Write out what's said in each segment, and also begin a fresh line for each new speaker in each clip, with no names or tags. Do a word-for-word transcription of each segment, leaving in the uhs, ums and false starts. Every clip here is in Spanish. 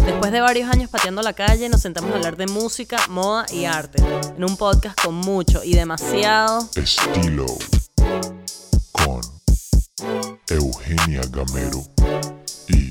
Después de varios años pateando la calle, nos sentamos a hablar de música, moda y arte. En un podcast con mucho y demasiado
estilo. Con Eugenia Gamero y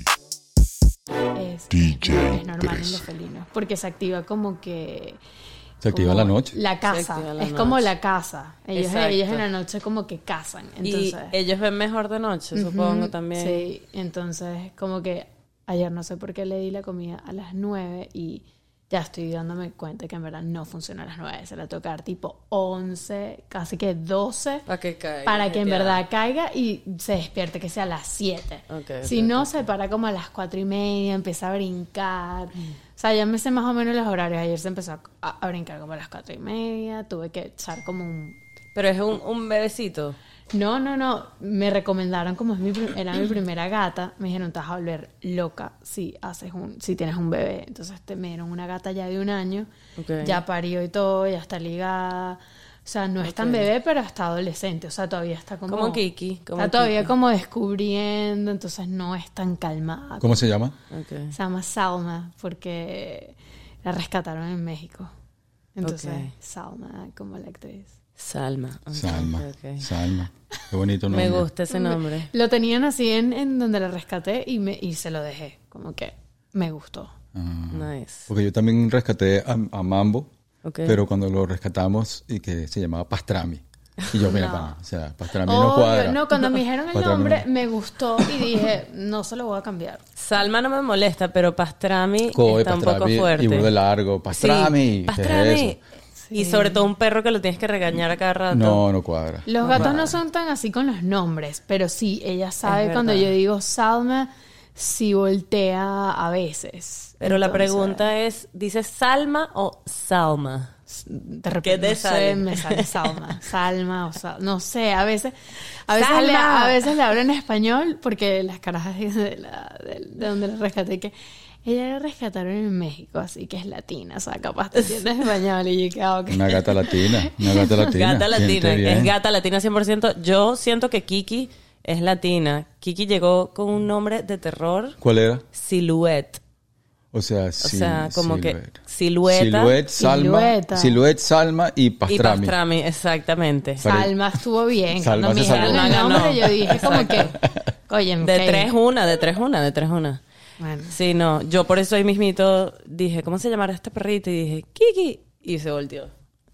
Es,
D J
es normal en
tres.
los felinos, porque se activa como que...
Se activa
como
en la noche.
La
Se
casa,
activa en la
es como
noche.
la casa. Ellos,
Exacto.
ellos en la noche como que cazan. Entonces,
y ellos ven mejor de noche,
Ujú,
supongo también.
Sí, entonces como que ayer no sé por qué le di la comida a las nueve y ya estoy dándome cuenta que en verdad no funciona a las nueve. Se la tocar tipo once, casi que doce.
Para que caiga.
Para que en
jeteada.
verdad caiga y se despierte, que sea a las siete.
Ok,
si
ok,
no,
ok.
se para como a las cuatro y media, empieza a brincar. O sea, ya me sé más o menos los horarios. Ayer se empezó a, a brincar como a las cuatro y media. Tuve que echar como un...
Pero es un, un bebecito.
No, no, no. Me recomendaron, como es mi, prim- era mi primera gata, me dijeron, te vas a volver loca si haces un, si tienes un bebé. Entonces te, me dieron una gata ya de un año.
Ok.
Ya parió y todo, ya está ligada. O sea, no es tan
Ok.
bebé, pero está adolescente. O sea, todavía está como...
Como Kiki. Como
está todavía
Kiki.
como descubriendo, entonces no es tan calmada.
¿Cómo se llama?
Ok.
Se llama Salma porque la rescataron en México. Entonces,
Ok.
Salma como la actriz.
Salma. Ok,
Salma.
ok.
Salma. Qué bonito nombre.
Me gusta ese nombre.
Lo tenían así en, en donde la rescaté y, me, y se lo dejé. Como que me gustó.
Ah,
Nice.
porque yo también rescaté a, a Mambo,
Ok.
pero cuando lo rescatamos y que se llamaba Pastrami. Y yo, mira,
No.
pana, o sea, Pastrami no
Obvio,
cuadra.
no, cuando me dijeron el
Pastrami
nombre
no.
me gustó y dije, no se lo voy a cambiar.
Salma no me molesta, pero Pastrami
Coy,
está un poco
Pastrami
fuerte.
y burda largo. Pastrami.
Sí,
¿qué es
Pastrami.
eso?
Y sobre todo un perro que lo tienes que regañar a cada rato.
No, no cuadra.
Los gatos no son tan así con los nombres, pero sí, ella sabe
Es
cuando
verdad.
yo digo Salma, si voltea a veces.
Pero la
Entonces,
pregunta es, ¿dices Salma o Salma?
de repente,
¿qué te
no
sale?
sé, me sale Salma, Salma o Sal, no sé, a veces, a veces,
¡Salma!
le, a veces le hablo en español porque las carajas de, la, de, de donde la rescaté que ella la rescataron en México, así que es latina, o sea, capaz te entiendes español y yo que ah, ok.
Una gata latina. Una gata latina.
Gata latina,
Siente bien.
es gata latina cien por ciento. Yo siento que Kiki es latina. Kiki llegó con un nombre de terror,
¿Cuál era?
Silhouette.
O sea,
O
sí,
sea, como que
Silhouette.
silueta.
Silhouette, Salma.
Silueta.
Silhouette, Salma y
Y
Pastrami.
Pastrami, exactamente.
Salma estuvo bien.
Salma
Cuando me
se salvó.
dijeron el
No, no,
nombre,
no.
yo dije como que, oye,
De tres una, de tres una, de tres una.
Bueno,
Sí, no. Yo por eso ahí mismito dije, ¿cómo se llamará este perrito? Y dije, Kiki. Y se volteó.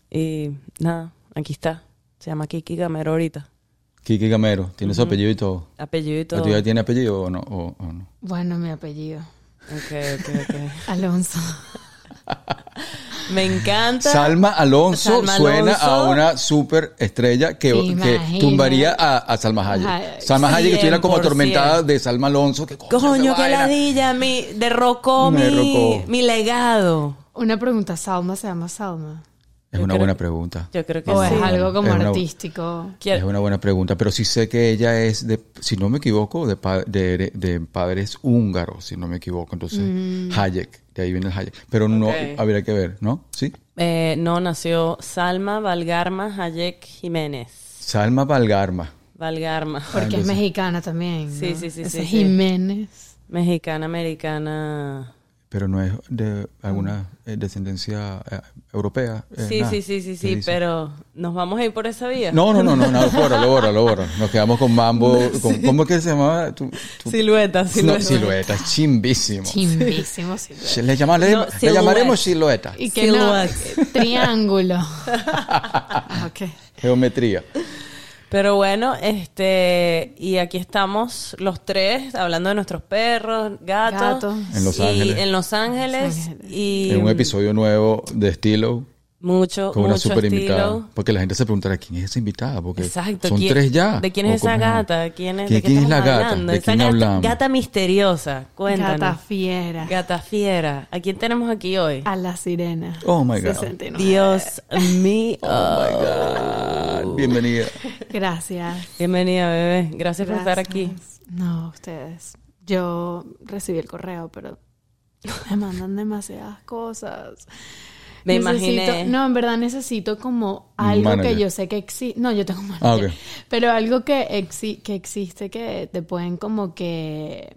Y nada, aquí está. Se llama Kiki Gamero ahorita.
Kiki Gamero. Tiene su apellido y todo.
Apellido y todo.
¿La tuya tiene apellido o no? O, o no?
bueno, mi apellido,
Ok, ok, ok.
Alonso.
Me encanta.
Salma Alonso
Salma
suena
Alonso.
a una super estrella que,
¿Te
que
imaginas?
tumbaría a, a Salma Hayek.
Ay,
Salma Hayek estuviera como
cien por ciento.
atormentada de Salma Alonso. Que
Coño, qué ladilla. Mi, derrocó
Me
mi,
derrocó.
mi legado.
Una pregunta, ¿Salma se llama Salma?
Es
Yo
una
creo
buena
que-
pregunta.
Yo creo que
¿O
sí.
es algo como
Es una-
artístico?
Quiero-
Es una buena pregunta, pero sí sé que ella es de, si no me equivoco, de, pa- de, de padres húngaros, si no me equivoco. Entonces, Hayek, de ahí viene el Hayek. Pero no,
Ok.
habría que ver, ¿no? ¿Sí?
Eh, no, nació Salma Valgarma Hayek Jiménez.
Salma Valgarma.
Valgarma.
Porque es
entonces-
mexicana también, ¿no?
Sí, sí, sí,
Ese
sí, sí.
Jiménez.
Mexicana, americana.
Pero no es de alguna eh, descendencia eh, europea. eh,
Sí,
nada.
sí, sí, sí,
¿Qué
sí,
dice?
pero ¿nos vamos a ir por esa vía?
No, no, no, no, no, bórralo, bórralo, bórralo. Nos quedamos con Mambo. Con, ¿Cómo es que se llamaba? Tu- tu-
Silueta,
No,
silueta.
silueta, es chimbísimo.
Chimbísimo, Silvia.
Le, llama- le-
No,
le
silhouette.
llamaremos silueta.
Y que no,
Silhouette.
triángulo. Ah, ok.
Geometría.
Pero bueno, este, y aquí estamos los tres hablando de nuestros perros, gatos.
Gatos.
En Los
y
Ángeles.
En Los Ángeles.
Los Ángeles.
Y
En un episodio nuevo de Estilo.
mucho,
Con una
mucho
super
estilo.
invitada. Porque la gente se preguntará, ¿quién es esa invitada? Porque
Exacto.
son
¿quién-
tres ya.
¿De quién es
¿O
esa
cómo
gata? ¿Quién es,
¿Quién-
de qué
quién es
estamos
la gata?
hablando?
¿De
Esa
quién
gata,
hablamos?
Gata misteriosa. Cuéntanos.
Gata fiera.
Gata fiera. ¿A quién tenemos aquí hoy?
A la sirena.
Oh, my God.
sesenta y nueve.
Dios mío.
Oh, my God. Bienvenida.
Gracias.
Bienvenida, bebé. Gracias, por estar aquí.
Gracias. No, ustedes. Yo recibí el correo, pero me mandan demasiadas cosas.
Me
Necesito-
imaginé.
No, en verdad necesito como algo
Manager.
que yo sé que existe. No, yo tengo un
Ah,
manager.
ok.
Pero algo que, exi- que existe que te pueden como que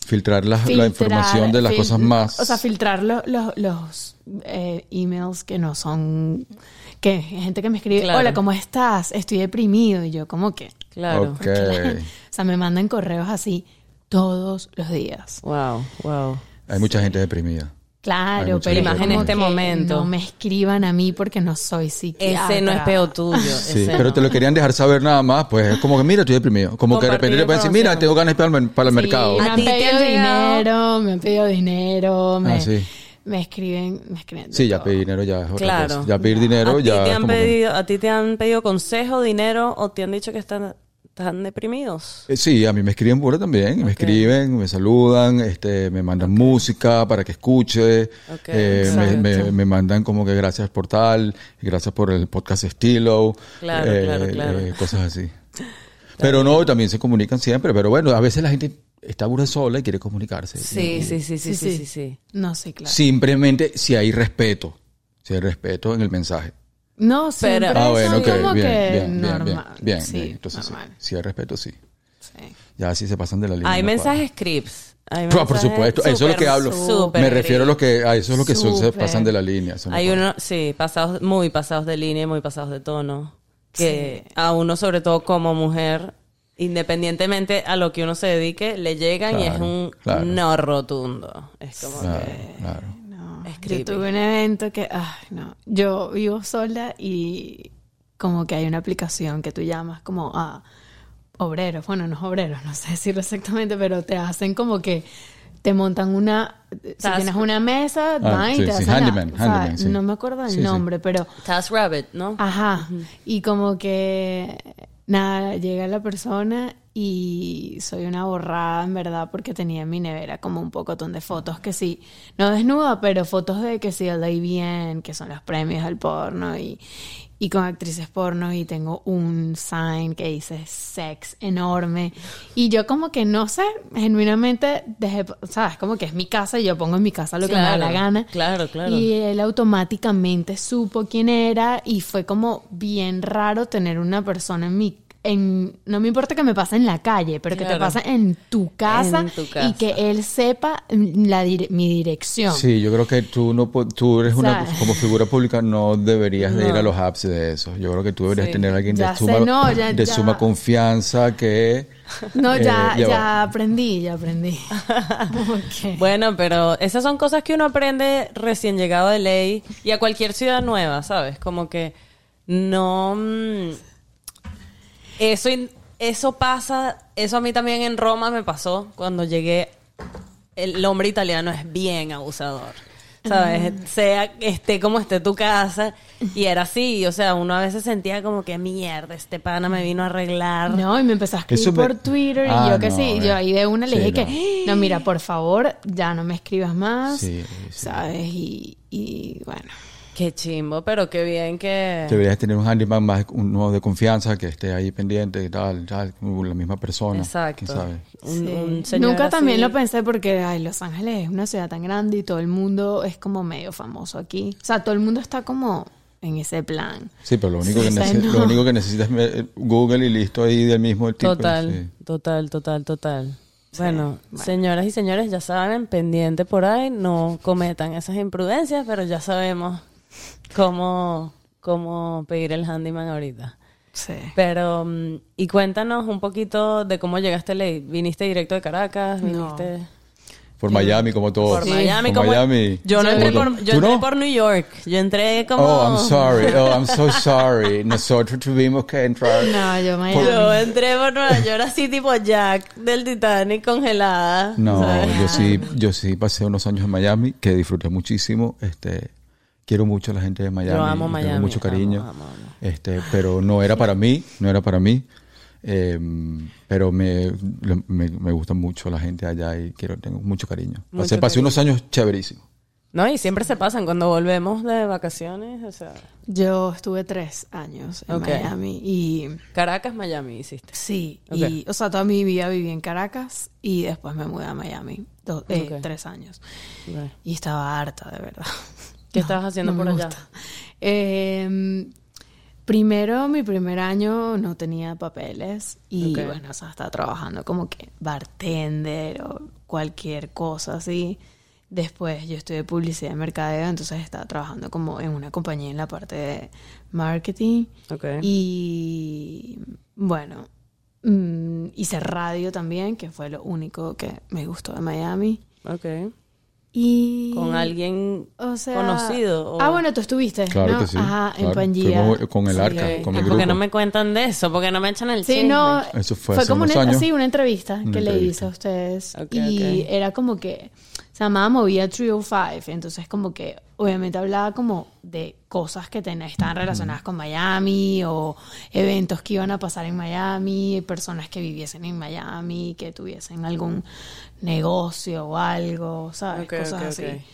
filtrar la, la
filtrar,
información de las
fil-
cosas más...
O sea, filtrar lo- lo- los eh, emails que no son... Que gente que me escribe,
Claro.
hola, ¿cómo estás? Estoy deprimido. Y yo, ¿cómo que?
Claro.
Ok.
O sea, me mandan correos así todos los días.
Wow, wow.
Hay mucha gente deprimida. Hay
Claro,
mucha
pero
gente
es como
en este
que
momento.
no me escriban a mí porque no soy psiquiatra.
Ese no es peo tuyo.
Sí,
ese
pero
no.
te lo querían dejar saber nada más, pues es como que mira, estoy deprimido. Como que de repente
Compartir
te pueden decir,
información.
mira, tengo ganas de ir para el, mer- para el
Sí,
mercado.
me
¿A
han
ti te
pedido
han llegado?
dinero, me han pedido dinero, me,
Ah, sí.
me escriben, me escriben. de
Sí, ya
todo.
pedir dinero ya es otra
Claro.
cosa. Ya pedir dinero
¿A ti,
ya
te
es
han
como que-
pedido, ¿A ti te han pedido consejo, dinero o te han dicho que están, están deprimidos?
Eh, Sí, a mí me escriben pura también, me escriben, me saludan, este, me mandan música para que escuche,
Ok,
eh, me,
exacto.
me- me mandan como que gracias por tal, gracias por el podcast estilo,
Claro, claro, claro.
eh, cosas así. Pero no, también se comunican siempre, pero bueno, a veces la gente está burda sola y quiere comunicarse.
Sí,
Y-
sí, sí, sí, sí,
Sí,
sí,
sí.
sí.
No, sí, claro.
Simplemente si hay respeto, si hay respeto en el mensaje.
No, siempre
Pero-
Ah,
son
bueno, ok,
como
bien,
que
bien, bien, bien,
normal.
bien,
sí,
bien. Entonces, sí,
normal.
si hay respeto, sí.
Sí.
Ya si se pasan de la línea.
Hay
no
mensajes creeps. Hay
Ah, por
mensajes
supuesto, eso es lo
súper,
que hablo.
súper
Me refiero a lo que a eso es lo que son- se
Súper.
pasan de la línea. eso no
Hay
puede.
uno, sí, pasados, muy pasados de línea, muy pasados de tono. Que
Sí.
a uno, sobre todo como mujer, independientemente a lo que uno se dedique, le llegan y es
Claro,
un
claro.
no rotundo. Es como
Claro,
que...
claro.
No,
Es
yo
creepy.
tuve un evento que, ay, no, yo vivo sola y como que hay una aplicación que tú llamas como a obreros, bueno, no obreros, no sé decirlo exactamente, pero te hacen como que te montan una, si
Task.
tienes una mesa,
Ah,
van y
sí,
te
sí,
hacen la-
handyman,
o sea,
handyman, sí.
no me acuerdo del
Sí, sí.
nombre, pero
Task Rabbit, ¿no?
ajá, y como que nada, llega la persona y soy una borrada en verdad porque tenía en mi nevera como un pocotón de fotos que sí, no desnuda, pero fotos de que sí, el A B N, que son los premios al porno y, y con actrices porno y tengo un sign que dice sex enorme y yo como que no sé, genuinamente dejé, sabes, como que es mi casa y yo pongo en mi casa lo que me da la gana.
Claro, claro.
Y él automáticamente supo quién era y fue como bien raro tener una persona en mi... En, no me importa que me pase en la calle, pero que te
Claro.
pase en tu casa,
En tu casa.
y que él sepa la dire- mi dirección.
Sí, yo creo que tú no po- tú eres una
¿Sabes?
como figura pública no deberías de
No.
ir a los apps de eso. Yo creo que tú deberías
Sí.
tener a alguien de
Ya
suma
sé, no, ya-
de
ya.
suma confianza que
No,
eh,
ya,
ya
ya,
va.
aprendí, ya aprendí. Ok.
Bueno, pero esas son cosas que uno aprende recién llegado de ley y a cualquier ciudad nueva, ¿sabes? Como que no... mm, Eso, in- eso pasa, eso a mí también en Roma me pasó cuando llegué. El hombre italiano es bien abusador, ¿sabes? Sea que esté como esté tu casa. Y era así, o sea, uno a veces sentía como que mierda, este pana me vino a arreglar.
No, y me empezó a escribir
Eso me-
por Twitter y
Ah,
yo que
no,
sí,
eh.
yo ahí de una le
Sí,
dije
no.
que, no, mira, por favor, ya no me escribas más,
Sí, sí.
¿sabes? Y, y bueno,
Qué chimbo, pero qué bien que...
deberías tener un handyman más uno de confianza que esté ahí pendiente y tal, tal, como la misma persona.
Exacto.
¿Quién sabe?
Un-
sí.
un señor
Nunca
así.
también lo pensé porque, ay, Los Ángeles es una ciudad tan grande y todo el mundo es como medio famoso aquí. O sea, todo el mundo está como en ese plan.
Sí, pero lo único,
Sí,
que,
o sea,
necesi-
no.
lo único que necesitas es eh, Google y listo ahí del mismo tipo.
Total,
sí.
total, total, total. Bueno, señoras y señores, ya saben, pendiente por ahí, no cometan esas imprudencias, pero ya sabemos cómo, cómo pedir el handyman ahorita.
Sí.
Pero, mm, y cuéntanos un poquito de cómo llegaste a Ley. ¿Viniste directo de Caracas? ¿Viniste
Por Miami, como todo.
por Miami?
Por
¿Cómo-
Miami.
Yo no
Yo
entré,
vi-
por, yo
¿Tú
entré
no?
por New York. Yo entré como...
Oh, I'm sorry. Oh, I'm so sorry. Nosotros tuvimos que entrar.
No, yo Miami.
Yo entré por Nueva York así tipo Jack del Titanic congelada.
No,
¿sabes?
yo sí, yo sí pasé unos años en Miami que disfruté muchísimo. Este, quiero mucho a la gente de Miami.
Yo amo
y
Miami,
Tengo mucho cariño.
amo, amo, amo.
Este, pero no era para mí, no era para mí. Eh, pero me, lo- me, me gusta mucho la gente allá y quiero, tengo mucho cariño.
Mucho
Pasé, pasé
cariño.
unos años chéverísimos.
No, y siempre se pasan cuando volvemos de vacaciones, o sea,
Yo estuve tres años en
Ok.
Miami y
Caracas, Miami hiciste.
sí,
Ok.
y, o sea, toda mi vida viví en Caracas y después me mudé a Miami, do- eh,
Ok.
tres años.
Ok.
Y estaba harta, de verdad.
¿Qué estabas haciendo
no
por
me
allá?
gusta. Eh, primero, mi primer año no tenía papeles y
Ok.
bueno, o sea, estaba trabajando como que bartender o cualquier cosa así. Después yo estudié publicidad y mercadeo, entonces estaba trabajando como en una compañía en la parte de marketing.
Ok.
Y bueno, mm, hice radio también, que fue lo único que me gustó de Miami.
Ok.
Y...
¿Con alguien
o sea,
conocido? o-
Ah, bueno, tú estuviste,
Claro
¿no?
que sí.
Ajá, en
claro.
Pangea.
Fuimos con el
Sí.
arca,
Ok.
con
¿Y
el
por
grupo.
qué no me cuentan de eso? Porque no me echan el
Sí,
chisme.
no,
Eso fue hace
como
unos
una,
años.
sí, una entrevista
Una
que le
entrevista.
hice a ustedes.
Ok,
y
ok.
era como que se llamaba Movida trescientos cinco, entonces como que obviamente hablaba como de cosas que ten- estaban relacionadas con Miami o eventos que iban a pasar en Miami, personas que viviesen en Miami, que tuviesen algún negocio o algo, ¿sabes?
Ok,
Cosas
ok,
así.
ok.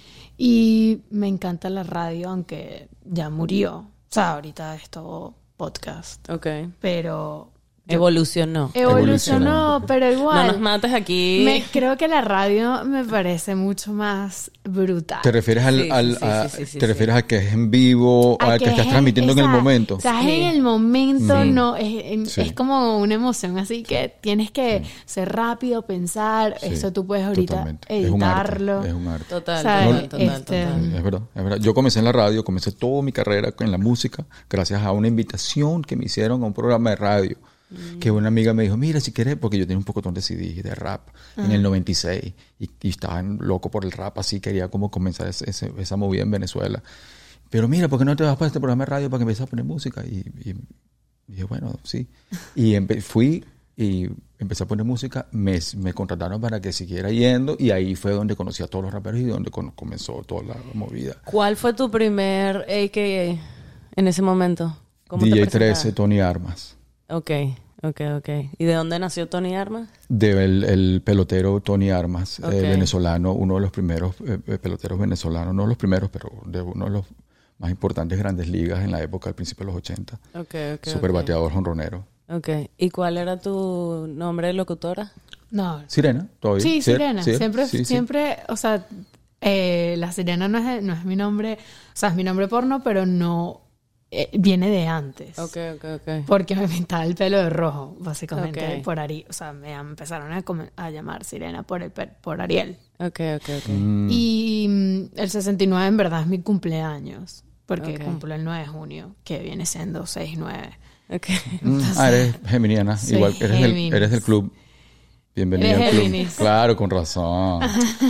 Y me encanta la radio, aunque ya murió. O sea, ahorita es todo podcast.
Ok.
Pero
Evolucionó.
evolucionó, pero igual.
No nos mates aquí.
Me, creo que la radio me parece mucho más brutal.
¿Te refieres al,
Sí, sí,
al-
sí,
a,
sí, sí, sí,
te
sí.
refieres a que es en vivo,
A
a que,
que
estás
es-
transmitiendo en el
exacto.
momento?
Estás
Sí.
en el momento,
Sí.
no, es,
Sí.
es como una emoción, así que tienes que ser rápido, pensar,
Sí,
eso tú puedes ahorita
totalmente. Es un arte,
editarlo.
es un arte.
Total,
¿sabes?
total, total,
Este,
total.
Sí, es verdad, es verdad. Yo comencé en la radio, comencé toda mi carrera en la música gracias a una invitación que me hicieron a un programa de radio. Que una amiga me dijo, mira, si quieres, porque yo tenía un pocotón de C Ds de rap en el noventa y seis y, y estaba loco por el rap, así quería como comenzar ese- ese- esa movida en Venezuela. Pero mira, ¿por qué no te vas para este programa de radio para que empieces a poner música? Y, y dije, bueno, sí. Y empe- fui y empecé a poner música, me, me contrataron para que siguiera yendo y ahí fue donde conocí a todos los raperos y donde con- comenzó toda la movida.
¿Cuál fue tu primer A K A en ese momento? ¿Cómo te
D J
presentabas?
trece, Tony Armas.
Ok, ok, ok. ¿Y de dónde nació Tony Armas?
Del el pelotero Tony Armas,
Ok.
eh, venezolano, uno de los primeros eh, eh, peloteros venezolanos, no los primeros, pero de uno de los más importantes grandes ligas en la época, al principio de los ochenta.
Ok, ok.
Super
ok.
bateador jonronero.
Ok. ¿Y cuál era tu nombre de locutora?
No.
Sirena, todavía.
Sí,
Sir-
Sirena.
Sir-
siempre,
sí, sí.
siempre, o sea, eh, la Sirena no es, no es mi nombre, o sea, es mi nombre porno, pero no eh, viene de antes.
Ok, ok, ok.
Porque me pintaba el pelo de rojo, básicamente,
Ok.
por Ariel. O sea, me empezaron a, come- a llamar Sirena por, el, pe- por Ariel.
Ok, ok, ok.
Mm,
Y mm, el sesenta y nueve en verdad es mi cumpleaños, porque
Ok.
cumplo el nueve de junio, que viene siendo seis nueve.
Ok.
mm, ah, eres geminiana.
Soy
Igual, eres del,
Géminis.
eres del club. Bienvenida
Eres
al club.
Géminis.
Claro, con razón.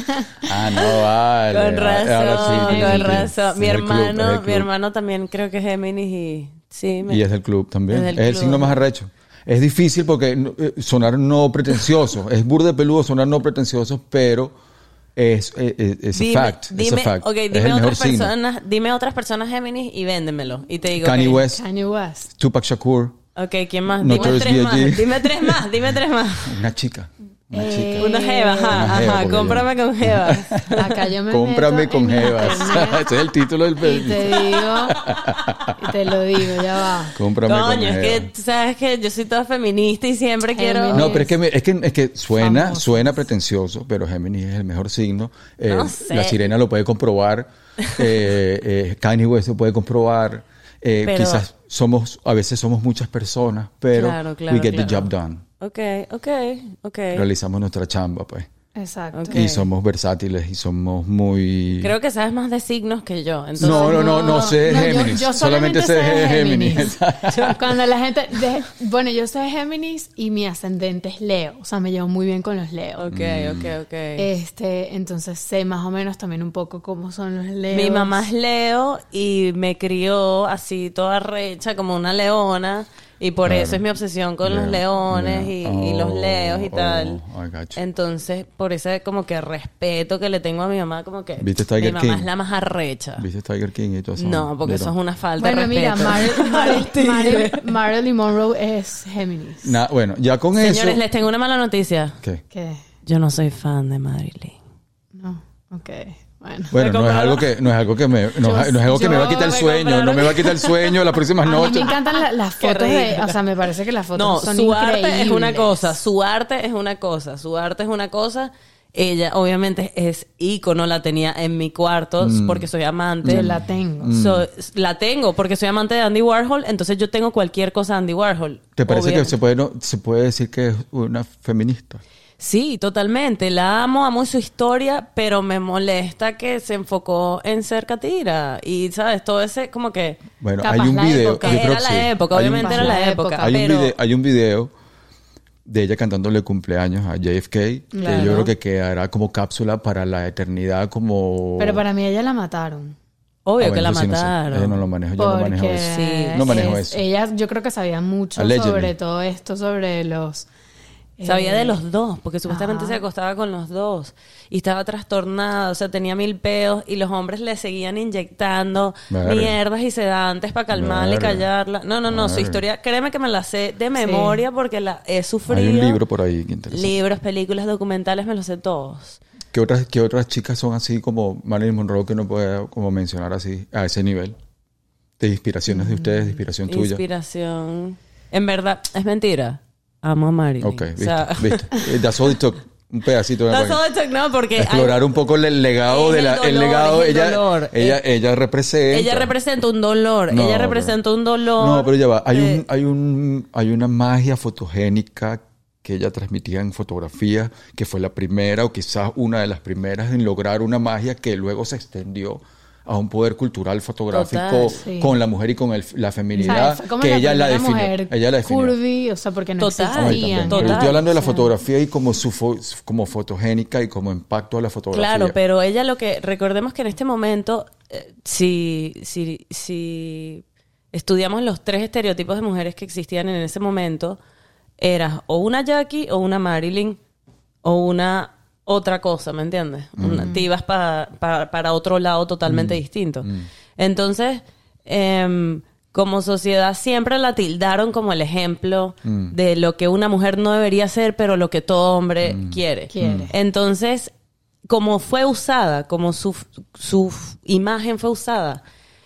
Ah, no, vale.
Con razón,
Ahora sí, sí,
con
sí, sí.
razón. Mi
Es del club, es
hermano,
del
mi
club.
hermano también creo que es Géminis y sí, me-
Y es del club también.
Es
Es,
del
el
club.
signo más arrecho. Es difícil porque no- eh, sonar no pretencioso. Es burda de peludo sonar no pretencioso, pero es, es, es, es
Dime,
a fact. es
dime,
a fact.
ok,
es el
dime
mejor
otras
signo.
personas, dime otras personas Géminis y véndemelo. Y te digo.
Kanye
ok.
West,
Kanye West.
Tupac Shakur,
Ok, ¿quién más? Dime
Notorious
tres
B I
más.
G
Dime tres más, dime tres más.
una chica. Una
Eh,
chica.
Una jeva, ajá,
Una jeva,
ajá.
porque
Cómprame con jevas.
Acá yo me
Cómprame
meto
con
en
jevas.
internet
Ese es el título del
y te
video.
digo, y te lo digo, ya va.
Cómprame con
Coño, es que
jevas.
tú sabes que yo soy toda feminista y siempre quiero.
Géminis.
No, pero es que, me- es que, es que suena,
Famosas.
suena pretencioso, pero Géminis es el mejor signo. Eh,
No sé.
La sirena lo puede comprobar. Eh, eh, Kanye West lo puede comprobar. Eh,
Pero-
quizás somos, a veces somos muchas personas, pero
Claro, claro,
we get the
claro.
job done.
Ok, ok, ok.
Realizamos nuestra chamba, pues.
Exacto.
Ok.
Y somos versátiles y somos muy...
Creo que sabes más de signos que yo. Entonces,
no, no, no, no sé
No, yo-
Géminis.
yo
solamente sé
de
Géminis.
Cuando la gente... de- bueno, yo soy Géminis y mi ascendente es Leo. O sea, me llevo muy bien con los Leos.
Ok, ok, ok.
Este, entonces sé más o menos también un poco cómo son los Leos.
Mi mamá es Leo y me crió así toda recha como una leona y por
Claro.
eso es mi obsesión con los
Yeah,
leones
yeah.
y, y los
Oh,
leos y
oh,
tal.
I got you.
Entonces, por ese como que respeto que le tengo a mi mamá, como que
¿Viste
mi
Tiger
mamá
King?
es la más arrecha.
¿Viste Tiger King y todo eso?
No, porque eso es una falta
Bueno,
de
mira,
respeto.
Mar- Mar- Mar- Marilyn Monroe es Géminis.
Na- bueno, ya con
Señores,
eso...
les tengo una mala noticia.
¿Qué?
¿Qué?
Yo no soy fan de Marilyn.
No, ok, bueno.
Bueno, no es algo que no es algo que me no,
Yo-
es- no es algo que me va a
yo
quitar el
me
sueño, no
compraron-
me va a quitar el sueño las próximas
A mí
noches.
me encantan la- las
Qué
fotos de...
ridículo.
O sea, me parece que las fotos
No,
son
su
increíbles.
arte es una cosa, su arte es una cosa, su arte es una cosa Ella, obviamente, es ícono, la tenía en mi cuarto
Mm.
porque soy amante.
Yo la tengo.
Mm.
So- la tengo porque soy amante de Andy Warhol, entonces yo tengo cualquier cosa de Andy Warhol.
¿Te parece
Obvio.
que se puede, no, se puede decir que es una feminista?
Sí, totalmente. La amo, amo su historia, pero me molesta que se enfocó en ser catira. Y, ¿sabes? Todo ese, como que...
Bueno,
Capaz
hay un
la
video.
época.
yo creo
Era
que
la
sí.
época,
Hay un-
obviamente era
La
la
época.
época.
Hay,
pero...
un video, hay un video de ella cantándole cumpleaños a J F K, que
Claro.
yo creo que quedará como cápsula para la eternidad, como...
Pero para mí ella la mataron.
Obvio
Ah,
que
bueno,
la
eso sí no sé.
mataron.
Yo no lo manejo, yo no
Porque
manejo eso.
Sí.
No manejo
es-
eso.
Ella, yo creo que sabía mucho
Allegedly.
sobre todo esto, sobre los...
Sabía
eh,
de los dos, porque supuestamente
ajá.
se acostaba con los dos. Y estaba trastornada, o sea, tenía mil peos. Y los hombres le seguían inyectando
Verga.
mierdas y sedantes para calmarla y
Verga.
callarla. No, no, no, su
Verga.
historia, créeme que me la sé de memoria porque la he sufrido.
Hay un libro por ahí que interesante.
Libros, películas, documentales, me los sé todos.
¿Qué otras, ¿Qué otras chicas son así como Marilyn Monroe que no puede como mencionar así a ese nivel? De inspiraciones de ustedes, de inspiración tuya.
Inspiración. En verdad, es mentira. Amo a Marilyn.
Ok,
O
viste,
sea,
viste. Eh, That's all it took. Un pedacito de la
That's
página.
all it took, no, porque...
Explorar
hay-
un poco el legado
Es
de
el
la, el
dolor,
legado,
es el
ella,
dolor.
ella,
Eh,
ella representa.
Ella representa un dolor.
No,
ella
pero-
representa un dolor.
No, pero ya va. Hay
de-
un, hay un, hay una magia fotogénica que ella transmitía en fotografía, que fue la primera o quizás una de las primeras en lograr una magia que luego se extendió a un poder cultural fotográfico
Total,
sí.
con la mujer y con el- la
¿sabes?
feminidad
Fue como
que
la
ella la
primera
definió.
mujer
Ella la definió.
curvy, o sea, porque no
Total,
A mí
existían.
también.
Total.
Pero yo estoy hablando de la
O sea,
fotografía y como su fo- como fotogénica y como impacto a la fotografía.
Claro, pero ella lo que... Recordemos que en este momento, eh, si, si, si estudiamos los tres estereotipos de mujeres que existían en ese momento, eras o una Jackie o una Marilyn o una otra cosa, ¿me entiendes? Una- te ibas pa- pa- para otro lado totalmente distinto. Entonces, em, como sociedad siempre la tildaron como el ejemplo
Mm.
de lo que una mujer no debería hacer, pero lo que todo hombre quiere.
Quiere.
Entonces, como fue usada, como su, su imagen fue usada,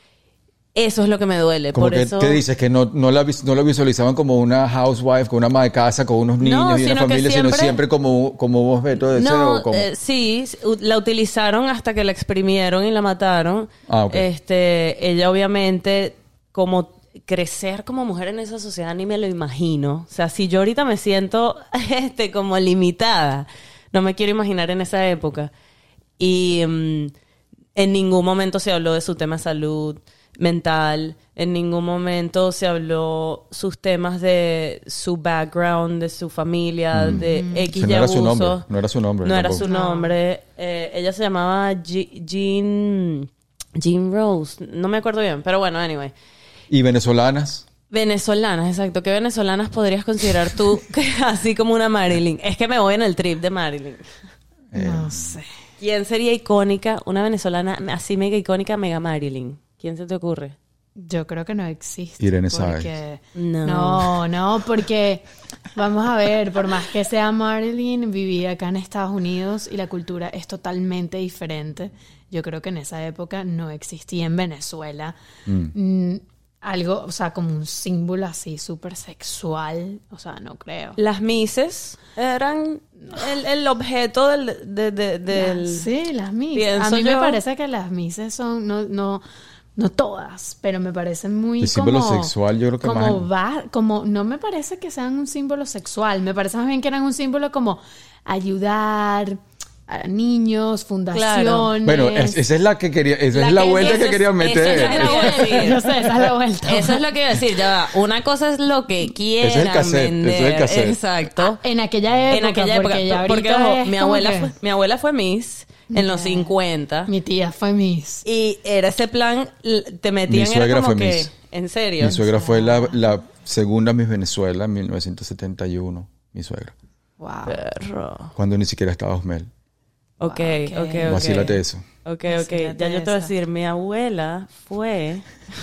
eso es lo que me duele.
Como
Por
que
eso...
te dices que no, no, la, vis- no la visualizaban como una housewife, con una ama de casa, con unos niños
No,
y una
sino que
familia, sino
siempre-
siempre como, como un objeto de deseo.
No,
como...
eh, sí, u- la utilizaron hasta que la exprimieron y la mataron.
Ah, ok.
Este, ella obviamente, como crecer como mujer en esa sociedad, ni me lo imagino. O sea, si yo ahorita me siento este, como limitada, no me quiero imaginar en esa época. Y mm, en ningún momento se habló de su tema de salud mental, en ningún momento se habló sus temas de su background, de su familia, de X
Que
y
no era su
abusos.
nombre, no era su nombre
No era
tampoco.
su nombre. Eh, ella se llamaba Ge- Jean, Jean Rose, no me acuerdo bien, pero bueno, anyway.
Y venezolanas.
Venezolanas, exacto. ¿Qué venezolanas podrías considerar tú que- así como una Marilyn? Es que me voy en el trip de Marilyn.
No sé.
¿Quién sería icónica? Una venezolana así mega icónica, mega Marilyn. ¿Quién se te ocurre?
Yo creo que no existe.
Irene
porque...
No.
No, no, porque vamos a ver, por más que sea Marilyn, vivía acá en Estados Unidos y la cultura es totalmente diferente. Yo creo que en esa época no existía en Venezuela mm, algo, o sea, como un símbolo así súper sexual. O sea, no creo.
Las Misses eran el, el objeto del... de- de- del-
Sí, las Miss.
Pienso
A mí me
yo-
parece que las Misses son, no, no, no todas, pero me parecen muy
El símbolo
como,
sexual, yo creo que
como
más-
va, como no me parece que sean un símbolo sexual, me parece más bien que eran un símbolo como ayudar a niños, fundaciones.
Bueno, es- esa es la que quería, esa
La
es la
que-
vuelta
esa
que
es-
quería
esa
meter.
es la vuelta.
Yo sé, esa es la vuelta.
Eso es lo que iba a decir, ya va. Una cosa es lo que quieran
Ese es el cassette,
vender.
ese es el cassette.
Exacto.
En aquella época,
en aquella época.
porque ya
Porque,
ahorita
ojo,
es
mi
como
abuela,
que-
fue, mi abuela fue Miss en los
Ya.
cincuenta.
Mi tía fue Miss.
Y era ese plan, l- te metían,
Mi
era
suegra
como
fue
que...
Miss.
¿En serio?
Mi suegra fue la, la segunda Miss Venezuela en mil novecientos setenta y uno. Mi suegra.
Wow.
Perro.
Cuando ni siquiera estaba Osmel.
Ok,
Wow,
ok,
ok.
ok.
Vacílate eso.
Ok, ok.
Vacílate
Ya yo te voy a
esa.
decir, mi abuela fue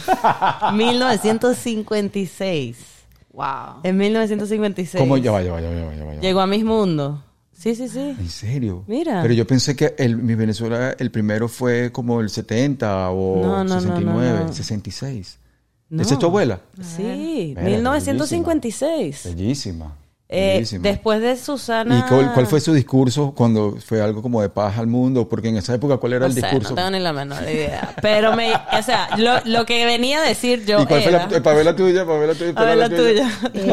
mil novecientos cincuenta y seis.
Wow.
En mil novecientos cincuenta y seis.
¿Cómo? Ya va, ya va, ya va, ya va, ya va.
Llegó a Miss Mundo. Sí, sí, sí.
¿En serio?
Mira.
Pero yo pensé que el, mi Venezuela, el primero fue como el setenta o
No, no, no,
sesenta y nueve,
no, no.
sesenta y seis.
No.
¿Esa es tu abuela?
Sí,
Mira,
mil novecientos cincuenta y seis.
Bellísima.
Eh,
Bellísima.
después de Susana...
¿Y cuál, cuál fue su discurso cuando fue algo como de paz al mundo? Porque en esa época, ¿cuál era
No
el
sé,
discurso?
no tengo ni la menor idea. Pero me... O sea, lo, lo que venía a decir yo
¿Y cuál
era...
fue la, para ver la tuya? Para ver la tuya.
A ver la tuya.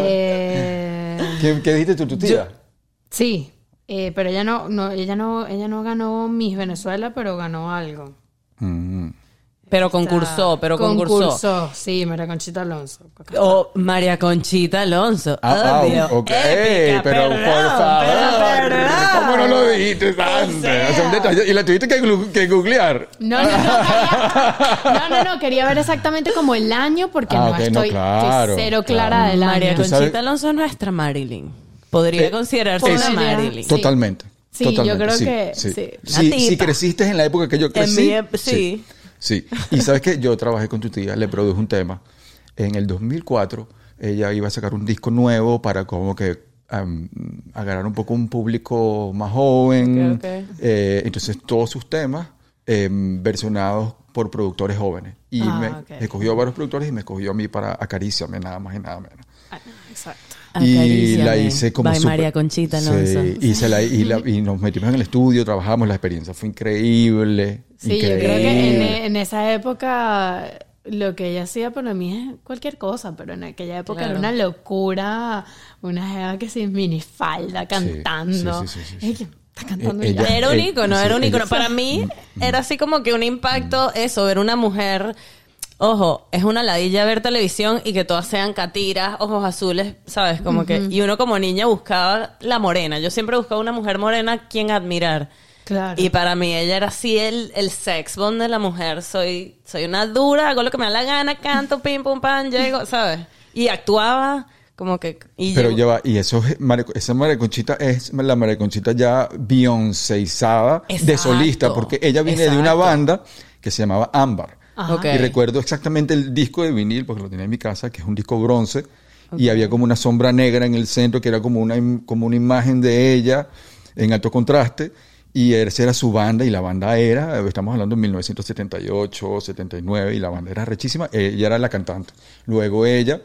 Eh,
¿Qué, qué dijiste tú, tu tía?
sí, eh, pero ella no, no, ella no, ella no ganó Miss Venezuela, pero ganó algo.
Mm.
Pero concursó, pero concursó.
Concursó, sí, María Conchita Alonso.
O María Conchita Alonso.
Ah,
Obvio.
ah, ok.
Épica,
pero
perdón,
por favor,
pero perdón.
¿cómo no lo dijiste
O
antes?
sea.
O sea, un detalle. Y la tuviste que, glu- que googlear.
No, no, no, quería, no, no, no, quería ver exactamente como el año porque
Ah,
no
ok, no,
estoy
claro,
que cero
claro.
clara del
María
año.
Tú
Conchita
sabes-
Alonso es nuestra Marilyn. Podría
Eh,
considerarse
es-
una Marilyn.
Sí.
Totalmente.
Sí, yo
totalmente,
creo
sí,
que
sí.
sí.
Una
Sí,
tipa.
si creciste en la época que yo crecí.
mi ep- sí.
Sí. Y sabes que yo trabajé con tu tía, le produje un tema. En el dos mil cuatro, ella iba a sacar un disco nuevo para como que um, agarrar un poco un público más joven.
Ok, ok.
Eh, entonces, todos sus temas eh, versionados por productores jóvenes. Y
Ah,
me
ok.
escogió a varios productores y me escogió a mí para Acaríciame, nada más y nada menos.
Ah, exacto.
Y
Acaríciame,
la hice como
by
súper-
María Conchita Alonso.
Sí, y, se la, y, la- y nos metimos en el estudio, trabajamos, la experiencia fue increíble.
Sí, yo
increíble.
creo que en, en esa época lo que ella hacía para mí es cualquier cosa, pero en aquella época
Claro.
era una locura, una jeva que sin minifalda cantando.
sí, sí, sí, sí, sí.
Ella está cantando
Eh,
ya.
ella-
Era un
Eh,
ícono,
sí,
era un
ella-
ícono. Para mí era así como que un impacto eso, ver una mujer... Ojo, es una ladilla ver televisión y que todas sean catiras, ojos azules, ¿sabes? Como que... Y uno como niña buscaba la morena. Yo siempre buscaba una mujer morena a quien admirar.
Claro.
Y para mí ella era así el, el sex bomb de la mujer. Soy, soy una dura, hago lo que me da la gana, canto, pim, pum, pam, llego, ¿sabes? Y actuaba como que... Y
Pero
yo-
lleva, y eso es, Mare- esa María Conchita es la María Conchita ya Beyoncéizada de
Exacto.
solista, porque ella viene de una
Exacto.
banda que se llamaba Ámbar.
Ajá.
Ok.
Y recuerdo exactamente el disco de vinil, porque lo tenía en mi casa, que es un disco bronce, y había como una sombra negra en el centro, que era como una, im- como una imagen de ella en alto contraste, y esa era su banda, y la banda era, estamos hablando de mil novecientos setenta y ocho, setenta y nueve, y la banda era rechísima, ella era la cantante. Luego ella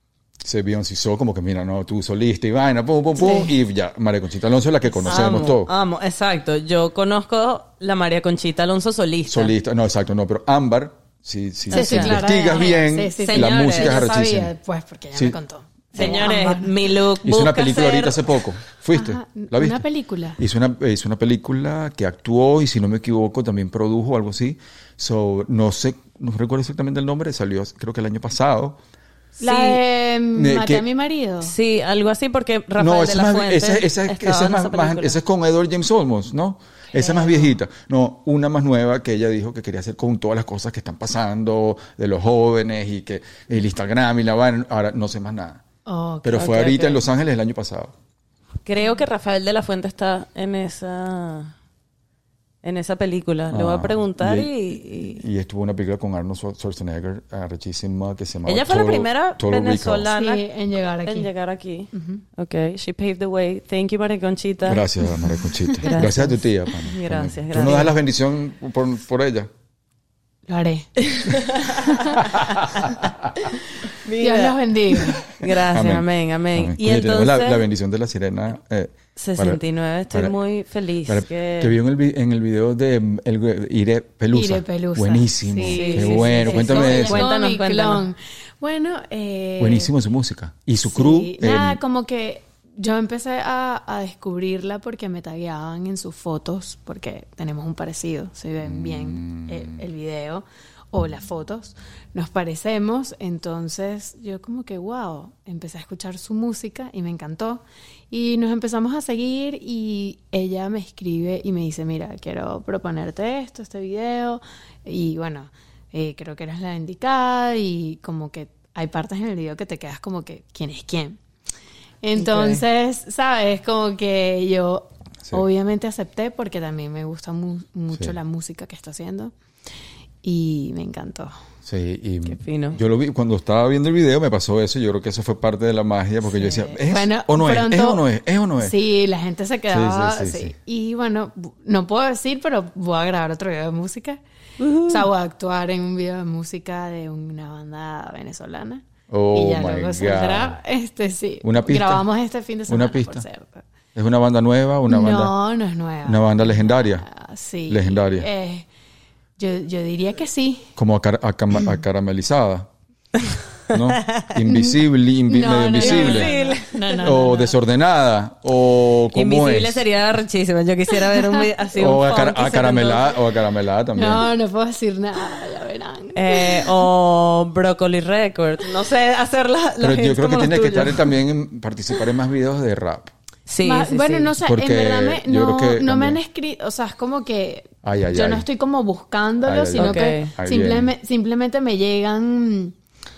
se Beyoncéizó como que, mira, no, tú solista y vaina, pum, pum, pum, y ya, María Conchita Alonso es la que conocemos
amo,
todos.
amo, exacto. Yo conozco la María Conchita Alonso solista.
Solista, no, exacto, no, pero Ámbar, si, si,
Sí,
si
sí, claro,
investigas
eh,
bien,
sí, sí, sí.
la
Señores,
música es
Yo
arrechísima.
sabía, pues, porque ella
Sí.
me contó.
Señores,
Ámbar.
mi look
Hizo una
busca
película
ser-
ahorita hace poco. ¿Fuiste?
Ajá,
¿La viste?
una película.
Hizo una, hizo una película que actuó y, si no me equivoco, también produjo algo así. So, no sé, no recuerdo exactamente el nombre, salió creo que el año pasado.
La
Sí.
de
De
Maté
que-
a mi marido.
Sí, algo así porque Rafael
no,
de
esa es,
la
más,
Fuente
esa, esa, esa
estaba
es
en
más,
esa
más-
película.
esa es con Edward James Olmos, ¿no? Esa es más viejita. No, una más nueva que ella dijo que quería hacer con todas las cosas que están pasando, de los jóvenes y que el Instagram y la vaina. Ahora no sé más nada.
Ok.
Pero fue
ok,
ahorita
ok.
en Los Ángeles el año pasado.
Creo que Rafael de la Fuente está en esa en esa película. Le voy
Ah,
a preguntar
y-
y... y-
Y estuvo una película con Arnold Schwar- Schwarzenegger, arrechísima, que se llama
Ella fue la primera venezolana
Sí, en llegar aquí.
en llegar aquí. Ok, she paved the way. Thank you, María Conchita.
Gracias, María Conchita. Gracias.
Gracias.
a tu tía, pana.
Gracias,
También. ¿Tú
gracias.
no das la bendición por, por ella?
Lo haré.
Mira.
Dios los bendiga.
Gracias, amén, amén. Y
Oye,
entonces,
tenemos la, la bendición de la sirena. eh,
sesenta y nueve, estoy
para-
muy feliz.
para-
que...
Te vi en el, vi- en el video de mm, el, Ire Pelusa.
Ire Pelusa.
Buenísimo.
Sí,
Qué
sí, sí,
bueno.
sí,
Cuéntame
sí.
de
Es
eso.
como
Cuéntanos,
mi
cuéntanos.
clon. Bueno, eh,
Buenísimo su música. Y su crew.
sí,
eh,
nada, como que yo empecé a, a descubrirla porque me tagueaban en sus fotos, porque tenemos un parecido, se ven bien
Mm.
el, el video o las fotos, nos parecemos, entonces yo como que wow, empecé a escuchar su música y me encantó y nos empezamos a seguir y ella me escribe y me dice, mira, quiero proponerte esto, este video y bueno, eh, creo que eres la indicada y como que hay partes en el video que te quedas como que, ¿quién es quién? Entonces, ¿sabes? Como que yo
Sí.
obviamente acepté porque también me gusta mu- mucho
Sí.
la música que está haciendo y me encantó.
Sí, y
Qué fino.
yo lo vi, cuando estaba viendo el video me pasó eso, yo creo que eso fue parte de la magia, porque yo decía, ¿es
Bueno,
o no es?
pronto-
¿Es o no es? ¿Es o no es?
Sí, la gente se quedaba
Sí, sí, sí,
sí.
sí.
Y bueno, bu- no puedo decir, pero voy a grabar otro video de música. O sea, voy a actuar en un video de música de una banda venezolana.
Oh,
y ya
my
luego
God.
saldrá, este sí.
¿Una pista?
Grabamos este fin de semana,
¿Una pista?
por cierto.
¿Es una banda nueva? Una banda,
No, no es nueva.
una banda legendaria.
Ah, sí.
Legendaria.
Eh, yo, yo diría que sí.
Como acar- acam- acaramelizada. ¿No? Invisible, invi-
No,
medio
no,
invisible.
No, no, no, no,
o
no.
desordenada. O como
Invisible
es.
sería rechísimo. Yo quisiera ver un video así.
o
un
acar-
funky
acaramelada, o acaramelada también.
No, no puedo decir nada, ya verán.
Eh, o Broccoli Records. No sé hacer la,
Pero
los
yo
hits
creo que
como los
tiene que
tuyos.
estar también en participar en más videos de rap.
Sí,
Ma-
sí,
bueno,
sí.
no sé,
Porque
en verdad me-
yo
no,
creo que
no me han
también-
escrito, o sea, es como que
Ay, ay,
yo
ay.
no estoy como buscándolo,
Ay, ay,
sino
ay.
que
Ok.
Ahí
simplemente, simplemente me llegan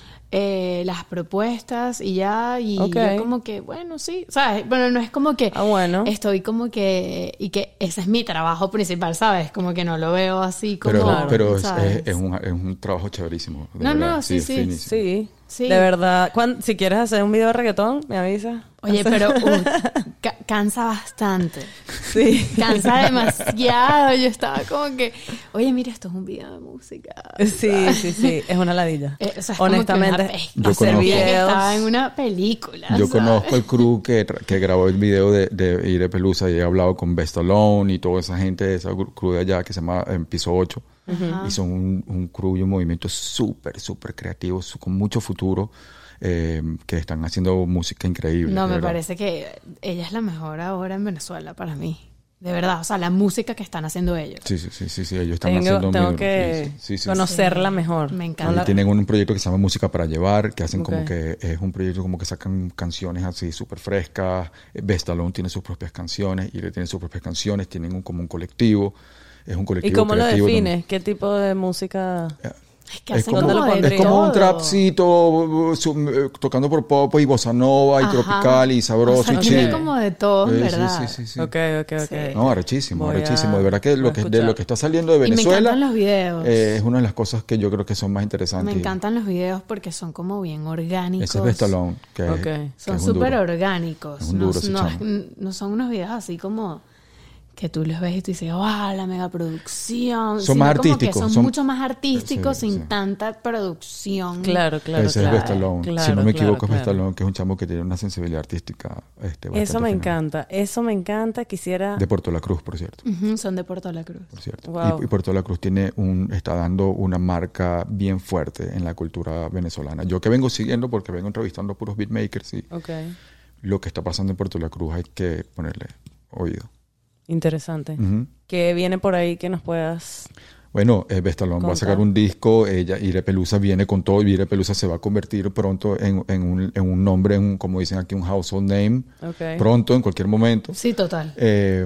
eh, las propuestas y ya, y
Ok.
yo como que, bueno, sí, ¿sabes? Bueno, no es como que
Ah, bueno.
estoy como que, y que ese es mi trabajo principal, ¿sabes? Como que no lo veo así como,
Pero,
Claro.
pero es,
¿sabes?
es- es un, es un trabajo chéverísimo. de
No, no,
verdad.
sí,
es
sí.
finísimo.
Sí.
Sí.
De verdad. Cuan- si quieres hacer un video de reggaetón, me avisas.
Oye, pero uh, ca- cansa bastante.
Sí.
Cansa demasiado. Yo estaba como que, oye, mira, esto es un video de música.
Sí, sí, sí. Es una ladilla.
Eh, o sea, es
Honestamente,
como que una pe-
Yo
hacer
conozco-
Sentía que
videos.
estaba en una película.
Yo
¿sabes?
conozco el crew que, tra- que grabó el video de, de Ire Pelusa y he hablado con Best Alone y toda esa gente de esa gru- crew de allá que se llama en Piso ocho. Y son un, un crew y un movimiento súper, súper creativo, su- con mucho futuro, eh, que están haciendo música increíble.
No,
de
me
verdad.
parece que ella es la mejor ahora en Venezuela para mí. De verdad, o sea, la música que están haciendo ellos.
Sí, sí, sí, sí, sí, ellos están
Tengo,
haciendo
tengo
muy duro.
que
Sí, sí, sí, sí.
conocerla
Sí.
mejor.
Me
Y
encanta.
No la-
tienen un proyecto que se llama Música para Llevar, que hacen como
Ok.
que es un proyecto como que sacan canciones así súper frescas. Bestalón tiene sus propias canciones, Ire tiene sus propias canciones, tienen un, como un colectivo. Es un colectivo
¿Y cómo lo
creativo
defines? ¿Qué tipo de música?
Es que
Es
hacen
como,
como, de
es como un
todo.
trapcito su- eh, tocando por pop y bossa nova y
Ajá.
tropical y sabroso
O sea,
y
tiene
chill.
como de todo, en
Sí,
verdad.
Sí, sí, sí, sí.
Ok, ok, ok.
Sí.
No, arrechísimo,
Voy
arrechísimo.
a-
De verdad que,
voy
lo
a
que de
escuchar.
lo que está saliendo de
Y me
Venezuela
encantan los videos.
eh, es una de las cosas que yo creo que son más interesantes.
Me encantan los videos porque son como bien orgánicos.
Ese es Bestalón, que,
Ok.
que
Son
es un
súper
duro.
orgánicos.
Es un
no,
duro ese
no,
chamo.
es- no son unos videos así como que tú los ves y tú dices, wow, la megaproducción.
Son
Sino
más
como que
artísticos,
son,
son-
mucho más artísticos
Sí,
sin
sí.
tanta producción.
Claro, claro,
Ese
claro.
es Bestalón.
Claro,
si no me
claro,
equivoco,
claro.
es Bestalón, que es un chamo que tiene una sensibilidad artística. Este, bastante
Eso me
fina.
encanta. Eso me encanta. Quisiera...
De Puerto La Cruz, por cierto.
Ujú, son de Puerto La Cruz.
Por cierto.
Wow.
Y, y Puerto La Cruz tiene un, está dando una marca bien fuerte en la cultura venezolana. Yo que vengo siguiendo porque vengo entrevistando a puros beatmakers y
Ok.
lo que está pasando en Puerto La Cruz hay que ponerle oído.
Interesante.
Ujú.
¿Qué viene por ahí que nos puedas...
Bueno, eh, Bestalón va a
Conta.
sacar un disco, ella, Ire Pelusa viene con todo, y Ire Pelusa se va a convertir pronto en, en, un, en un nombre, en un, como dicen aquí, un household name,
Ok.
pronto, en cualquier momento.
Sí, total.
Eh,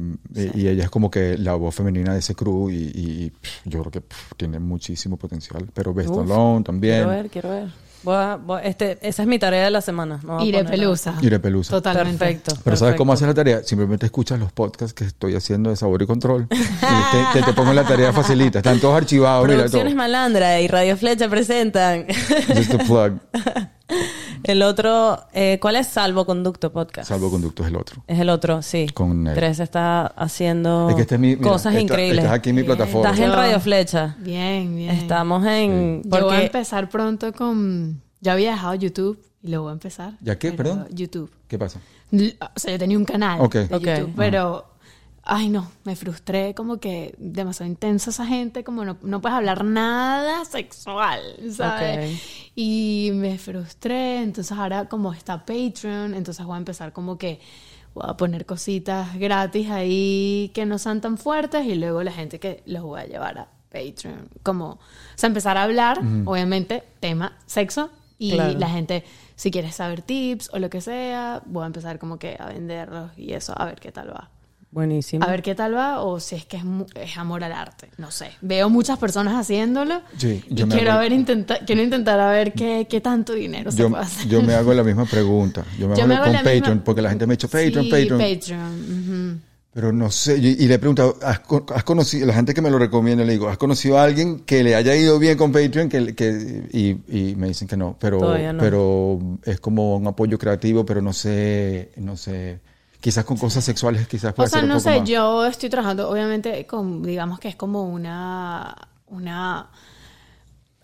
y, y ella es como que la voz femenina de ese crew y, y, pff, yo creo que pff, tiene muchísimo potencial. Pero Bestalón también.
Quiero ver, quiero ver. Voy a- voy a- este, esa es mi tarea de la semana. Me voy a
Iré
poner a-
Pelusa.
Ire Pelusa.
Totalmente.
Perfecto.
Pero ¿sabes
perfecto.
cómo haces la tarea? Simplemente escuchas los podcasts que estoy haciendo de Sabor y Control. Y te, te, te pongo la tarea facilita. Están todos archivados. Mira, todo.
Producciones Malandra y Radio Flecha presentan.
Just a plug.
El otro, eh, ¿cuál es Salvoconducto Podcast?
Salvoconducto es el otro.
Es el otro, sí.
Con él.
Tres está haciendo
Es que este es mi, mira,
cosas
esta-
increíbles.
Estás aquí en mi
Bien.
plataforma.
Estás en
Yo-
Radio Flecha.
Bien, bien.
Estamos en...
Yo voy a
Porque
empezar pronto con... Yo había dejado YouTube y lo voy a empezar.
¿Ya qué?
Pero
Perdón.
YouTube.
¿Qué pasa?
L- O sea, yo tenía un canal
Ok.
de
Ok.
YouTube, pero... Ay, no, me frustré como que demasiado intensa esa gente, como no, no puedes hablar nada sexual, ¿sabes?
Ok.
Y me frustré, entonces ahora como está Patreon, entonces voy a empezar como que voy a poner cositas gratis ahí que no sean tan fuertes y luego la gente que los voy a llevar a Patreon. Como, o sea, empezar a hablar, obviamente, tema sexo y
Claro.
la gente, si quiere saber tips o lo que sea, voy a empezar como que a venderlos y eso, a ver qué tal va.
buenísimo.
A ver qué tal va o si es que es, mu- es amor al arte. No sé. Veo muchas personas haciéndolo
Sí,
y
yo me
quiero,
hago-
ver, intenta- quiero intentar a ver qué, qué tanto dinero se
Yo,
puede hacer.
yo me hago la misma pregunta. Yo me
Yo
hago
me
la-
hago
con
la
Patreon,
misma-
porque la gente me ha dicho Patreon,
Sí,
Patreon.
Patreon, ujú.
Pero no sé, y, y le he preguntado, ¿has, co- has conocido, la gente que me lo recomienda, le digo, ¿has conocido a alguien que le haya ido bien con Patreon? Que, que, y, y me dicen que no, pero,
Todavía no.
pero es como un apoyo creativo, pero no sé, no sé, quizás con cosas sexuales quizás
O
puede
sea,
ser un
no
poco
sé,
más.
yo estoy trabajando, obviamente, con, digamos que es como una, una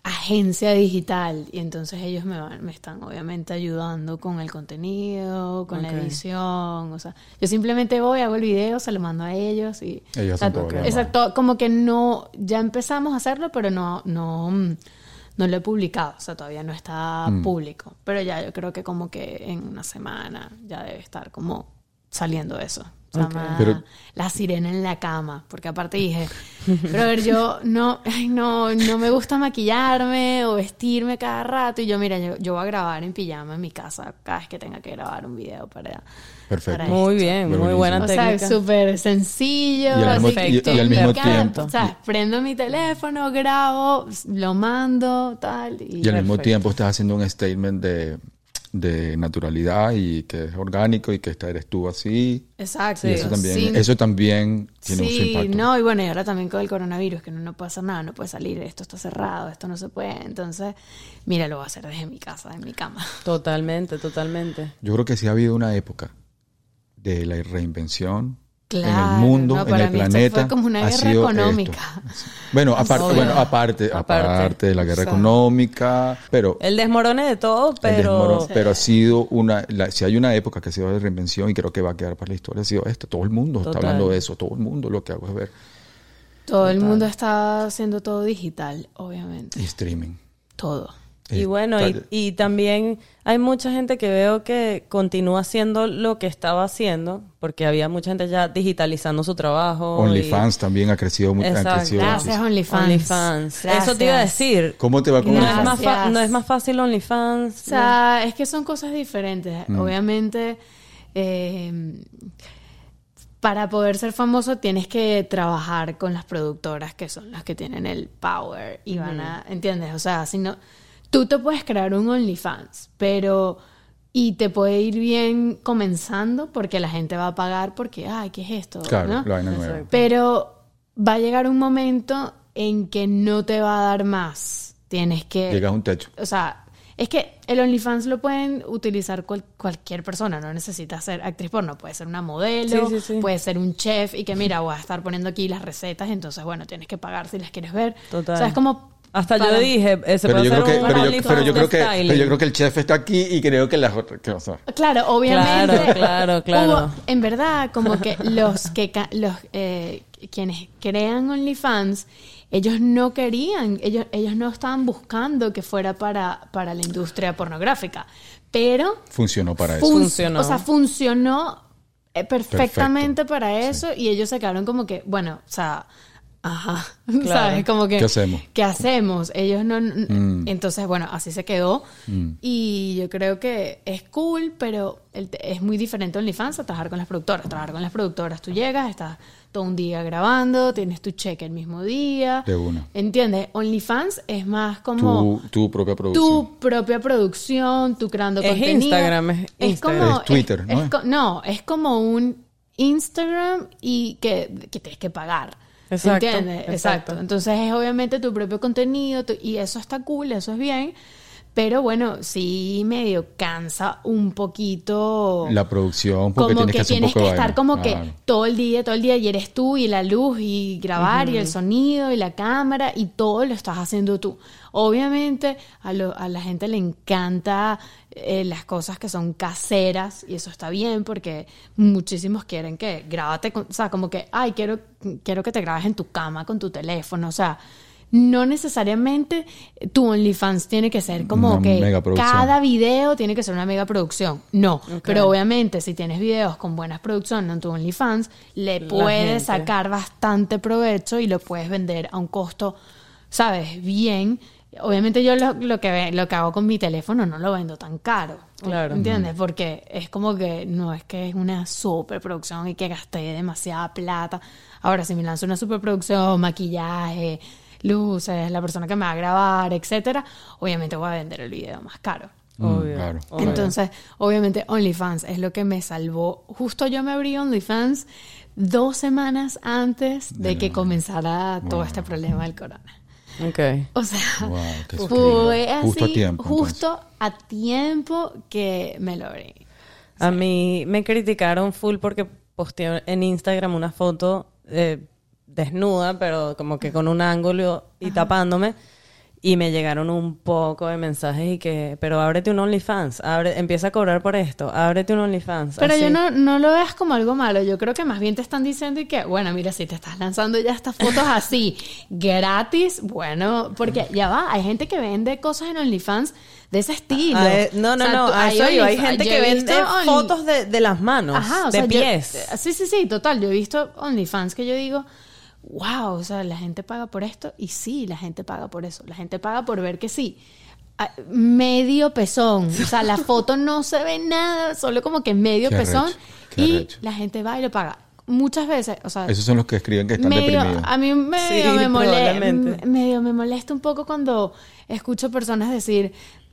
agencia digital y entonces ellos me van, me están obviamente ayudando con el contenido, con
Ok.
la edición, o sea, yo simplemente voy, hago el video, se lo mando a ellos y
Ellos
o sea,
hacen todo lo demás.
exacto, como que no, ya empezamos a hacerlo, pero no, no, mm, no lo he publicado, o sea, todavía no está
Mm.
público, pero ya yo creo que como que en una semana ya debe estar como saliendo eso. Se llama
Pero-
La sirena en la cama, porque aparte dije, pero a ver, yo no, ay, no, no me gusta maquillarme o vestirme cada rato y yo, mira, yo, yo voy a grabar en pijama en mi casa cada vez que tenga que grabar un video para,
Perfecto.
para
Muy
esto.
bien, muy
Buenísimo.
buena
O sea,
técnica.
súper sencillo.
Y al
así
mismo-
que
y- y al
me
mismo
encanta.
tiempo-
O sea, prendo mi teléfono, grabo, lo mando, tal. Y,
Y al mismo
Perfecto.
tiempo estás haciendo un statement de, de naturalidad y que es orgánico y que esta eres tú así.
Exacto.
Y eso también,
Sin-
eso también tiene
sí,
mucho impacto.
no, y bueno, y ahora también con el coronavirus, que no, no puede hacer nada, no puede salir, esto está cerrado, esto no se puede. Entonces, mira, lo voy a hacer desde mi casa, en mi cama.
Totalmente, totalmente.
Yo creo que sí ha habido una época de la reinvención en
Claro,
el mundo,
no,
en
para
el
mí esto
planeta.
fue como una
ha
guerra
sido
económica.
esto. Bueno, aparte,
Obvio.
bueno, aparte,
Aparte.
aparte de la guerra
O sea,
económica, pero
El desmorone de todo,
el
pero...
desmoro- pero ha sido una, la- si hay una época que ha sido de reinvención y creo que va a quedar para la historia, ha sido esta. Todo el mundo está
Total.
hablando de eso, todo el mundo lo que hago es ver
Todo el mundo está haciendo todo digital, obviamente.
y streaming.
Todo.
Y
Eh,
bueno, y,
tal-
y también hay mucha gente que veo que continúa haciendo lo que estaba haciendo, porque había mucha gente ya digitalizando su trabajo.
OnlyFans también ha crecido mucho.
Exacto.
Gracias,
y-
OnlyFans.
OnlyFans.
Gracias.
Eso te iba a decir.
¿Cómo te va con
No es,
Gracias.
más fa- no es más fácil OnlyFans.
O sea, es que son cosas diferentes.
Mm.
Obviamente, eh, para poder ser famoso tienes que trabajar con las productoras que son las que tienen el power y van a, ¿entiendes? O sea, si no, tú te puedes crear un OnlyFans, pero y te puede ir bien comenzando porque la gente va a pagar porque, ay, ¿qué es esto?
Claro,
¿no?
la vaina nueva.
Exacto.
Pero va a llegar un momento en que no te va a dar más. Tienes que...
Llegas a un techo.
O sea, es que el OnlyFans lo pueden utilizar cual- cualquier persona, no necesitas ser actriz porno, puede ser una modelo,
Sí, sí, sí.
puede ser un chef y que mira, voy a estar poniendo aquí las recetas, entonces bueno, tienes que pagar si las quieres ver.
Total.
O sea, es como...
Hasta
para-
yo dije, eh, se
Pero
puede
yo, creo
hacer
que,
un
pero, yo,
OnlyFans
pero yo
de
creo que
styling.
pero yo creo que el chef está aquí y creo que las otras que, o sea,
Claro, obviamente.
Claro, claro, claro.
hubo- en verdad, como que los que ca- los eh, quienes crean OnlyFans, ellos no querían, ellos ellos no estaban buscando que fuera para para la industria pornográfica, pero
funcionó para eso.
fun-
Funcionó.
O sea, funcionó eh, perfectamente
Perfecto.
para eso y ellos se quedaron como que, bueno, o sea, ajá,
Claro.
¿sabes? Como que
¿Qué hacemos?
¿Qué hacemos? Ellos no... n-
Mm.
Entonces, bueno, así se quedó.
Mm.
Y yo creo que es cool, pero el te- es muy diferente OnlyFans a trabajar con las productoras. Trabajar con las productoras, tú llegas, estás todo un día grabando, tienes tu cheque el mismo día.
De una.
¿Entiendes? OnlyFans es más como...
Tu, tu propia producción.
Tu propia producción, tu creando
Es
contenido.
Instagram, es Instagram.
como,
Es Twitter,
es-
¿no?
es co- no, es como un Instagram y que, que tienes que pagar.
Exacto,
¿Entiendes?
exacto.
Exacto. Entonces es obviamente tu propio contenido tu- y eso está cool, eso es bien. Pero bueno, sí medio cansa un poquito.
La producción, porque
Como
tienes
que
que hacer un
tienes
poco
que
de
estar
vaina.
como
Claro.
que todo el día, todo el día, y eres tú, y la luz, y grabar, y el sonido, y la cámara, y todo lo estás haciendo tú. Obviamente a, lo- a la gente le encanta eh, las cosas que son caseras, y eso está bien, porque muchísimos quieren que grábate, con- o sea, como que, ay, quiero, quiero que te grabes en tu cama con tu teléfono, o sea... No necesariamente tu OnlyFans tiene que ser como
Una
que
megaproducción.
cada video tiene que ser una mega producción. No, pero obviamente si tienes videos con buenas producciones en tu OnlyFans, le
La
puedes
gente.
sacar bastante provecho y lo puedes vender a un costo, ¿sabes? Bien. Obviamente yo lo, lo que ve- lo que hago con mi teléfono no lo vendo tan caro.
Claro.
¿Entiendes? Porque es como que no es que es una superproducción y que gasté demasiada plata. Ahora, si me lanzo una superproducción, maquillaje, luces, la persona que me va a grabar, etcétera, obviamente voy a vender el video más caro.
Mm,
Obvio.
claro.
Obvio.
Entonces, obviamente, OnlyFans es lo que me salvó. Justo yo me abrí OnlyFans dos semanas antes de
De
que
la-
comenzara todo
Wow.
este problema del corona.
Ok.
O sea,
Wow, qué
fue así,
Justo a tiempo,
justo a tiempo que me lo abrí.
A mí me criticaron full porque posteé en Instagram una foto eh, desnuda, pero como que con un ángulo y tapándome. Y me llegaron un poco de mensajes y que, pero ábrete un OnlyFans, abre, empieza a cobrar por esto, ábrete un OnlyFans.
Pero
así.
yo no, no lo veas como algo malo. Yo creo que más bien te están diciendo y que, bueno, mira, si te estás lanzando ya estas fotos así, gratis, bueno, porque ya va, hay gente que vende cosas en OnlyFans de ese estilo.
Ah, eh, no, no,
O sea,
no,
tú-
a
hay
eso iba. Hay
Onlyfans-
gente
yo
que
he
vende
visto Only-
fotos de, de las manos,
Ajá, o
de
sea, yo-
pies.
sí, sí, sí, total. Yo he visto OnlyFans que yo digo, wow, o sea, la gente paga por esto. Y sí, la gente paga por eso. La gente paga por ver que sí. ah, Medio pezón. O sea, la foto no se ve nada, solo como que medio
Qué
pezón.
arrecho, qué
Y
arrecho.
la gente va y lo paga. Muchas veces, o sea,
Esos son los que escriben que están
medio,
deprimidos.
a mí medio,
Sí,
me molesta,
probablemente.
medio me molesta un poco cuando escucho personas decir,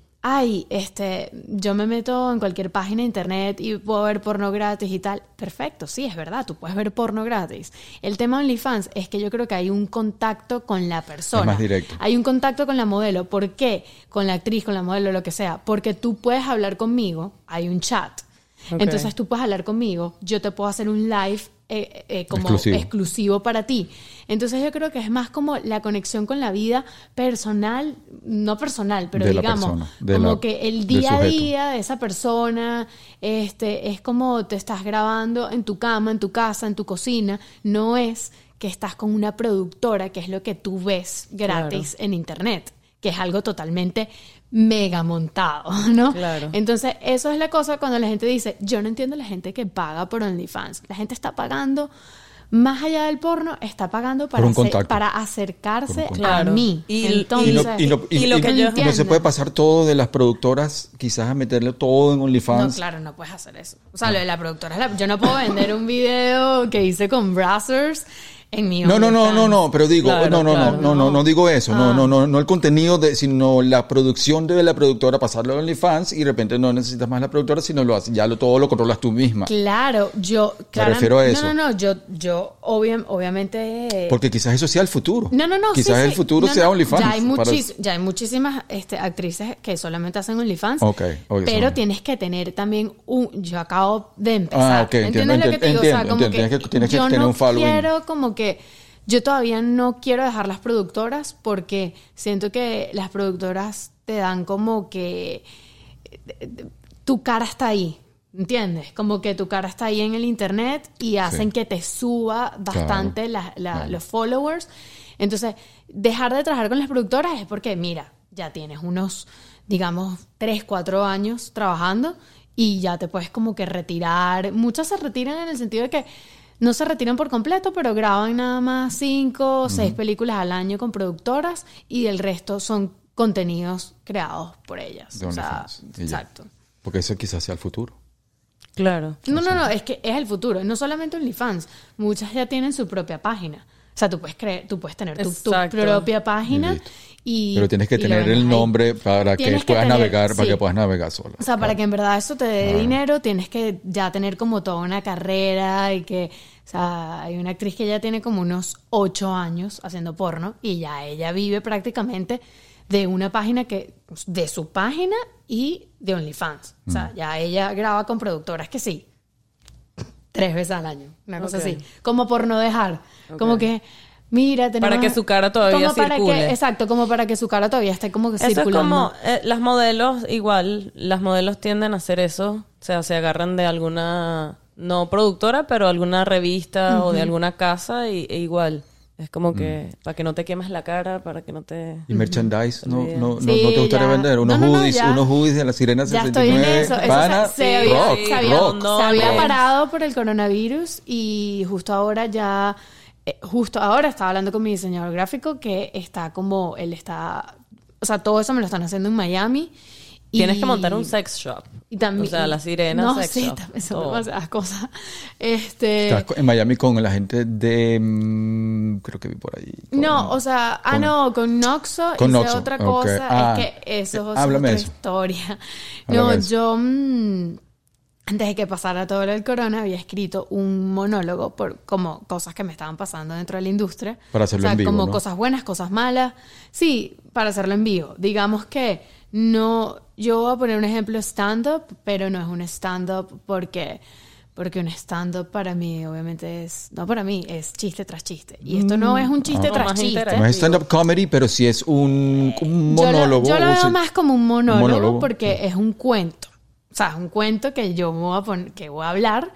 ay, este, yo me meto en cualquier página de internet y puedo ver porno gratis y tal. Perfecto, sí, es verdad, tú puedes ver porno gratis. El tema de OnlyFans es que yo creo que hay un contacto con la persona.
Es más directo.
Hay un contacto con la modelo. ¿Por qué? Con la actriz, con la modelo, lo que sea. Porque tú puedes hablar conmigo, hay un chat.
Ok.
Entonces tú puedes hablar conmigo, yo te puedo hacer un live eh, eh, como
Exclusivo.
exclusivo para ti. Entonces yo creo que es más como la conexión con la vida personal, no personal, pero
De la
digamos,
persona, de
como
la-
que el
del
día a
sujeto.
día de esa persona, este, es como te estás grabando en tu cama, en tu casa, en tu cocina, no es que estás con una productora, que es lo que tú ves gratis en internet, que es algo totalmente mega montado, ¿no?
Claro.
Entonces, eso es la cosa cuando la gente dice, yo no entiendo la gente que paga por OnlyFans. La gente está pagando, más allá del porno, está pagando para,
Por un
hacer-
contacto.
para acercarse
Por un
a
contacto.
mí.
Y-
Entonces,
Y no, y no- y-
y lo
y-
que
y
yo-
no se
Entiendo.
puede pasar todo de las productoras, quizás a meterle todo en
no,
OnlyFans.
claro, no puedes hacer eso. O sea, lo de la productora, es la- yo no puedo vender un video que hice con Brazzers en mi
No, no, no,
OnlyFans.
no, no, pero digo,
Claro,
no, no,
claro.
no, no, no, no digo eso, no,
Ah.
no, no, no el contenido de, sino la producción de la productora, pasarlo a OnlyFans y de repente no necesitas más la productora, sino lo haces, ya lo, todo lo controlas tú misma.
Claro, yo... claro,
refiero a eso.
No, no, no, yo, yo obvia- obviamente...
Porque quizás eso sea el futuro.
No, no, no.
Quizás
sí,
el
sí.
futuro
No,
sea
no,
OnlyFans.
Ya hay,
para-
muchis- ya hay muchísimas este, actrices que solamente hacen OnlyFans.
Ok, ok,
pero
son-
tienes que tener también un... Yo acabo de empezar.
Ah, ok, entiendo,
¿Entiendes lo que te digo? O sea,
entiendo,
como
entiendo.
que,
Tienes que- tienes que
yo
tener
no
un following.
quiero como que... Yo todavía no quiero dejar las productoras porque siento que las productoras te dan como que... Tu cara está ahí. ¿Entiendes? Como que tu cara está ahí en el internet y hacen
Sí.
que te suba bastante la- la-
Claro.
los followers. Entonces, dejar de trabajar con las productoras es porque, mira, ya tienes unos, digamos, tres, cuatro años trabajando y ya te puedes como que retirar. Muchas se retiran en el sentido de que no se retiran por completo, pero graban nada más cinco o seis películas al año con productoras y el resto son contenidos creados por ellas.
De
O sea,
OnlyFans, y ya.
exacto.
Porque eso quizás sea el futuro.
Claro.
No, no, no, es que es el futuro. No solamente OnlyFans, muchas ya tienen su propia página. O sea, tú puedes creer, tú puedes tener tu, tu
Exacto.
propia página
Y listo.
y
Pero tienes que
y lo
tener
vendes
el
ahí.
nombre para que
Tienes que
puedas
tener-
navegar, para
sí.
que puedas navegar sola.
O sea, para
Claro.
que en verdad eso te dé
Claro.
dinero, tienes que ya tener como toda una carrera y que, o sea, hay una actriz que ya tiene como unos ocho años haciendo porno y ya ella vive prácticamente de una página que, de su página y de OnlyFans. O
Mm.
sea, ya ella graba con productoras que sí, tres veces al año, una cosa
Ok.
así. Como por no dejar,
Ok.
como que, mira, tenemos...
Para que su cara todavía
como para
circule.
que- exacto, como para que su cara todavía esté como que
Eso es
circulando.
como eh, las modelos, igual, las modelos tienden a hacer eso, o sea, se agarran de alguna, no productora, pero alguna revista o de alguna casa y, e igual, es como que para que no te quemes la cara, para que no te...
Y merchandise, ¿no,
Olvida.
no, no,
Sí,
no te gustaría
ya.
vender? Unos
No, no, no,
hoodies,
ya.
unos hoodies de la Sirena
Ya
sesenta y
estoy en
nueve.
eso. Eso
pana,
se, se había,
rock,
se había-
rock.
no,
se había
rock.
parado por el coronavirus y justo ahora ya, eh, justo ahora estaba hablando con mi diseñador gráfico que está como, él está, o sea, todo eso me lo están haciendo en Miami. y-
Tienes que montar un sex shop.
Y también,
O sea, la Sirena
no,
sex
sí,
shop.
también son
todo.
demasiadas cosas. Este,
Estás en Miami con la gente de... mm, creo que vi por ahí. con-
No, o sea, ah,
con-
no, con Noxo
Con
hice
Noxo,
otra
ok.
cosa.
Ah,
es que eso es
háblame
otra
de eso.
historia.
Háblame
No,
de eso.
yo mm, antes de que pasara todo lo del corona había escrito un monólogo por como cosas que me estaban pasando dentro de la industria.
Para hacerlo
O sea,
en vivo,
como
¿no?
cosas buenas, cosas malas. Sí, para hacerlo en vivo. Digamos que no, yo voy a poner un ejemplo stand-up, pero no es un stand-up porque porque un stand-up para mí obviamente es, no para mí, es chiste tras chiste. Y esto no es un chiste
No,
tras
más
chiste.
interactivo.
No es stand-up comedy, pero sí es un, un
Yo lo-
monólogo.
Yo lo,
o
veo
sea,
más como un monólogo,
un monólogo.
porque es un cuento. O sea, es un cuento que yo me voy a poner, que voy a hablar,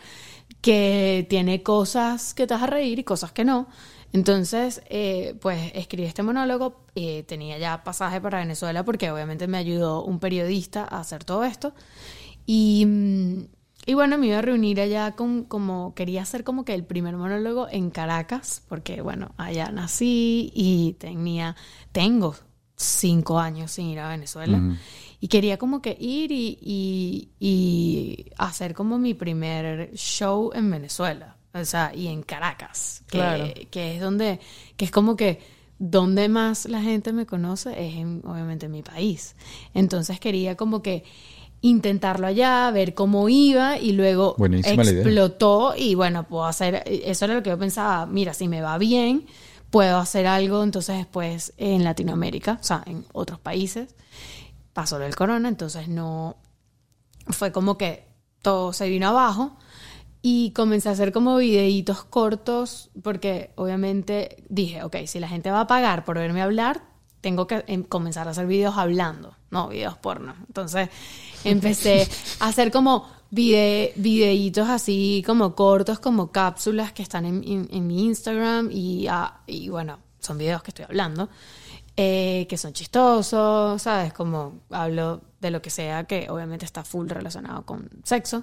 que tiene cosas que te vas a reír y cosas que no. Entonces, eh, pues escribí este monólogo, eh, tenía ya pasaje para Venezuela porque obviamente me ayudó un periodista a hacer todo esto. Y, mm, y bueno, me iba a reunir allá con, como, quería hacer como que el primer monólogo en Caracas, porque bueno, allá nací y tenía, tengo cinco años sin ir a Venezuela.
Ujú.
Y quería como que ir y, y, y hacer como mi primer show en Venezuela. O sea, y en Caracas. Que,
Claro.
que es donde, que es como que donde más la gente me conoce es en, obviamente en mi país. Entonces quería como que intentarlo allá, ver cómo iba y luego
Buenísima la idea.
explotó y bueno, puedo hacer, eso era lo que yo pensaba, mira, si me va bien, puedo hacer algo entonces después en Latinoamérica, o sea, en otros países. Pasó el corona, entonces no, fue como que todo se vino abajo y comencé a hacer como videitos cortos porque obviamente dije, ok, si la gente va a pagar por verme hablar, tengo que em, comenzar a hacer videos hablando, no videos porno. Entonces empecé a hacer como vide, videitos así como cortos, como cápsulas que están en, en, en mi Instagram y, ah, y bueno, son videos que estoy hablando. Eh, que son chistosos, ¿sabes? Como hablo de lo que sea que obviamente está full relacionado con sexo.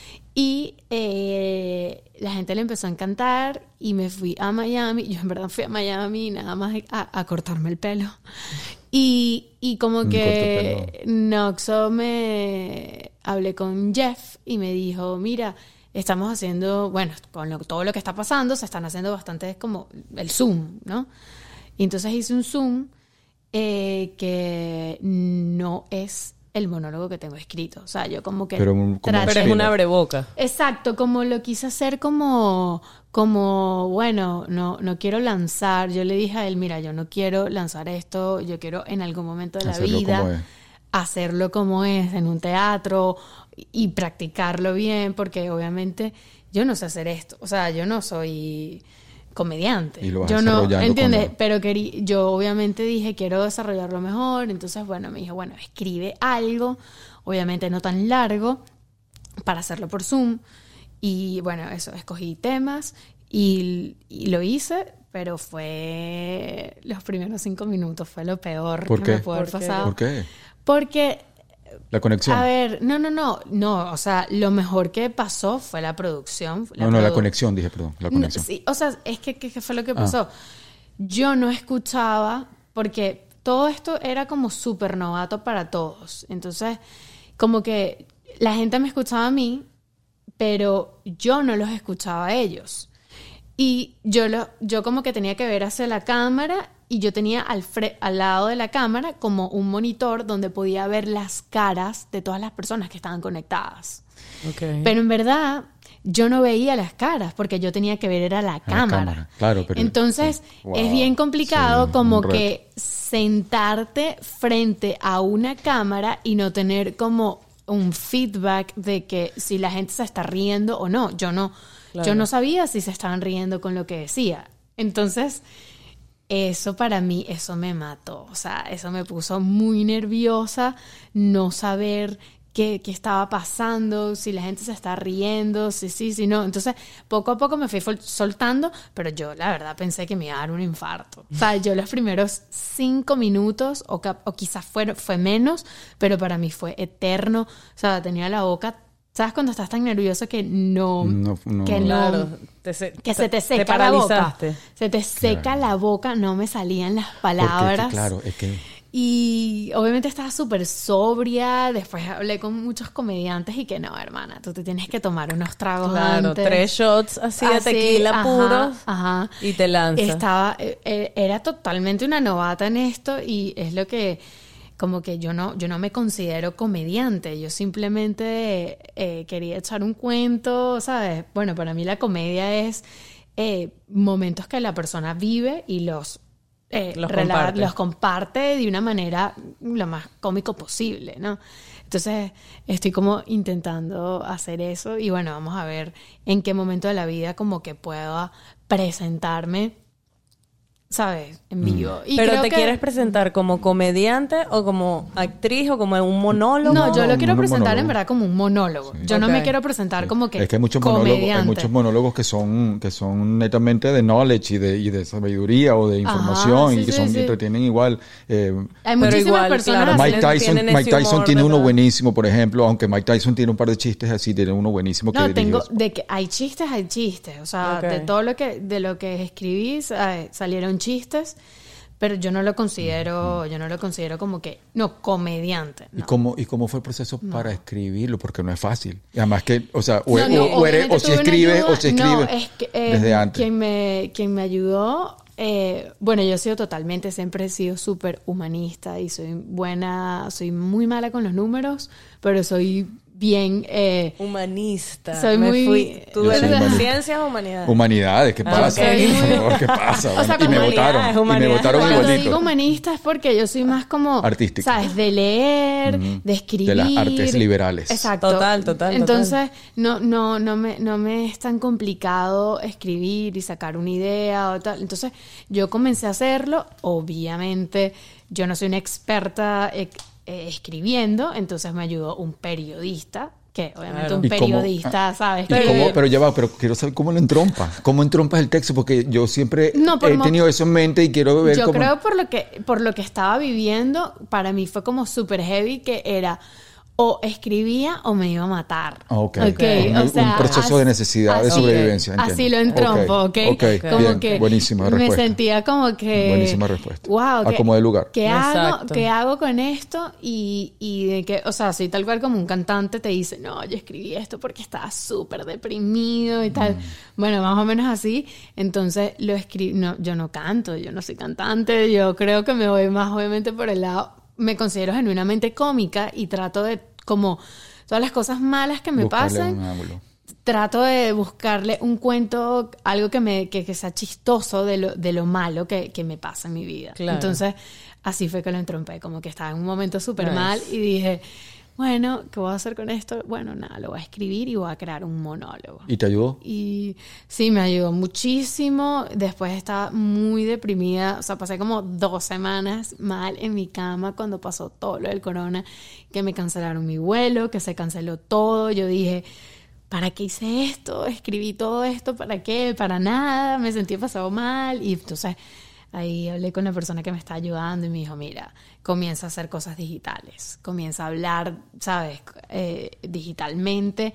Y eh, la gente le empezó a encantar y me fui a Miami. Yo en verdad fui a Miami nada más a, a cortarme el pelo. Y, y como
Un
que
cortapelo.
Noxo me... Hablé con Jeff y me dijo, mira, estamos haciendo, bueno, con lo- todo lo que está pasando, se están haciendo bastante como el Zoom, ¿no? Y entonces hice un Zoom eh, que no es el monólogo que tengo escrito. O sea, yo como que
Pero un- como
traté-
Pero es una abreboca.
Exacto, como lo quise hacer como, como bueno, no, no quiero lanzar. Yo le dije a él, mira, yo no quiero lanzar esto, yo quiero en algún momento de la
Hacerlo
vida
como es.
hacerlo como es, en un teatro y, y practicarlo bien, porque obviamente yo no sé hacer esto. O sea, yo no soy comediante.
Y lo vas
yo no,
desarrollando
¿entiendes?
con-
Pero querí, yo obviamente dije, quiero desarrollarlo mejor. Entonces, bueno, me dijo, bueno, escribe algo, obviamente no tan largo, para hacerlo por Zoom. Y bueno, eso, escogí temas y, y lo hice, pero fue los primeros cinco minutos, fue lo peor
¿Por
que
qué?
me pudo haber
¿Por qué?
pasado.
¿Por qué?
Porque,
La conexión.
a ver, no, no, no, no, o sea, lo mejor que pasó fue la producción.
no, no, la
produ-
conexión, dije, perdón. La
No,
conexión.
sí, o sea, es que, ¿qué fue lo que
Ah.
pasó? Yo no escuchaba, porque todo esto era como súper novato para todos. Entonces, como que la gente me escuchaba a mí, pero yo no los escuchaba a ellos. Y yo, lo, yo como que tenía que ver hacia la cámara y yo tenía al, fre- al lado de la cámara como un monitor donde podía ver las caras de todas las personas que estaban conectadas.
Okay.
Pero en verdad yo no veía las caras porque yo tenía que ver era la cámara.
cámara, claro, pero-
Entonces
sí. Wow.
es bien complicado
Sí,
como
un reto.
que sentarte frente a una cámara y no tener como un feedback de que si la gente se está riendo o no. Yo no,
Claro.
yo no sabía si se estaban riendo con lo que decía. Entonces eso para mí, eso me mató. O sea, eso me puso muy nerviosa, no saber qué, qué estaba pasando, si la gente se está riendo, si sí, si no. Entonces, poco a poco me fui fol- soltando, pero yo la verdad pensé que me iba a dar un infarto. O sea, yo los primeros cinco minutos, o, cap- o quizás fue, fue menos, pero para mí fue eterno. O sea, tenía la boca... ¿Sabes cuando estás tan nervioso que no...
No, no.
que no
Claro, te se-
que se te seca
te
la boca.
paralizaste.
Se te seca
Claro.
la boca, no me salían las
Porque,
palabras.
que, claro, es que...
Y obviamente estaba súper sobria. Después hablé con muchos comediantes y que no, hermana, tú te tienes que tomar unos tragos
Claro,
antes.
tres shots así de
Así,
tequila
ajá,
puros
ajá.
y te lanzas.
Estaba, eh, eh, era totalmente una novata en esto y es lo que, como que yo no, yo no me considero comediante, yo simplemente eh, quería echar un cuento, ¿sabes? Bueno, para mí la comedia es eh, momentos que la persona vive y los, eh,
Los
rela-
comparte.
los comparte de una manera lo más cómico posible, ¿no? Entonces estoy como intentando hacer eso y bueno, vamos a ver en qué momento de la vida como que pueda presentarme, ¿sabes? En vivo. Y
¿Pero
creo
te
que-
quieres presentar como comediante o como actriz o como en un monólogo?
No, yo lo
No,
quiero
un
presentar
monólogo.
en verdad como un monólogo. Yo no
Ok.
me quiero presentar como que
Es que hay muchos monólogos, hay
comediante.
muchos monólogos que son, que son netamente de knowledge y de, y de sabiduría o de información
sí,
y que
sí,
son,
sí.
que entretienen igual. eh,
Hay
Pero
muchísimas
igual,
personas
claro,
Mike
haciendo-
Tyson,
tienen ese
Mike Tyson
humor
tiene
de
uno
todo.
buenísimo, por ejemplo, aunque Mike Tyson tiene un par de chistes así, tiene uno buenísimo que
No,
dirige
tengo
eso.
de que hay chistes, hay chistes, o sea,
Ok.
de todo lo que de lo que escribí eh, salieron chistes, pero yo no lo considero, yo no lo considero como que no comediante,
¿Y
no.
cómo, ¿Y cómo fue el proceso para escribirlo? Porque no es fácil. Y además que, o sea, o,
No, no,
o- o eres-
obviamente
o si
tuve una
escribes
ayuda.
o si escribes
No, es que, eh,
desde antes.
Quien me, quien me ayudó, eh, bueno, yo he sido totalmente, siempre he sido súper humanista y soy buena, soy muy mala con los números, pero soy bien... Eh,
Humanista.
Soy
Me
muy-
fui. ¿Tú
Yo
eres
soy
de
humanista.
ciencias o humanidades?
Humanidades, ¿qué
Ah,
pasa?
ok.
Soy muy-
Por favor, ¿qué pasa?
O sea,
y me
como
votaron,
humanidades,
y me
humanidades.
votaron
Cuando
igualito.
digo humanista es porque yo soy más como...
Artística.
¿Sabes? De leer,
Ujú.
de escribir.
De las artes liberales.
Exacto.
Total, total,
Entonces, no, no, no, me, no me es tan complicado escribir y sacar una idea o tal. Entonces, yo comencé a hacerlo. Obviamente, yo no soy una experta eh, eh, escribiendo, entonces me ayudó un periodista, que obviamente
Claro.
un
¿Y cómo-
periodista, ¿sabes?
¿Y
Que-
cómo- pero ya va, pero quiero saber cómo lo entrompas. ¿Cómo entrompas el texto? Porque yo siempre
No, por
he
mo-
tenido eso en mente y quiero ver
Yo
cómo...
creo por lo que por lo que estaba viviendo, para mí fue como súper heavy, que era o escribía o me iba a matar.
Ah, ok.
Ok,
Un-
o sea,
un proceso de
as-
necesidad, de
así-
sobrevivencia, entiendo.
Así lo entrompo, ¿ok?
Ok, ok,
Como
bien,
que
buenísima
me
respuesta.
sentía como que...
Buenísima respuesta.
Wow,
A
¿qué,
como de lugar.
¿qué hago,
Exacto.
¿qué hago con esto? Y, y de que, o sea, soy tal cual como un cantante te dice, no, yo escribí esto porque estaba súper deprimido y tal. Bueno, más o menos así. Entonces lo escribí, no, yo no canto, yo no soy cantante, yo creo que me voy más obviamente por el lado, me considero genuinamente cómica y trato de, como, todas las cosas malas que me
Buscarle
pasan,
un ángulo.
trato de buscarle un cuento, algo que me que, que sea chistoso de lo, de lo malo que, que me pasa en mi vida.
Claro.
Entonces, así fue que lo entrompé, como que estaba en un momento súper
Nice.
mal y dije, bueno, ¿qué voy a hacer con esto? Bueno, nada, lo voy a escribir y voy a crear un monólogo.
¿Y te ayudó?
Y sí, me ayudó muchísimo. Después estaba muy deprimida. O sea, pasé como dos semanas mal en mi cama cuando pasó todo lo del corona, que me cancelaron mi vuelo, que se canceló todo. Yo dije, ¿para qué hice esto? Escribí todo esto, ¿para qué? Para nada. Me sentí pasado mal. Y entonces ahí hablé con la persona que me está ayudando y me dijo, mira, comienza a hacer cosas digitales, comienza a hablar, ¿sabes? Eh, digitalmente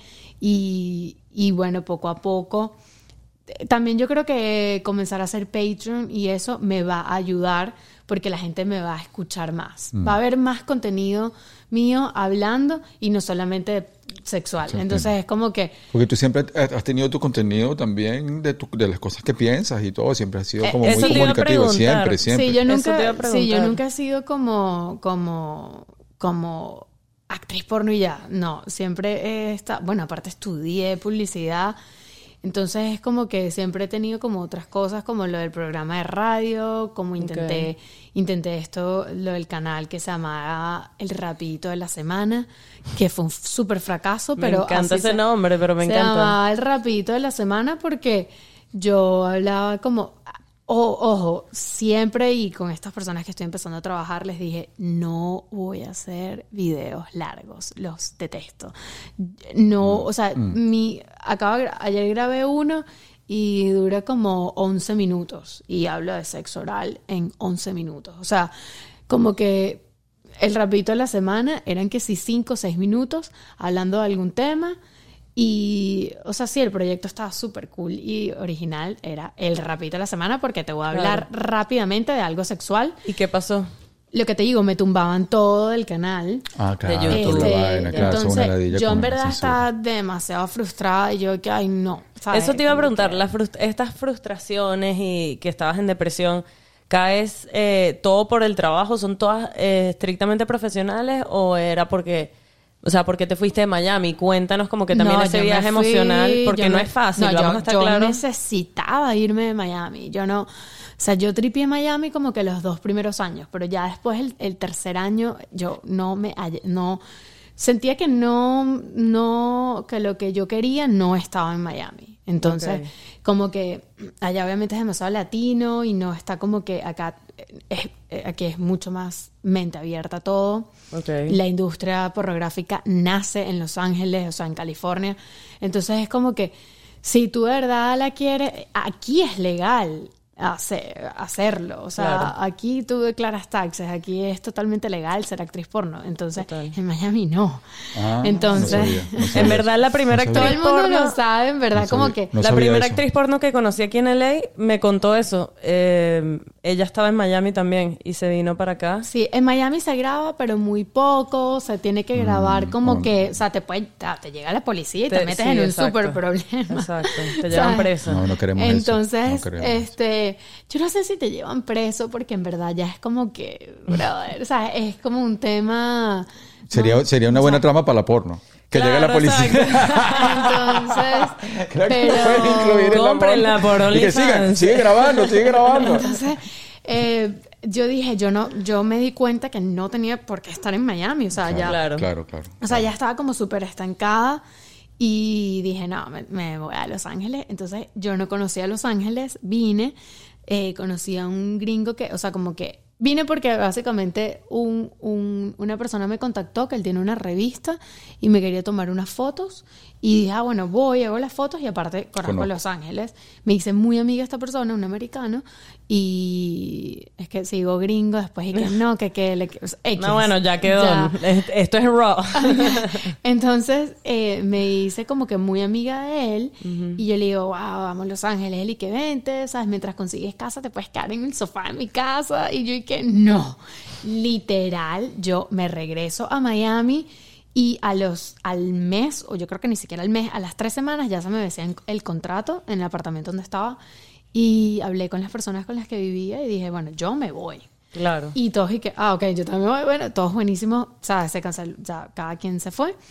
y, y bueno, poco a poco. También yo creo que comenzar a hacer Patreon y eso me va a ayudar porque la gente me va a escuchar más. Va a haber más contenido mío hablando y no solamente sexual.
Sí,
Entonces es como que...
Porque tú siempre has tenido tu contenido también de, tu- de las cosas que piensas y todo. Siempre has sido
Eh,
como
eso
muy
te iba a
comunicativo.
preguntar.
Siempre, siempre.
Sí, yo
Eso te iba a
nunca, sí, yo
preguntar.
nunca he sido como, como, como actriz porno y ya. No, siempre he estado, bueno, aparte estudié publicidad, entonces es como que siempre he tenido como otras cosas, como lo del programa de radio, como intenté, intenté esto, lo del canal que se llamaba El Rapidito de la Semana, que fue un súper fracaso,
Me
pero
encanta
así
ese
se-
nombre, pero me
se
encanta.
llamaba El Rapidito de la Semana porque yo hablaba como... O- ojo, siempre y con estas personas que estoy empezando a trabajar les dije, no voy a hacer videos largos, los detesto. No, o sea, mi acabo de gra- ayer grabé uno y dura como once minutos y hablo de sexo oral en once minutos. O sea, como que el rapidito de la semana eran que sí cinco o seis minutos hablando de algún tema. Y, o sea, sí, el proyecto estaba súper cool y original. Era el rapidito de la semana porque te voy a hablar
Claro.
rápidamente de algo sexual.
¿Y qué pasó?
Lo que te digo, me tumbaban todo del canal.
Ah, claro,
YouTube.
toda la
Este,
vaina, claro, son una
entonces,
ladilla
yo
con
en
la
verdad
censura.
estaba demasiado frustrada y yo que, ay, no. ¿sabes?
Eso te iba a
Como
preguntar,
que-
las frust- estas frustraciones y que estabas en depresión, ¿caes eh, todo por el trabajo? ¿Son todas eh, estrictamente profesionales o era porque, o sea, porque te fuiste de Miami? Cuéntanos como que también
No,
ese
yo me
viaje
fui,
emocional, porque
yo
no
me-
es fácil,
no,
vamos
yo,
a estar
yo
claros.
necesitaba irme de Miami. Yo no, sea, yo tripié Miami como que los dos primeros años, pero ya después el, el tercer año yo no me... no sentía que no, no, que lo que yo quería no estaba en Miami. Entonces, okay. como que allá obviamente es demasiado latino y no está como que acá, es, aquí es mucho más mente abierta todo. Okay. La industria pornográfica nace en Los Ángeles, o sea, en California. Entonces es como que si tú de verdad la quieres, aquí es legal hacer, hacerlo. O sea, claro. aquí tú declaras taxes, aquí es totalmente legal ser actriz porno. Entonces, Total. en Miami no. Ah, Entonces,
no sabía, no sabía. En verdad la primera
no
actriz
todo el mundo
porno,
lo sabe, en verdad,
no
como
sabía,
que...
no
la primera
eso.
actriz porno que conocí aquí en L A me contó eso. Eh, ella estaba en Miami también y se vino para acá.
Sí, en Miami se graba, pero muy poco. Se tiene que grabar mm, como oh, que... O sea, te, puede, te, te llega la policía y te, te metes sí, en un exacto. súper problema.
Exacto. Te llevan preso.
No, no queremos
Entonces,
eso. No queremos
este... Eso. Yo no sé si te llevan preso porque en verdad ya es como que... Brother, o sea, es como un tema...
Sería,
¿no?
sería una buena o sea, trama para la porno. Que
claro,
llegue la policía.
Entonces,
creo que
pero...
pueden incluir en
Cómprenla
la
por
y que sigan, sigue grabando, sigue grabando.
Entonces, eh, yo dije, yo no, yo me di cuenta que no tenía por qué estar en Miami, o sea,
claro,
ya,
claro,
claro, claro.
O sea, ya estaba como súper estancada y dije, no, me, me voy a Los Ángeles. Entonces, yo no conocía a Los Ángeles, vine, eh, conocí a un gringo que, o sea, como que vine porque básicamente un, un, una persona me contactó que él tiene una revista y me quería tomar unas fotos y dije, ah, bueno, voy, hago las fotos y aparte conozco Los Ángeles. Me hice muy amiga de esta persona, un americano, y es que sigo gringo después y que no, que que le... X,
no, bueno, ya quedó. Ya. Esto es raw.
Entonces eh, me hice como que muy amiga de él uh-huh. y yo le digo, wow, vamos a Los Ángeles. Él y que vente, ¿sabes? Mientras consigues casa te puedes quedar en el sofá de mi casa. Y yo y que no. Literal, yo me regreso a Miami y a los, al mes, o yo creo que ni siquiera al mes, a las tres semanas ya se me vencía el contrato en el apartamento donde estaba y hablé con las personas con las que vivía y dije, bueno, yo me voy.
Claro.
Y todos y que, ah, ok, yo también me voy. Bueno, todos buenísimos, o sea, se canceló, o sea, cada quien se fue.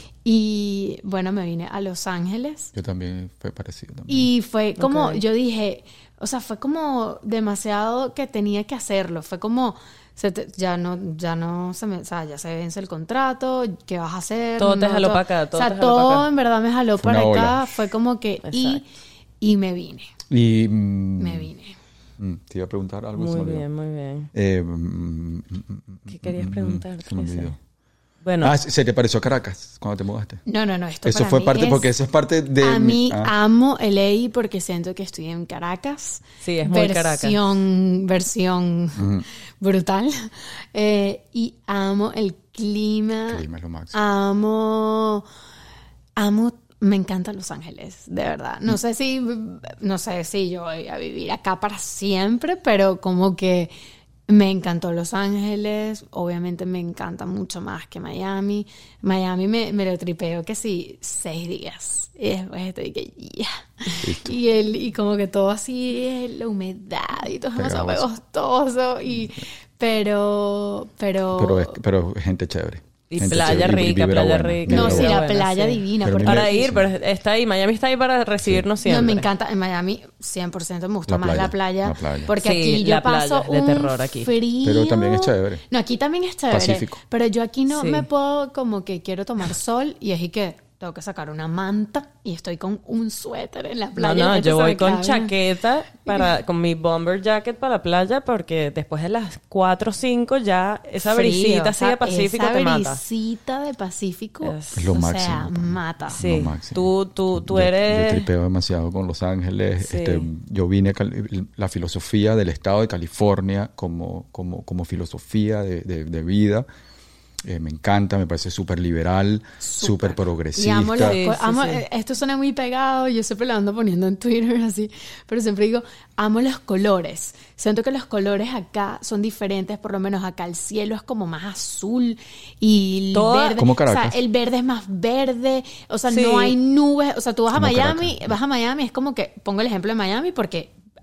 Y bueno, me vine a Los Ángeles.
Yo también, fue parecido también.
Y fue como,
okay.
yo dije, o sea, fue como demasiado que tenía que hacerlo. Fue como... Se te, ya no, ya no se me, o sea, ya se vence el contrato, ¿qué vas a hacer?
Todo te
no,
jaló
todo,
para acá, todo
o sea,
te jaló
todo
para acá.
En verdad me jaló
fue
para acá,
ola.
Fue como que, y, y me vine.
Y, mm,
me vine.
Mm, te iba a preguntar algo.
Muy
se
bien, muy bien.
Eh, mm,
¿Qué querías preguntar?
Se me olvidó.
Bueno.
Ah, ¿se te pareció Caracas cuando te mudaste?
No, no, no. Esto
eso
para
fue
mí
parte,
es,
porque eso es parte de...
A mí
ah.
amo L A porque siento que estoy en Caracas.
Sí, es muy
versión,
Caracas.
Versión uh-huh. brutal. Eh, y amo el clima.
El clima es lo máximo.
Amo... Amo... Me encanta Los Ángeles, de verdad. No sé si... No sé si yo voy a vivir acá para siempre, pero como que... Me encantó Los Ángeles, obviamente me encanta mucho más que Miami. Miami me, me lo tripeo que sí, seis días. Y después estoy que ya. Yeah. Y, el, y como que todo así, la humedad y todo es demasiado pegostoso. Y, pero, pero...
Pero es, pero es gente chévere.
Y playa rica, playa rica.
No, sí, la playa divina.
Para ir, pero está ahí. Miami está ahí para recibirnos siempre.
No, me encanta. En Miami cien por ciento me gusta
la
más
playa,
la, playa,
la playa.
Porque
sí,
aquí yo paso
de
un
terror aquí.
frío.
Pero también es chévere.
No, aquí también es chévere.
Pacífico.
Pero yo aquí no
sí.
me puedo como que quiero tomar sol y así que tengo que sacar una manta y estoy con un suéter en la playa.
No, no, yo voy con
cabe.
chaqueta, para, con mi bomber jacket para la playa porque después de las cuatro o cinco ya esa
Frío,
brisita
o sea,
así de Pacífico
esa
te mata.
Esa brisita de Pacífico
es,
es lo
o
máximo.
sea, mata.
Sí,
lo máximo.
tú, tú, tú
yo,
eres...
Yo tripeo demasiado con Los Ángeles.
Sí.
Este, yo vine... La filosofía del estado de California como, como, como filosofía de, de, de vida... Eh, me encanta, me parece súper liberal, súper progresista.
Y amo, los,
sí, sí,
amo
sí.
Esto suena muy pegado, yo siempre lo ando poniendo en Twitter así, pero siempre digo, amo los colores. Siento que los colores acá son diferentes, por lo menos acá el cielo es como más azul y el
Toda,
verde,
como Caracas.
O sea, el verde es más verde, o sea,
sí.
no hay nubes, o sea, tú vas
como
a Miami,
Caracas.
vas a Miami, es como que, pongo el ejemplo de Miami porque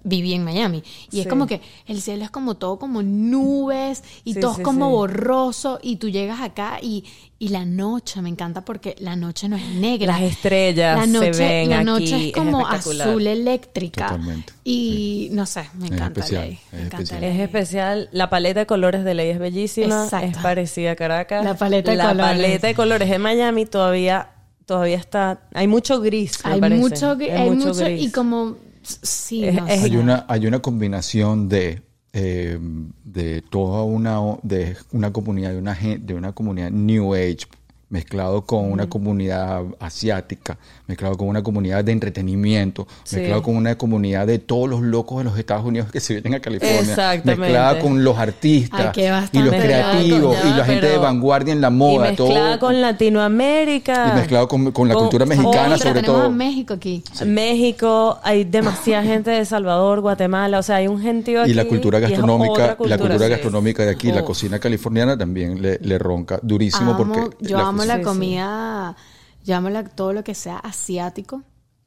viví en Miami. Y
Sí.
es como que el cielo es como todo como nubes y
Sí,
todo
sí,
es como
sí.
borroso y tú llegas acá y, y la noche, me encanta porque la noche no es negra.
Las estrellas
la noche,
se ven
la
aquí,
noche es como
espectacular.
azul eléctrica.
Totalmente,
Y no sé, me
Es
encanta
especial,
Ley.
es
Me encanta
especial.
Ley.
Es especial. La paleta de colores de Ley es bellísima.
Exacto.
Es parecida a Caracas.
La paleta de
La
colores.
paleta de colores en Miami todavía, todavía está... Hay mucho gris, me
Hay
parece.
mucho, gri- hay mucho,
gris.
y como sí,
Es-
no
es-
sé.
Hay una, hay una combinación de, eh, de toda una, o- de una comunidad, de una, gen- de una comunidad New Age, mezclado con una comunidad asiática, mezclado con una comunidad de entretenimiento,
Sí.
mezclado con una comunidad de todos los locos de los Estados Unidos que se vienen a California,
Exactamente.
mezclada con los artistas
Aquí hay
y
bastante
los creativos
loco,
y la
ya,
gente de
pero-
vanguardia en la
Y
moda,
mezclada
todo
con Latinoamérica.
y mezclado con, con la
Con-
cultura
con-
mexicana,
Oh, pero
sobre
tenemos
todo.
a México aquí.
México, hay demasiada gente de El Salvador, Guatemala, o sea, hay un gentío aquí.
Y la cultura
y es
gastronómica,
otra
la
cultura,
cultura
sí.
gastronómica de aquí, la
Uf.
cocina californiana también le, le ronca durísimo
Amo-
porque
yo amo
cocina-
la
Sí, sí.
comida, yo amo la- todo lo que sea asiático.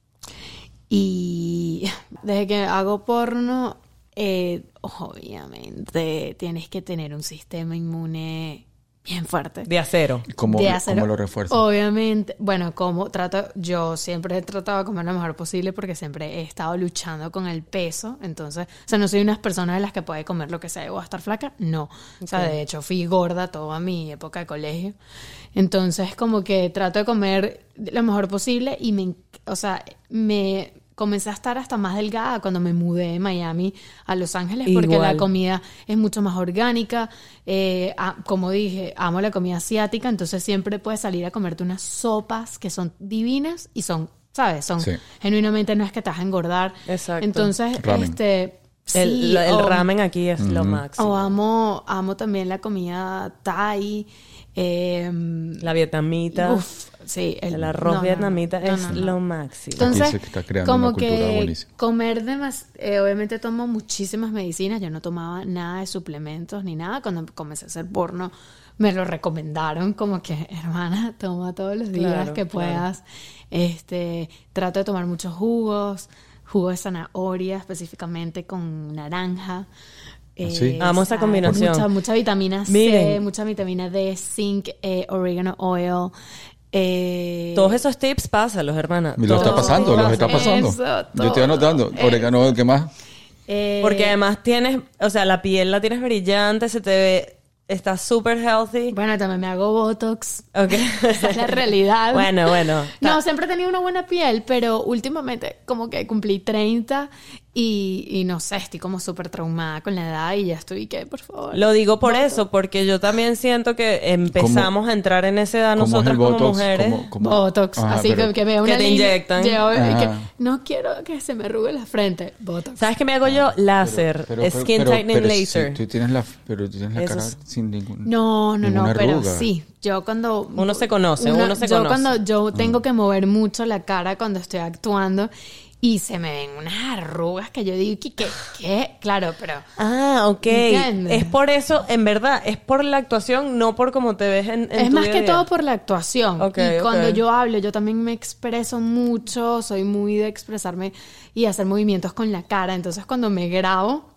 Y desde que hago porno, eh, obviamente tienes que tener un sistema inmune bien fuerte.
De acero.
¿Cómo,
de
lo-
acero.
cómo lo refuerza?
Obviamente, bueno, como trato, yo siempre he tratado de comer lo mejor posible porque siempre he estado luchando con el peso, entonces, o sea, no soy unas personas de las que puede comer lo que sea y voy a estar flaca, no. O sea,
Ok.
de hecho, fui gorda toda mi época de colegio, entonces como que trato de comer lo mejor posible y me, enc- o sea, me comencé a estar hasta más delgada cuando me mudé de Miami a Los Ángeles porque
Igual.
la comida es mucho más orgánica. Eh, a- como dije, amo la comida asiática, entonces siempre puedes salir a comerte unas sopas que son divinas y son, ¿sabes? Son
Sí.
genuinamente no es que te vas a engordar.
Exacto.
Entonces,
Ramen.
este...
El,
sí,
la- el
o-
ramen aquí es lo máximo.
O amo, amo también la comida Thai. eh,
La vietnamita.
uf, sí,
el arroz
no, no,
vietnamita
no,
es
no, no.
lo máximo.
Entonces,
Aquí se está creando
como
una cultura
que
buenísima.
comer demás, eh, obviamente tomo muchísimas medicinas, yo no tomaba nada de suplementos ni nada, cuando comencé a hacer porno me lo recomendaron como que, hermana, toma todos los días
Claro,
que
claro.
puedas, este, trato de tomar muchos jugos, jugo de zanahoria específicamente con naranja. Eh,
¿Sí?
Amo esa
¿sabes?
combinación.
Mucha, mucha vitamina C,
Miren.
mucha vitamina D, zinc, eh, oregano oil. Eh,
Todos esos tips, pásalos, hermana.
Me lo está
Todos
pasando,
esos
los está
tips.
pasando.
Eso,
Yo estoy
todo
anotando.
eso.
Orégano, ¿qué más?
eh,
Porque además tienes, o sea, la piel la tienes brillante, se te ve, está súper healthy.
Bueno, también me hago Botox.
Ok.
Esa es la realidad.
Bueno, bueno.
No, siempre he tenido una buena piel, pero últimamente como que cumplí treinta y, y no sé, estoy como súper traumada con la edad y ya estoy que, por favor.
Lo digo por eso, porque yo también siento que empezamos a entrar en esa edad
¿Cómo es
nosotras
el
como
Botox?
mujeres.
¿Cómo- cómo?
Botox,
Ajá,
así
pero-
que, que veo
Que
una
te
línea,
inyectan.
llevo- y que
Ajá.
no quiero que se me arrugue la frente. Botox.
¿Sabes qué me hago yo? Láser.
Pero- pero-
Skin
pero-
tightening
pero si
laser.
tú tienes la, pero tú tienes la
Eso
cara
es-
sin ningún...
No, no, no,
ninguna
pero
arruga.
sí. Yo cuando...
Uno se conoce, uno se
yo
conoce.
cuando yo tengo que mover mucho la cara cuando estoy actuando y se me ven unas arrugas que yo digo, ¿qué? ¿Qué? qué? Claro, pero...
Ah, ok.
¿Entiendes?
Es por eso, en verdad, es por la actuación, no por cómo te ves en, en
Es
tu
más
día
que
a día.
todo por la actuación.
Ok,
y cuando
ok.
yo hablo, yo también me expreso mucho, soy muy de expresarme y hacer movimientos con la cara. Entonces cuando me grabo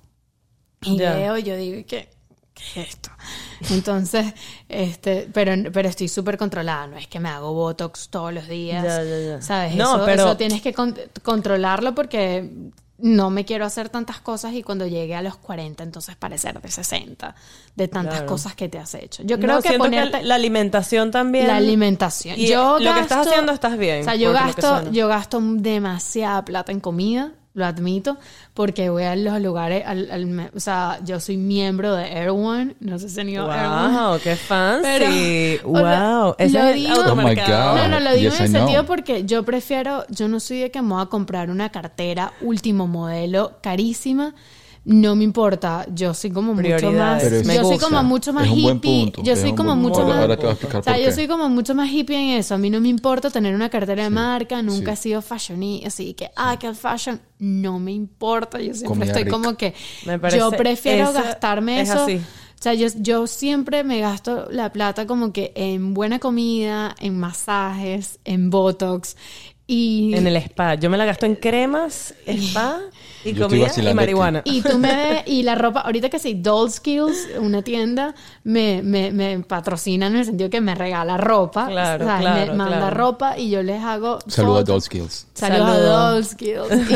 y
Ya.
veo, yo digo, ¿qué, qué es esto? Entonces, este, pero, pero estoy súper controlada. No es que me hago Botox todos los días.
Ya, ya, ya.
¿Sabes?
No,
eso,
pero-
eso tienes que con- controlarlo porque no me quiero hacer tantas cosas y cuando llegue a los cuarenta, entonces parecer de sesenta, de tantas
Claro.
cosas que te has hecho. Yo
No,
creo que
siento
ponerte...
que la alimentación también.
La alimentación.
Y
yo
lo que estás
gasto-
haciendo estás bien,
O sea, yo
por lo que
gasto,
suena.
yo gasto demasiada plata en comida, lo admito, porque voy a los lugares, al, al me- o sea, yo soy miembro de Air One, no sé si han ido a Air One.
Wow, qué fancy.
Pero, o sea,
wow. Ese
lo
es el
digo-
automercado.
Oh my
No,
God.
no, lo digo
Yes,
en
I
el
know.
sentido porque yo prefiero, yo no soy de que me voy a comprar una cartera último modelo carísima. No me importa, yo soy como mucho más,
Prioridades.
Pero es-
Me
yo soy
gusta.
como mucho más
Es un buen
hippie,
punto,
yo
es
soy
un
como
buen
mucho
punto.
más,
Ahora te voy a explicar
o sea,
por
yo
qué.
soy como mucho más hippie en eso. A mí no me importa tener una cartera de marca, nunca
Sí.
he sido fashionista, así que ah, que el fashion no me importa. Yo siempre
Comida
estoy
rica.
como que
Me parece-
yo prefiero
esa-
gastarme
es
eso.
así.
O sea, yo, yo siempre me gasto la plata como que en buena comida, en masajes, en Botox, Y,
En el spa. Yo me la gasto en cremas, spa y
Yo estoy
comida y
vacilando
marihuana.
y tú me ves, y la ropa, ahorita que sí, Doll Skills, una tienda, me, me, me patrocina en el sentido que me regala ropa.
Claro,
¿sabes?
claro,
Me manda
claro.
ropa y yo les hago.
Saludos a
fotos.
Doll Skills.
Saludos
Saludos.
a Doll Skills. Y,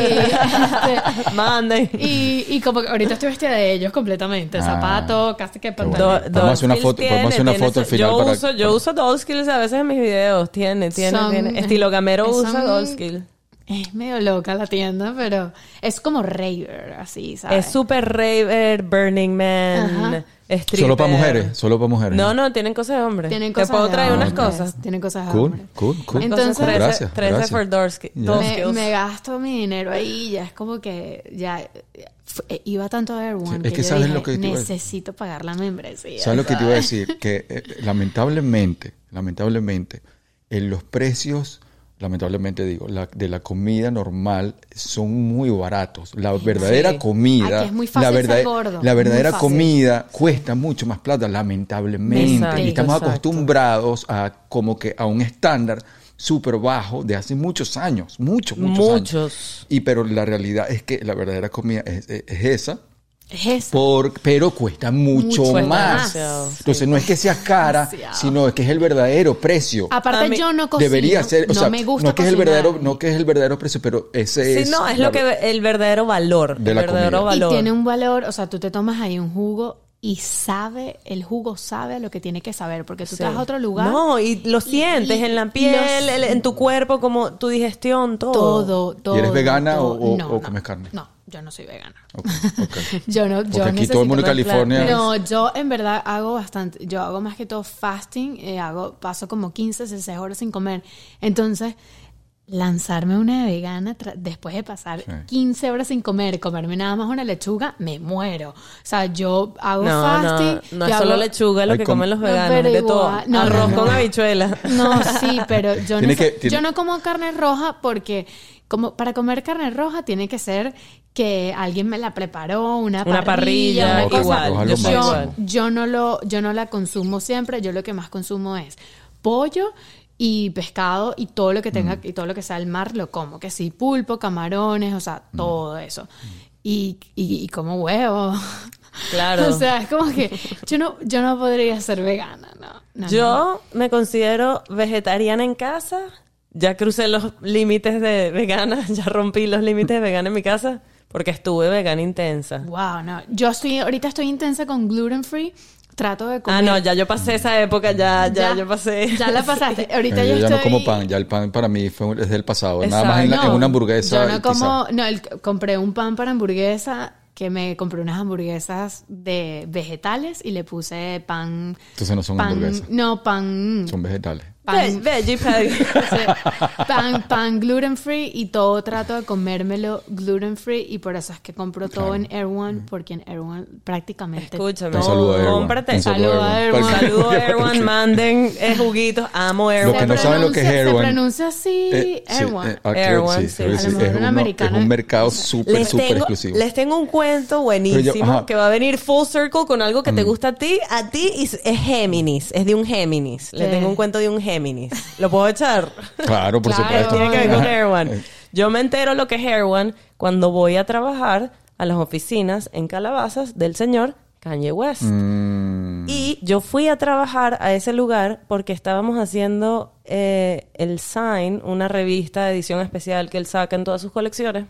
este,
Manden.
y, y como que ahorita estoy vestida de ellos completamente.
Ah.
Zapato, casi que
bueno.
pantalón.
Do-
Vamos a hacer una
Dollskills
foto- podemos hacer una
tiene,
foto al
tiene-
final
yo
para-
uso, yo uso Dollskills a veces en mis videos. Tiene, tiene,
Son-
tiene. Estilo Gamero
son-
usa Dollskills.
Es medio loca la tienda, pero es como raver, así, ¿sabes?
Es super raver, Burning Man,
Ajá.
stripper.
Solo para mujeres, solo para mujeres.
No, no, tienen cosas de hombres.
Tienen
Te
cosas
puedo
de
traer unas
hombres,
cosas.
Tienen cosas de
Cool,
hombres.
cool, cool.
Entonces,
trece,
Gracias,
trece
gracias.
for Dollskills.
Ya.
Me,
Dollskills.
me gasto mi dinero ahí, ya es como que ya f- eh, iba tanto a Air One
Sí,
que,
es que
yo
sabes
dije,
lo que te iba a decir.
necesito pagar la membresía.
¿Sabes lo que te iba a decir? Que eh, lamentablemente, lamentablemente, en los precios, lamentablemente digo, la, de la comida normal son muy baratos. La verdadera
Sí.
comida,
Aquí es muy fácil
la,
ser
verdad-
gordo,
la
muy
verdadera
fácil.
comida cuesta mucho más plata, lamentablemente.
Exacto,
y estamos
exacto.
acostumbrados a como que a un estándar súper bajo de hace muchos años, muchos, muchos, años.
Muchos.
Y pero la realidad es que la verdadera comida es, es- es esa.
Es eso.
Por, pero cuesta mucho,
Mucho
más.
más.
Entonces no es que sea cara,
Demasiado.
sino es que es el verdadero precio.
Aparte
A mí
yo no cocino.
Debería ser, o
no
sea,
me gusta
no es que es el
cocinar.
verdadero, no que es el verdadero precio, pero ese es
Sí, no, es
la
lo que el verdadero valor.
De
el
la
verdadero
comida.
valor.
Y tiene un valor, o sea, tú te tomas ahí un jugo y sabe, el jugo sabe lo que tiene que saber, porque tú
Sí.
te vas a otro lugar.
No, y lo sientes
y-
en la
y
piel,
lo-
el- en tu cuerpo, como tu digestión, todo.
Todo, todo.
¿Y eres vegana
todo.
o- o-
No,
o
no,
comes carne?
No, yo no soy vegana.
Ok, ok.
Yo no,
Porque
yo
aquí todo el mundo en
necesito
California.
ver
No, yo en verdad hago bastante, yo hago más que todo fasting, eh, hago, paso como quince, dieciséis horas sin comer. Entonces, lanzarme una vegana tra- después de pasar
Sí.
quince horas sin comer, comerme nada más una lechuga, me muero. O sea, yo hago
No,
fasting.
no, no
yo
es solo
hago-
lechuga lo
Ay,
que
com-
comen los
No,
veganos,
pero
es de todo.
igual- no,
Arroz
no,
con
no.
habichuela.
No, sí, pero yo no,
Tiene
sé-
que- tiene-
yo no como carne roja porque como para comer carne roja tiene que ser que alguien me la preparó, una,
Una parrilla,
una
No,
cosa.
igual.
roja es
Yo
lo
soy
yo,
igual.
yo no lo, yo no la consumo siempre, yo lo que más consumo es pollo y pescado y todo lo que tenga, y todo lo que sea el mar lo como, que sí, pulpo, camarones, o sea, todo eso. Y, y, y como huevo.
Claro.
O sea, es como que yo no, yo no podría ser vegana, no. no, no.
Yo me considero vegetariana en casa. Ya crucé los límites de vegana, ya rompí los límites de vegana en mi casa porque estuve vegana intensa.
Wow, no. Yo estoy, ahorita estoy intensa con gluten free. Trato de comer.
Ah, no, ya yo pasé esa época, ya, ya, yo pasé.
Ya la pasaste. Ahorita
Eh,
yo,
yo ya
estoy...
no como pan, ya el pan para mí fue es del pasado, nada más en, la-
No,
en una hamburguesa.
Yo no
y
como,
quizá-
no, el- compré un pan para hamburguesa que me compré unas hamburguesas de vegetales y le puse pan.
Entonces no son
pan,
hamburguesas,
No, pan.
son vegetales.
Ve-
pan,
Veggie patty.
sí, pan, pan gluten free y todo trato de comérmelo gluten free y por eso es que compro todo
Claro.
en Air One porque en Air One prácticamente
Escúchame.
Un
todo.
saludo a Air One.
Cómprate.
Un saludo
Saludo a
a
Air
Air
One.
One.
Saludos a Erwan, manden eh, juguitos. Amo Erwan.
Lo que no
Se
saben lo que es
pronuncia-
Air
Se
One.
pronuncia así,
Eh,
Air
sí,
One.
eh, ah,
Air
creo que
One,
sí,
sí.
creo que
A
sí.
lo mejor
Es,
un
uno-
americano
es un
es-
mercado súper,
Les
súper
tengo,
exclusivo.
les tengo un cuento buenísimo
Pero yo- ajá.
que va a venir full circle con algo que
Mm.
te gusta a ti, a ti y es Géminis, es de un Géminis. Le
¿Qué?
tengo un cuento de un Géminis. ¿Lo puedo echar?
Claro, por
Claro.
supuesto.
Tiene que ver con
Ajá.
Air One.
Eh,
Yo me entero lo que es Air One cuando voy a trabajar a las oficinas en Calabazas del señor Kanye West.
mm,
Y yo fui a trabajar a ese lugar porque estábamos haciendo eh, el Sign, una revista de edición especial que él saca en todas sus colecciones.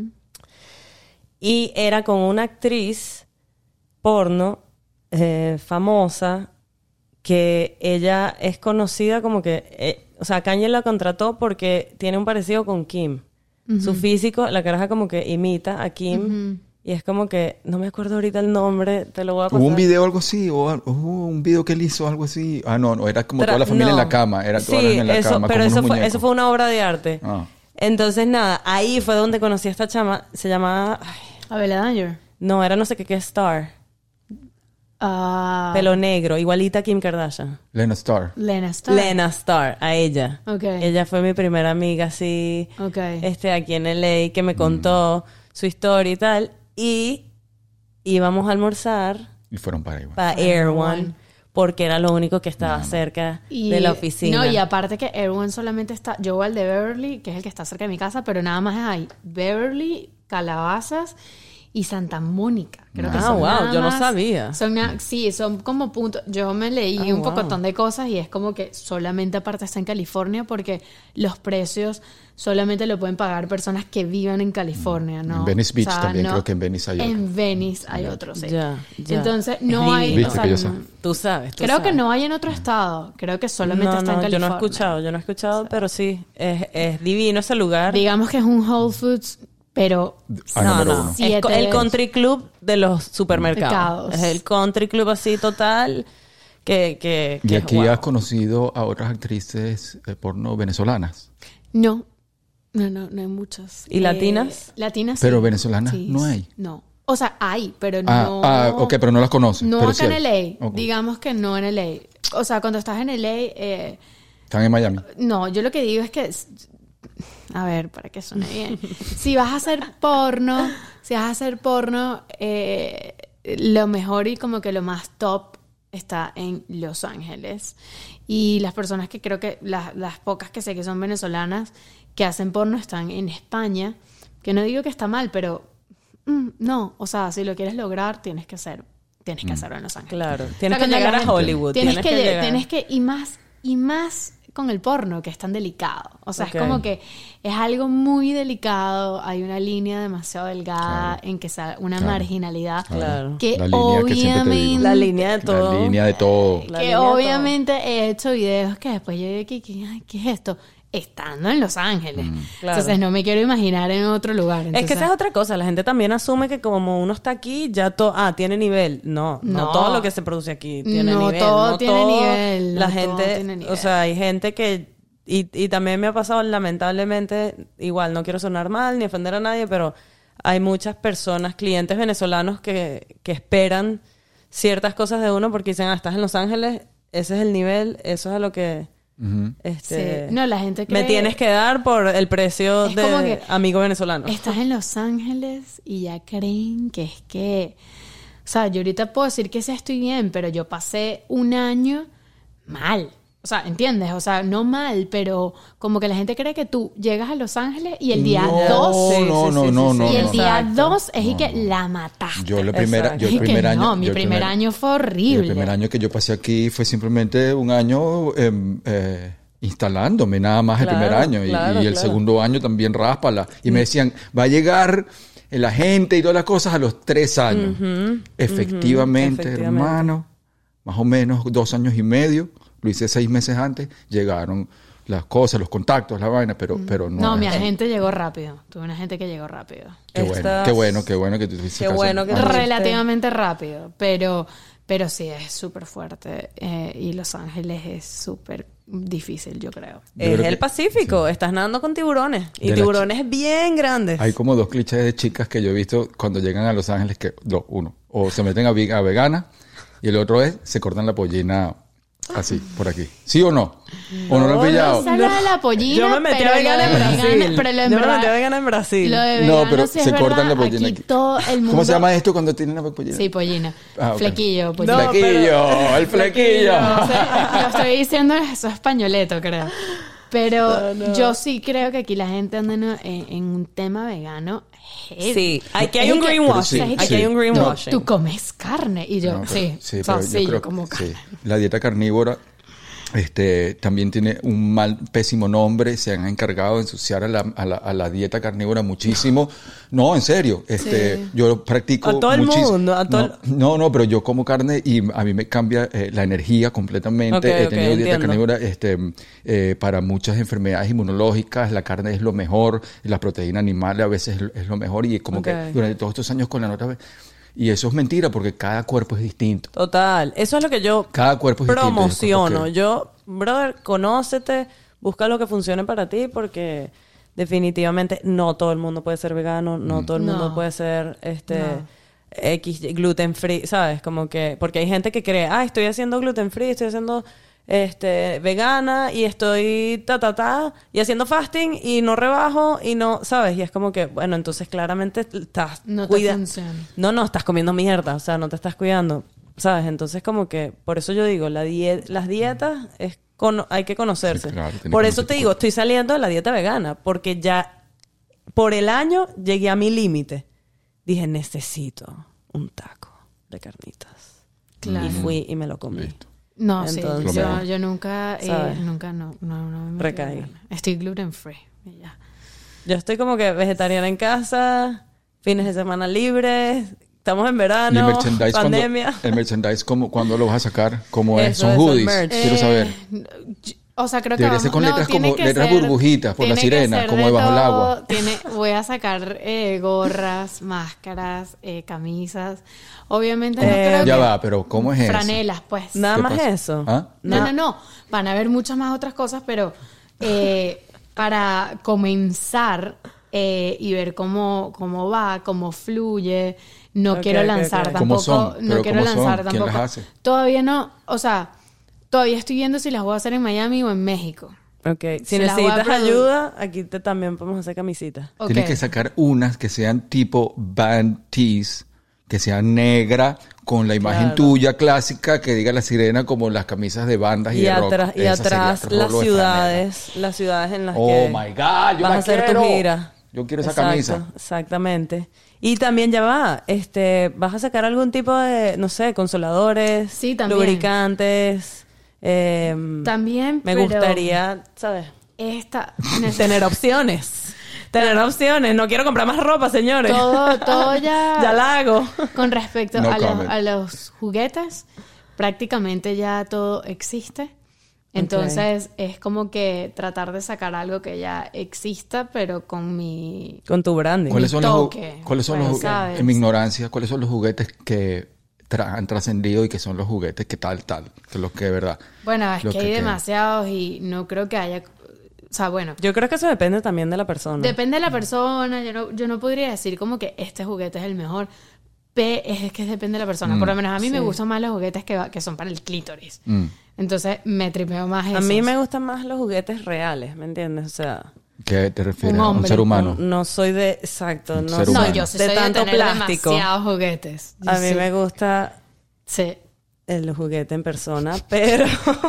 Y era con una actriz porno eh, famosa que ella es conocida como que... eh, o sea, Kanye la contrató porque tiene un parecido con Kim. Su físico, la caraja como que imita a Kim. Y es como que... No me acuerdo ahorita el nombre, te lo voy a pasar.
¿Hubo un video o algo así? ¿O al- hubo un video que él hizo algo así? Ah, no, no, era como
Tra-
toda la familia
no.
en la cama. Era toda
Sí,
la en la
eso,
cama.
pero
como
eso
unos
fue,
muñecos.
eso fue una obra de arte.
Ah.
Entonces, nada, ahí fue donde conocí a esta chama. Se llamaba... ay,
Abela Danger.
no, era no sé qué, qué Star.
Ah,
Pelo negro, igualita a Kim Kardashian.
Lena Star.
Lena Star.
Lena Star, a ella.
Ok.
Ella fue mi primera amiga así,
Ok.
este, aquí en L A, que me contó su historia y tal. Y íbamos a almorzar
Y fueron para igual.
para Air One. porque era lo único que estaba cerca
Y-
de la oficina.
No, y aparte que Erwin solamente está... Yo voy al de Beverly, que es el que está cerca de mi casa, pero nada más hay Beverly, Calabazas y Santa Mónica. Creo que
Ah,
son
wow,
nada
yo no
más-
sabía.
Son na- sí, son como puntos... Yo me leí
Ah,
un
wow.
pocotón de cosas y es como que solamente aparte está en California porque los precios solamente lo pueden pagar personas que vivan en California, ¿no?
En Venice Beach
O sea,
también,
no-
creo que en Venice hay otro.
En Venice hay otro, sí.
Ya, ya.
Entonces,
Es
no hay...
divino.
o sea,
Viste que yo
no-
sé.
Tú sabes. tú
Creo
sabes.
que no hay en otro estado. Creo que solamente
no,
está
no,
en California.
yo no he escuchado, yo no he escuchado, pero sí, es, es divino ese lugar.
Digamos que es un Whole Foods, pero
Ah,
no,
número
no,
uno.
es
Siete
co- el
veces.
country club de los supermercados.
Mercados.
Es el country club así total que... que,
Y
que
aquí
wow.
has conocido a otras actrices eh, porno venezolanas.
no. No, no, no hay muchas.
¿Y latinas?
Latinas sí.
Pero venezolanas
Sí,
no
sí.
hay.
No. O sea, hay, pero
Ah,
no...
ah, ok, pero no las conoces.
No
pero
acá
sí
en
hay.
L A.
Ok.
Digamos que no en L A. O sea, cuando estás en L A... Eh,
Están en Miami.
no, yo lo que digo es que... A ver, para que suene bien. Si vas a hacer porno, si vas a hacer porno, eh, lo mejor y como que lo más top está en Los Ángeles. Y las personas que creo que, las, las pocas que sé que son venezolanas que hacen porno están en España. Que no digo que está mal, pero mm, no. O sea, si lo quieres lograr, tienes que hacer, tienes que hacerlo en Los Ángeles.
Claro,
O sea,
tienes que
cuando
llegar
la
a
gente-
Hollywood.
Tienes,
Tienes,
que,
que,
lle-
llegar.
tienes que, y más, y más con el porno, que es tan delicado. O sea,
Ok.
es como que es algo muy delicado, hay una línea demasiado delgada
Claro.
en que está una
Claro.
marginalidad
Claro.
que
La línea que siempre te digo.
obviamente...
La línea de todo.
La línea de todo.
La
que
línea de todo.
obviamente he hecho videos que después yo digo, ¿qué, qué, ay, ¿qué es esto? Estando en Los Ángeles.
Claro.
Entonces no me quiero imaginar en otro lugar.
Es que
Entonces,
esa es otra cosa. La gente también asume que como uno está aquí, ya todo... Ah, tiene nivel. No, no,
No.
todo lo que se produce aquí tiene
No
nivel.
todo
no
tiene
todo.
nivel, no
La
todo
gente...
tiene nivel.
O sea, hay gente que... Y, y también me ha pasado, lamentablemente, igual, no quiero sonar mal ni ofender a nadie, pero hay muchas personas, clientes venezolanos que, que esperan ciertas cosas de uno porque dicen, ah, estás en Los Ángeles, ese es el nivel, eso es a lo que...
Ujú.
Este,
Sí. No, la gente cree...
me tienes que dar por el precio
Es
de
como que
amigo venezolano.
Estás en Los Ángeles y ya creen que es que... O sea, yo ahorita puedo decir que sí estoy bien, pero yo pasé un año mal. O sea, ¿entiendes? O sea, no mal, pero como que la gente cree que tú llegas a Los Ángeles y el día
No,
dos...
Sí,
no,
sí,
no,
sí,
no,
sí,
no,
y el
no.
día
Exacto.
dos es y que la mataste.
Yo la primera,
Exacto.
yo el
Es que
primer año,
no, mi
yo el
primer año fue horrible.
El primer año que yo pasé aquí fue simplemente un año eh, eh, instalándome, nada más
Claro,
el primer año. Y,
claro,
y el
claro.
segundo año también ráspala. Y me decían, va a llegar la gente y todas las cosas a los tres años. efectivamente,
efectivamente.
hermano, más o menos dos años y medio. Lo hice seis meses antes. Llegaron las cosas, los contactos, la vaina, pero, pero no.
No, mi
es-
agente llegó rápido. Tuve una gente que llegó rápido.
Qué bueno,
Estás-
qué bueno, qué bueno que tú hiciste
Qué
caso.
bueno que
Ah,
tú- Re-
Relativamente rápido, pero, pero sí, es súper fuerte. eh, y Los Ángeles es súper difícil, yo creo.
Yo
Es
creo
el
que-
Pacífico. Estás nadando con tiburones. Y
De la
tiburones bien grandes.
Hay como dos clichés de chicas que yo he visto cuando llegan a Los Ángeles, que dos, uno, o se meten a, vi- a vegana y el otro es se cortan la pollina así, por aquí. ¿Sí o no? ¿O no, lo han pillado?
Esa es la de la pollina,
Yo me metí
pero
a
lo
vegana en
de
Brasil.
vegana- pero lo en
Yo me
verdad-
metí a vegana en Brasil.
Lo de
No,
vegano
pero
sí es
se cortan
verdad,
la pollina
aquí
aquí.
todo el mundo...
¿Cómo se llama esto cuando tienen la pollina?
Sí, pollina.
Ah, ok.
Flequillo, pollina.
No,
flequillo,
pero-
el flequillo.
No sé, lo estoy diciendo, eso es españoleto, creo. Pero yo sí creo que aquí la gente anda en, en- en un tema vegano heavy.
Sí, aquí hay
Es
un
que-
greenwashing.
Pero sí,
Aquí
sí.
hay un
No,
greenwashing.
Tú comes carne. Y yo,
No, pero-
sí,
sí,
o sea,
pero yo
sí, yo
creo
como
que
carne.
sí. La dieta carnívora este, también tiene un mal, pésimo nombre. Se han encargado de ensuciar a la, a la, a la dieta carnívora muchísimo. No, en serio. Este,
Sí.
Yo practico
A todo el
muchísimo.
mundo, a todo
no, no, no, pero yo como carne y a mí me cambia eh, la energía completamente.
Ok,
He
ok,
tenido dieta
entiendo.
carnívora este, eh, para muchas enfermedades inmunológicas. La carne es lo mejor. La proteína animal a veces es, es lo mejor. Y como
Ok.
que durante todos estos años con la nota... Y eso es mentira porque cada cuerpo es distinto.
Total. Eso es lo que yo
Cada cuerpo es distinto.
promociono.
Porque-
Yo, brother, conócete, busca lo que funcione para ti porque definitivamente no todo el mundo puede ser vegano, no todo el mundo
No.
puede ser este
No.
X gluten free, ¿sabes? Como que porque hay gente que cree, "Ah, estoy haciendo gluten free, estoy haciendo este vegana y estoy ta ta ta y haciendo fasting y no rebajo y no, ¿sabes? Y es como que, bueno, entonces claramente estás
No te
cuida-
funciona.
No, no, estás comiendo mierda, o sea, no te estás cuidando. ¿sabes? Entonces como que, por eso yo digo, la die- las dietas es cono- hay que conocerse.
Sí, claro, tienes
por
que
eso
conocer
te
tu
digo,
cuerpo.
estoy saliendo de la dieta vegana, porque ya por el año llegué a mi límite. Dije, necesito un taco de carnitas.
Claro.
Y fui y me lo comí.
Listo.
No, sí,
Entonces,
yo,
Lo mejor.
yo nunca, eh,
¿Sabes?
nunca, no, no, no me metí
Recaí.
vegana. Estoy gluten free. y ya.
Yo estoy como que vegetariana en casa, fines de semana libres, estamos en verano,
Y el merchandise, cuando,
pandemia.
el merchandise, ¿cómo, ¿cuándo lo vas a sacar? ¿Cómo es?
Eso,
¿Son
eso, el
hoodies?
merch.
Quiero
Eh,
saber.
yo- O sea, creo que
Debería
vamos-
ser con
no,
letras
tiene
como-
que
letras
ser-
burbujitas, por la
tiene que
sirena,
ser
como
de
debajo del
todo.
agua.
Tiene, voy a sacar eh, gorras, máscaras, eh, camisas. Obviamente no
Eh,
creo
Ya
que-
va, pero ¿cómo es eso?
franelas, pues.
Nada
¿Qué
más
pasa?
eso.
¿Ah?
No,
Na-
no, no. Van a haber muchas más otras cosas, pero eh, para comenzar eh, y ver cómo, cómo va, cómo fluye, no
Ok,
quiero
ok,
lanzar
ok.
tampoco.
¿Cómo son?
No
Pero
quiero
¿cómo son?
lanzar
¿Quién
tampoco.
las hace?
Todavía no, o sea, todavía estoy viendo si las voy a hacer en Miami o en México.
Ok, si
Se las voy a
necesitas
produ-
ayuda, aquí te también podemos hacer camisitas.
Ok.
Tienes que sacar unas que sean tipo band tees, que sean negra, con la imagen
Claro.
tuya clásica, que diga la sirena como las camisas de bandas y,
Y,
de rock.
atrás, y
Esa sería
atrás
otro
las
rolo de
ciudades, las ciudades en las
Oh
que
my God, yo
vas
la
a hacer
quiero.
tu gira.
Yo quiero esa
Exacto,
camisa.
Exactamente. Y también ya va, este, vas a sacar algún tipo de, no sé, consoladores,
Sí, también.
lubricantes. eh,
También,
me
pero
gustaría, ¿sabes?
esta
Tener opciones. Tener opciones. No quiero comprar más ropa, señores.
todo, todo ya,
Ya la hago.
con respecto
No
a, los,
comment.
a los juguetes, prácticamente ya todo existe. Entonces es como que tratar de sacar algo que ya exista, pero con mi...
Con tu branding.
¿Cuáles son los, ju-
toque,
¿cuáles son
pues,
los ju-
¿sabes?
en mi ignorancia, cuáles son los juguetes que tra- han trascendido y que son los juguetes que tal, tal, que los que de verdad?
Bueno, es
Los
que
que
hay
quedan.
demasiados y no creo que haya... O sea, bueno,
Yo creo que eso depende también de la persona.
depende de la persona. Yo no, yo no podría decir como que este juguete es el mejor. P es que depende de la persona.
Mm.
Por lo menos a mí me
Sí.
gustan más los juguetes que, va- que son para el clítoris.
Mm.
Entonces me tripeo más eso.
A mí me gustan más los juguetes reales, ¿me entiendes? O sea,
¿Qué te refieres?
Un
¿A un
hombre,
ser humano?
no soy de... Exacto.
Un
No,
ser
soy
humano.
No, yo sí
de
soy
tanto
de tener
plástico.
demasiados juguetes. Yo
A mí
sí.
me gusta
Sí.
el juguete en persona, pero...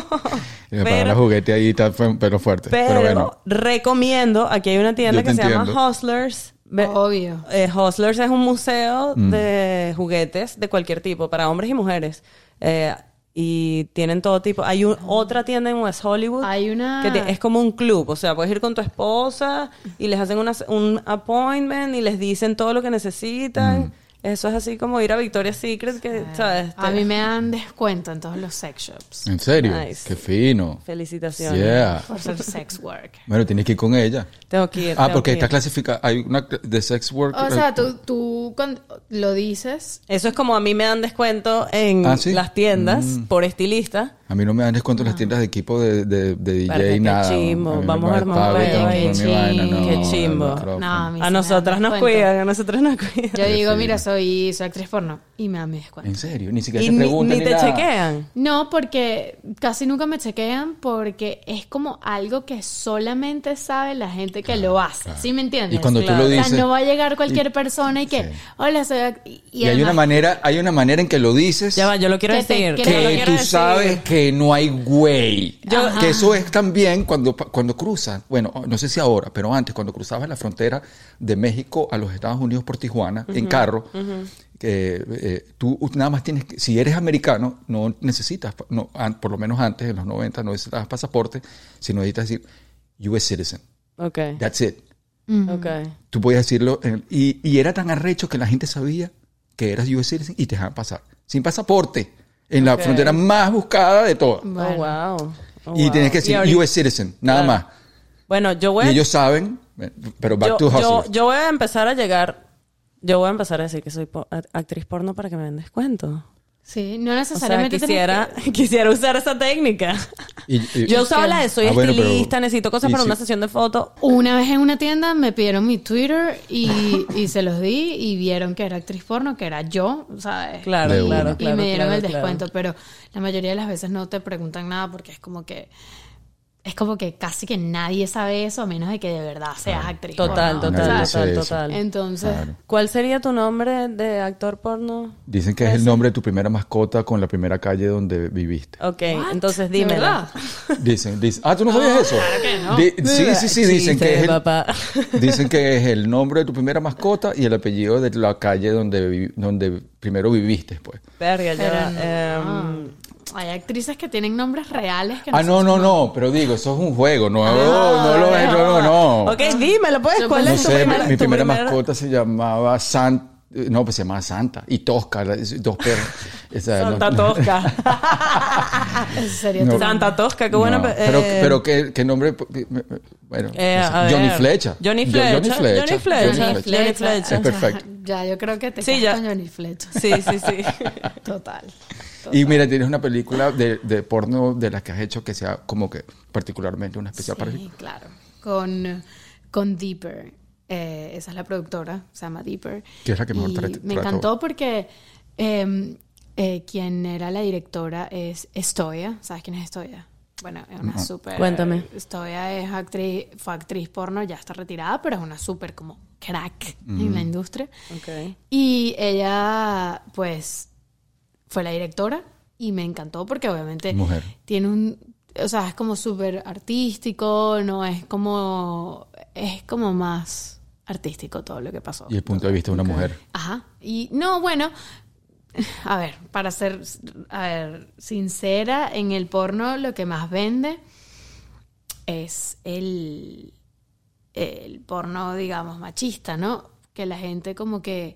Eh, Para los juguetes ahí está fu- pero fuerte. Pero,
Pero,
bueno.
recomiendo, aquí hay una tienda
Yo
que
te
se llama
entiendo.
Hustlers. Ve-
Obvio.
eh, Hustlers es un museo
Mm.
de juguetes de cualquier tipo, para hombres y mujeres. Eh, y tienen todo tipo. Hay un- otra tienda en West Hollywood
Hay una...
que te- es como un club. O sea, puedes ir con tu esposa y les hacen una- un appointment y les dicen todo lo que necesitan.
Mm.
Eso es así como ir a Victoria's Secret, que, ¿sabes?
A mí me dan descuento en todos los sex shops.
¿En serio?
Nice.
Qué fino.
Felicitaciones.
Yeah.
Por ser sex work.
Bueno, tienes que ir con ella.
Tengo que ir.
Ah,
tengo
porque
que
está
ir.
clasificada. Hay una de sex work.
O sea, tú, tú cuando lo dices...
Eso es como a mí me dan descuento en
¿Ah, sí?
las tiendas
Mm.
por estilista.
A mí no me dan descuento en las tiendas de equipo de, de, de D J
Verga,
y
qué
nada.
chimbo.
mí me
Vamos a
pagan
armar un
pago,
peo
tengo
ahí.
mi vaina, no,
Qué chimbo.
no, micrófono.
No, a mí sí
A
me
nosotras
dan
nos
descuento.
cuidan, a nosotras nos cuidan.
Yo digo,
Sí.
mira, soy, soy actriz porno. Y me dan mi descuento.
¿En serio? Ni siquiera
Y
te
ni,
preguntan
ni
ni
te
nada.
chequean.
No, porque casi nunca me chequean porque es como algo que solamente sabe la gente que lo hace. ¿Sí me entiendes?
Y cuando tú
Claro.
lo
O
dices...
sea, no va a llegar cualquier
y-
persona y que,
Sí.
hola, soy act-". Y,
Y, hay una
además-
manera, hay una manera en que lo dices
Ya va, yo lo quiero
Que te
decir.
crean.
yo lo
que
quiero
tú
decir.
sabes que no hay güey.
Yo-
que eso es también cuando, cuando cruzas, bueno, no sé si ahora, pero antes, cuando cruzabas la frontera de México a los Estados Unidos por Tijuana, en carro, que eh, tú nada más tienes que, si eres americano, no necesitas, no, an- por lo menos antes, en los noventa, no necesitabas pasaporte, sino necesitas decir U S citizen.
Ok,
That's it.
ok.
Tú podías decirlo, en- y, y era tan arrecho que la gente sabía que eras U S citizen y te dejaban pasar. Sin pasaporte, en la
Ok.
frontera más buscada de todas.
Oh, wow. Oh,
Y
wow.
tienes que decir
ahorita-
U S citizen, nada
Claro.
más.
Bueno, yo voy
Y
a...
ellos saben, eh, pero back
yo,
to
yo,
hustle.
yo voy a empezar a llegar... Yo voy a empezar a decir que soy po- a- actriz porno para que me den descuento.
Sí, no
O sea,
necesariamente tienes
quisiera,
que-
quisiera usar esa técnica.
Y- y-
Yo usaba la de soy
Ah, bueno, pero-
estilista, necesito cosas
y
para
si-
una sesión de fotos.
Una vez en una tienda me pidieron mi Twitter y, y se los di y vieron que era actriz porno, que era yo, ¿sabes?
Claro,
De
claro,
una.
claro.
y me dieron
claro,
el
claro.
descuento, pero la mayoría de las veces no te preguntan nada porque es como que es como que casi que nadie sabe eso a menos de que de verdad seas actriz.
Total,
porno.
total,
Nadie
O sea,
dice
total,
eso.
total.
Entonces,
Claro.
¿Cuál sería tu nombre de actor porno?
Dicen que es el nombre de tu primera mascota con la primera calle donde viviste.
Ok,
¿what?
entonces
¿De
dímela.
verdad?
Dicen, dicen, ah, ¿tú no sabías eso?
claro que no.
Di- sí, sí, sí, dicen
Chiste
que,
de
es el,
papá.
dicen que es el nombre de tu primera mascota y el apellido de la calle donde, vi- donde primero viviste, pues.
Verga,
Pero
ya.
no.
em,
Hay actrices que tienen nombres reales que
Ah, no,
nosotros
no, no, pero digo, eso es un juego, no,
Ah,
no, lo es, no, no, no.
Ok, dímelo, pues.
Yo
¿Cuál
No
es tu
sé,
primera,
mi, mi
tu
primera
primera-
mascota se llamaba Santa, no, pues se llamaba Santa y Tosca, la- dos perros. Esa,
Santa
no-
Tosca.
Ese sería
No.
tu
Santa Tosca, qué buena.
No,
pe-
pero,
eh,
pero ¿qué, qué nombre? Bueno,
eh,
no sé.
a ver.
Johnny Flecha.
Johnny
Yo-
Flecha.
Johnny Flecha.
Johnny Flecha.
Johnny
Johnny Flecha.
Es perfecto.
Ya, yo creo que te
Sí,
quedas
ya.
con Johnny Flecha.
Sí, sí, sí.
Total.
Y mira, tienes una película de, de porno de las que has hecho que sea como que particularmente una especial para ti.
Sí, claro. Con, con Deeper. Eh, esa es la productora, se llama Deeper.
Que es la que mejor
Y
tra-
me
trató.
encantó porque eh, eh, quien era la directora es Estoya. ¿Sabes quién es Estoya? Bueno, es una
No.
súper...
Cuéntame.
Estoya es actriz, fue actriz porno, ya está retirada, pero es una súper como crack en la industria.
Ok.
Y ella, pues, fue la directora y me encantó porque obviamente
Mujer.
tiene un... O sea, es como súper artístico, no es como... Es como más artístico todo lo que pasó.
Y el punto de vista de una mujer.
Ajá. Y no, bueno, a ver, para ser, a ver, sincera, en el porno lo que más vende es el, el porno, digamos, machista, ¿no? Que la gente como que...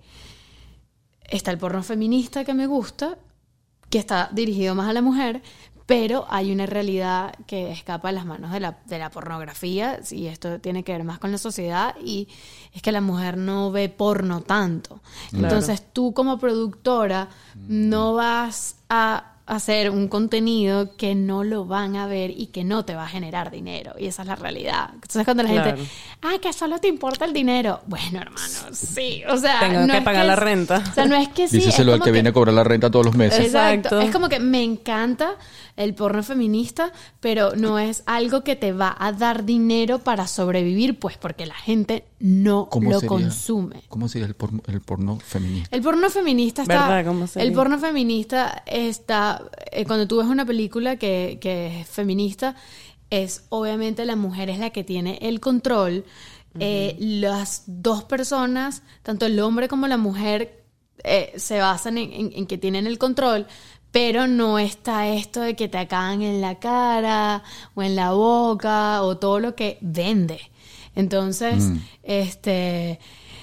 Está el porno feminista que me gusta, que está dirigido más a la mujer, pero hay una realidad que escapa a las manos de la, de la pornografía, y esto tiene que ver más con la sociedad, y es que la mujer no ve porno tanto.
Claro.
Entonces tú como productora no vas a hacer un contenido que no lo van a ver y que no te va a generar dinero, y esa es la realidad. Entonces cuando la
Claro.
gente, ah, que solo te importa el dinero, bueno, hermano, sí, o sea,
Tengo
no
que
es
pagar la
es-
renta.
o sea, no es que sí, es
Díselo al
como
que viene a cobrar la renta todos los meses.
Exacto.
Exacto.
Es como que me encanta el porno feminista, pero no es algo que te va a dar dinero para sobrevivir, pues porque la gente no
¿Cómo
lo
sería?
consume.
¿Cómo sería el porno, el porno feminista?
El porno feminista está...
¿Verdad? ¿Cómo sería?
El porno feminista está... eh, cuando tú ves una película que, que es feminista, es obviamente la mujer es la que tiene el control. Eh, las dos personas, tanto el hombre como la mujer, eh, se basan en, en- en que tienen el control, pero no está esto de que te acaban en la cara o en la boca o todo lo que vende. Entonces,
Mm.
este...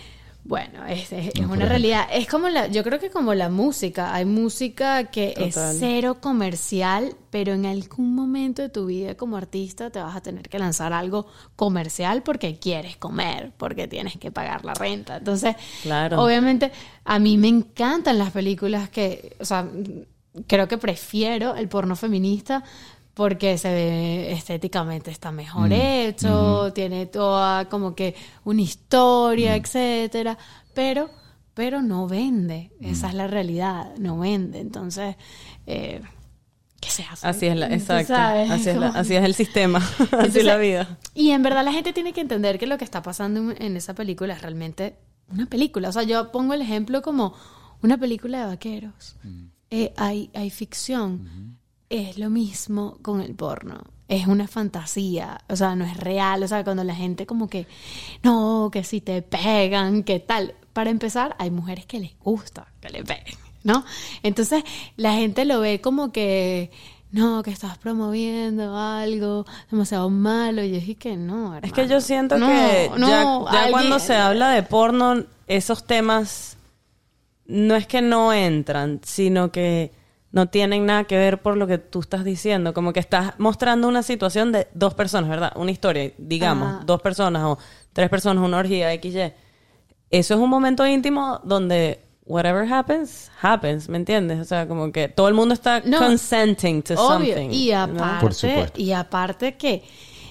Bueno, es, es- es
No, por
una
ejemplo.
realidad. Es como la, yo creo que como la música. Hay música que
Total.
es cero comercial, pero en algún momento de tu vida como artista te vas a tener que lanzar algo comercial porque quieres comer, porque tienes que pagar la renta. Entonces,
Claro.
obviamente, a mí me encantan las películas que, o sea, creo que prefiero el porno feminista porque se ve estéticamente está mejor hecho, tiene toda como que una historia, etcétera, pero pero no vende, esa es la realidad, no vende. Entonces, eh, ¿qué se hace?
Así es la,
¿Tú
exacto.
sabes?
Así es, la-
Como-
así es el sistema. así es
Entonces,
la vida.
Y en verdad la gente tiene que entender que lo que está pasando en, en esa película es realmente una película. O sea, yo pongo el ejemplo como una película de vaqueros. Eh, hay, hay ficción. Es lo mismo con el porno. Es una fantasía. O sea, no es real. O sea, cuando la gente como que, no, que si te pegan, que tal. Para empezar, hay mujeres que les gusta que le peguen, ¿no? Entonces, la gente lo ve como que... No, que estás promoviendo algo demasiado malo. Y yo dije que no, hermano.
Es que yo siento
No,
que
no,
ya, ya
alguien-
cuando se habla de porno, esos temas no es que no entran, sino que no tienen nada que ver por lo que tú estás diciendo. Como que estás mostrando una situación de dos personas, ¿verdad? Una historia, digamos,
Ajá.
dos personas o tres personas, una orgía, equis ye. Eso es un momento íntimo donde whatever happens, happens, ¿me entiendes? O sea, como que todo el mundo está
No,
consenting to
Obvio.
something.
Y
¿no?
aparte,
Por supuesto.
y aparte que